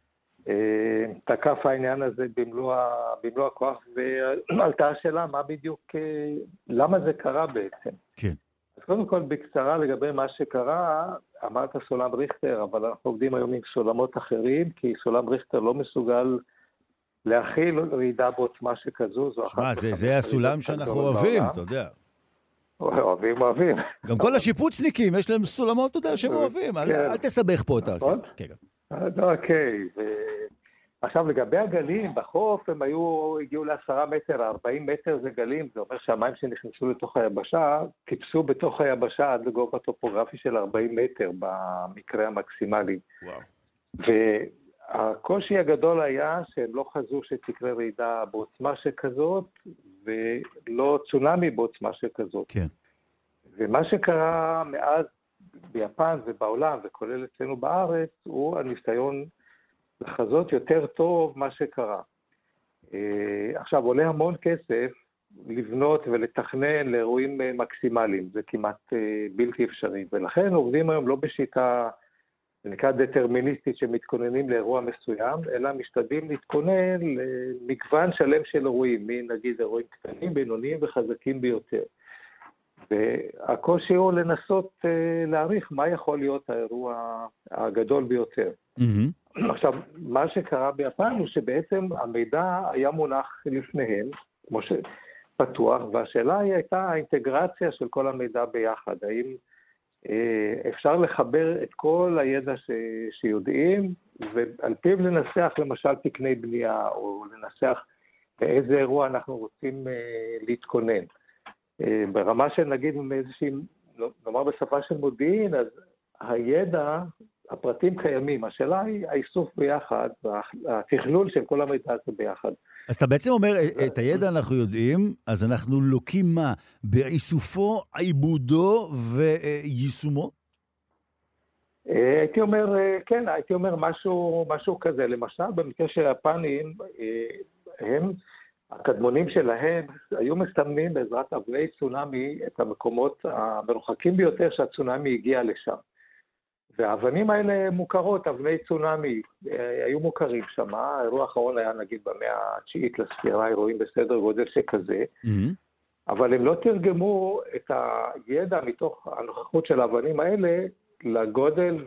תקף העניין הזה במלוא הכוח, ועלתה השאלה מה בדיוק, למה זה קרה בעצם. כן. אז קודם כל בקצרה לגבי מה שקרה, אמרת סולם ריכטר, אבל אנחנו עובדים היום עם סולמות אחרים, כי סולם ריכטר לא מסוגל להכיל רעידה בעוצמה שכזו. שמע, זה הסולם שאנחנו אוהבים, אתה יודע. אוהבים. גם כל השיפוצניקים, יש להם סולמות, אתה יודע, שהם אוהבים. אל תסבך פה אותה. אוקיי. עכשיו, לגבי הגלים, בחוף הם הגיעו ל10 מטר, 40 מטר זה גלים, זה אומר שהמים שנכנסו לתוך היבשה, טיפסו בתוך היבשה עד לגובה טופוגרפי של 40 מטר, במקרה המקסימלי. והקושי הגדול היה שהם לא חזו שתקרה רעידה בעוצמה שכזאת, ולא צונאמי בעוצמה שכזאת. כן. ומה שקרה מאז ביפן ובעולם, וכולל אצלנו בארץ, הוא הניסיון לחזות יותר טוב מה שקרה. עכשיו, עולה המון כסף לבנות ולתכנן לאירועים מקסימליים, זה כמעט בלתי אפשרי, ולכן עובדים היום לא בשיטה, זה נקרא דטרמיניסטית, שמתכוננים לאירוע מסוים, אלא משתדלים להתכונן למגוון שלם של אירועים, נגיד אירועים קטנים, בינוניים וחזקים ביותר. והקושי הוא לנסות להעריך מה יכול להיות האירוע הגדול ביותר. עכשיו, מה שקרה ביפן הוא שבעצם המידע היה מונח לפניהם, כמו שפתוח, והשאלה הייתה האינטגרציה של כל המידע ביחד. האם אפשר לחבר את כל הידע שיודעים, ועל פיו לנסח למשל תקני בנייה, או לנסח באיזה אירוע אנחנו רוצים להתכונן. ברמה של נגיד מאיזושהי, נאמר בשפה של מודיעין, אז הידע, הפרטים קיימים, השאלה היא האיסוף ביחד, התכלול של כל המידע הזה ביחד. אז אתה בעצם אומר, את הידע אנחנו יודעים, אז אנחנו לוקים מה? באיסופו, עיבודו ויישומו? הייתי אומר, כן, הייתי אומר משהו כזה. למשל, במקרה של היפנים, הם, הקדמונים שלהם, היו מסמנים בעזרת אבני צונאמי את המקומות המרוחקים ביותר שהצונאמי הגיע לשם. והאבנים האלה מוכרות, אבני צונאמי, היו מוכרים שם. האירוע האחרון היה נגיד במאה ה-9 לספירה, אירועים בסדר גודל שכזה, אבל הם לא תרגמו את הידע מתוך הנוכחות של האבנים האלה לגודל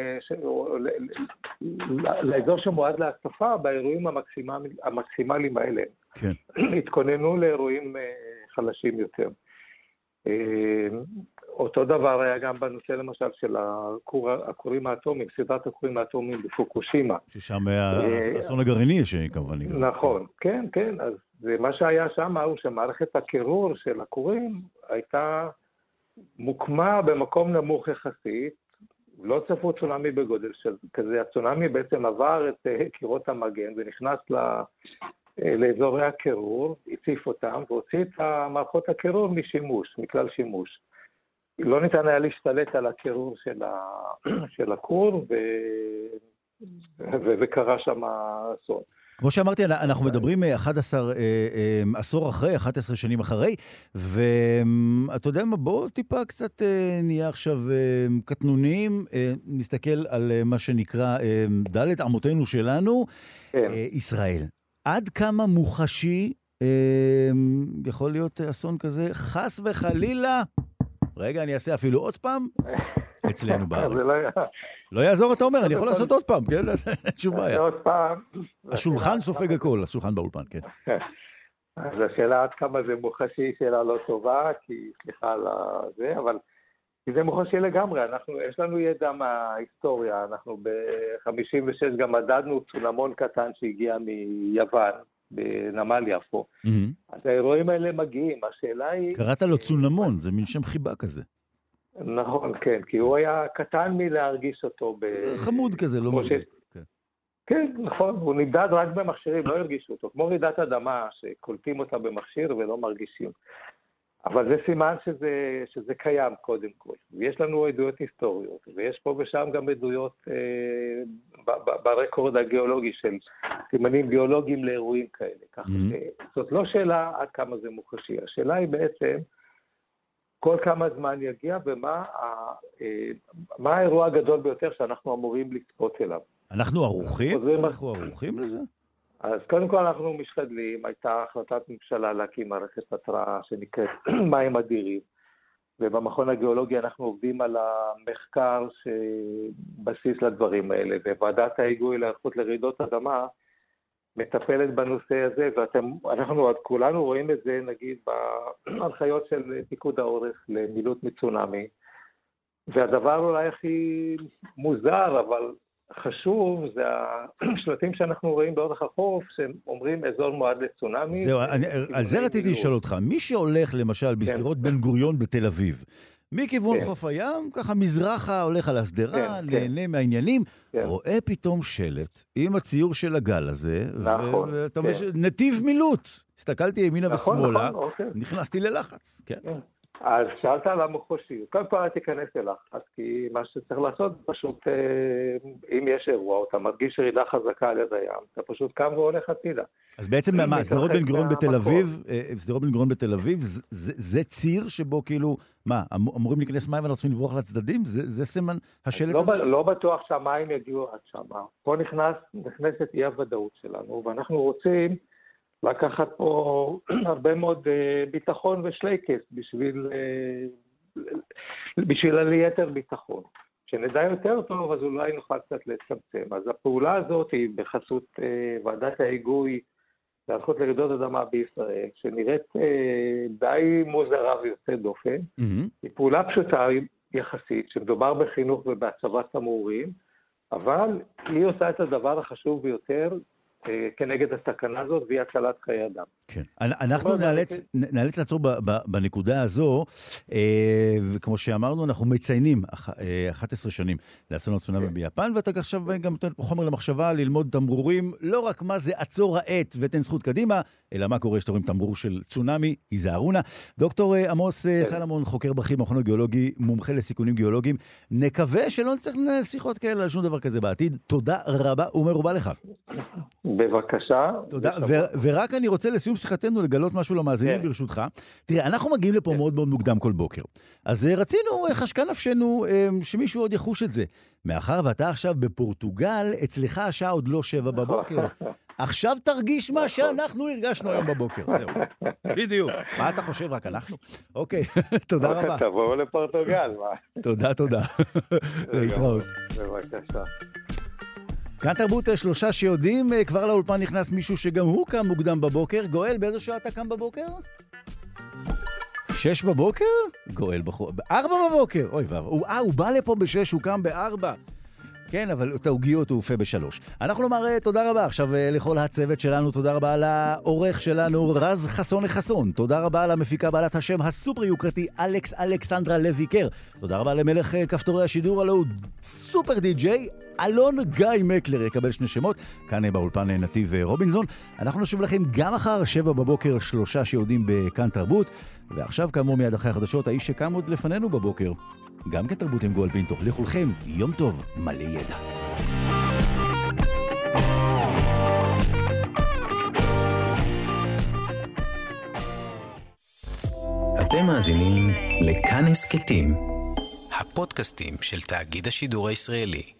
לאזור שמועד להתקפה באירועים המקסימליים האלה. כן. התכוננו לאירועים חלשים יותר. אותו דבר היה גם בנושא למשל של הכורים האטומיים, סדרת הכורים האטומיים בפוקושימה. ששם האסון הגרעיני שכמובן נגרם. נכון, כן, כן. אז מה שהיה שם הוא שמערכת הקירור של הכורים הייתה מוקמה במקום נמוך יחסית, לא צפו צונאמי בגודל של כזה. הצונאמי בעצם עבר את קירות המגן ונכנס לאזורי הקירור, הציף אותם והוציא את מערכות הקירור משימוש, מכלל שימוש. לא ניתן היה להשתלט על הקירור של הכור, וקרה שם אסון. כמו שאמרתי, אנחנו מדברים 11 שנים אחרי, ואתה יודע מה, בואו טיפה קצת נהיה עכשיו קטנוניים, נסתכל על מה שנקרא ד' אמותינו שלנו, ישראל. עד כמה מוחשי יכול להיות אסון כזה? חס וחלילה, רגע, אני אעשה אפילו עוד פעם, אצלנו בארץ. לא יעזור, אתה אומר, אני יכול לעשות עוד פעם, כן? אין שום בעיה. עוד פעם. השולחן סופג הכל, השולחן באולפן, כן. אז השאלה עד כמה זה מוחשי, שאלה לא טובה, כי סליחה על זה, אבל זה מוחשי לגמרי. יש לנו ידע מההיסטוריה, אנחנו ב-56 גם מדדנו צונמון קטן שהגיע מיוון, בנמל יפו. אז האירועים האלה מגיעים, השאלה היא... קראת לו צונמון, זה מין שם חיבה כזה. נכון, כן, כי הוא היה קטן מלהרגיש אותו. זה חמוד כזה, לא מוזיק. כן, נכון, הוא נמדד רק במכשירים, לא הרגישו אותו. כמו רעידת אדמה, שקולטים אותה במכשיר ולא מרגישים. אבל זה סימן שזה קיים קודם כל. ויש לנו עדויות היסטוריות, ויש פה ושם גם עדויות ברקורד הגיאולוגי של סימנים גיאולוגיים לאירועים כאלה. זאת לא שאלה עד כמה זה מוחשי. השאלה היא בעצם כל כמה זמן יגיע ומה האירוע הגדול ביותר שאנחנו אמורים לצפות אליו. אנחנו ערוכים לזה? אז קודם כל אנחנו משתדלים, הייתה החלטת ממשלה להקים מערכת התראה שנקראת מים אדירים, ובמכון הגיאולוגי אנחנו עובדים על המחקר שבסיס לדברים האלה, וועדת ההיגוי להיערכות לרעידות אדמה מטפלת בנושא הזה, ואנחנו כולנו רואים את זה נגיד בהנחיות של פיקוד העורף למילוט מצונאמי, והדבר אולי הכי מוזר, אבל חשוב, זה השלטים שאנחנו רואים באורך החוף, שאומרים אזור מועד לצונאמי. זהו, על זה רציתי לשאול אותך. מי שהולך למשל בסדירות בן גוריון בתל אביב, מכיוון חוף הים, ככה מזרחה הולך על הסדרה, נהנה מהעניינים, רואה פתאום שלט עם הציור של הגל הזה, ואתה אומר, נתיב מילוט. הסתכלתי ימינה ושמאלה, נכנסתי ללחץ, כן. אז שאלת על המוחשי, קודם כל תיכנס ללחץ, כי מה שצריך לעשות, פשוט, אם יש אירוע, אתה מרגיש ירידה חזקה על יד הים, אתה פשוט קם והולך הצידה. אז בעצם מה, סדרות בן גוריון בתל אביב, זה ציר שבו כאילו, מה, אמורים להיכנס מים ואנחנו צריכים לברוח לצדדים? זה סימן השלט הזה? לא בטוח שהמים יגיעו עד שם. פה נכנסת אי הוודאות שלנו, ואנחנו רוצים לקחת פה הרבה מאוד ביטחון ושלייקס בשביל ליתר ביטחון. כשנדע יותר טוב, אז אולי נוכל קצת לצמצם. אז הפעולה הזאת היא בחסות ועדת ההיגוי להיערכות לרעידות אדמה בישראל, שנראית די מוזרה ויוצאת דופן. היא פעולה פשוטה יחסית, שמדובר בחינוך ובהצבת תמרורים, אבל היא עושה את הדבר החשוב ביותר, כנגד הסכנה הזאת, והיא הצלת חיי אדם. כן. אנחנו נאלץ לעצור בנקודה הזו, וכמו שאמרנו, אנחנו מציינים 11 שנים לאסון הצונאמי ביפן, ואתה עכשיו גם נותן פה חומר למחשבה, ללמוד תמרורים, לא רק מה זה עצור העט ותן זכות קדימה, אלא מה קורה שתורים תמרור של צונאמי, היזהרונה. דוקטור עמוס סלמון, חוקר בכיר במכון הגיאולוגי, מומחה לסיכונים גיאולוגיים, נקווה שלא נצטרך שיחות כאלה על שום דבר כזה בעתיד. תודה רבה ומרובה לך. בבקשה. תודה, ורק אני רוצה לסיום שיחתנו לגלות משהו למאזינים ברשותך. תראה, אנחנו מגיעים לפה מאוד מאוד מוקדם כל בוקר. אז רצינו, חשקה נפשנו, שמישהו עוד יחוש את זה. מאחר ואתה עכשיו בפורטוגל, אצלך השעה עוד לא 7 בבוקר. עכשיו תרגיש מה שאנחנו הרגשנו היום בבוקר. זהו. בדיוק. מה אתה חושב? רק אנחנו? אוקיי, תודה רבה. תבואו לפורטוגל. תודה. להתראות. בבקשה. כאן תרבות 3 שיודעים, כבר לאולפן נכנס מישהו שגם הוא קם מוקדם בבוקר. גואל, באיזו שעה אתה קם בבוקר? 6 בבוקר? גואל 4 בבוקר. אוי ואבוי. הוא בא לפה ב6, הוא קם ב4. כן, אבל את העוגיות הוא אופה ב3. אנחנו נאמר תודה רבה עכשיו לכל הצוות שלנו, תודה רבה לעורך שלנו רז חסון, תודה רבה למפיקה בעלת השם הסופר יוקרתי אלכסנדרה לויקר, תודה רבה למלך כפתורי השידור, הלוא הוא סופר די-ג'יי אלון גיא מקלר, יקבל 2 שמות, כאן באולפן נתיב רובינזון. אנחנו נשוב לכם גם אחר 7 בבוקר 3 שיודעים בכאן תרבות, ועכשיו כאמור מיד אחרי החדשות, האיש שקם עוד לפנינו בבוקר, גם כתרבות עם גואל פינטו. לכולכם יום טוב, מלא ידע. אתם מאזינים לכאן הסכתים, הפודקאסטים של תאגיד השידור הישראלי.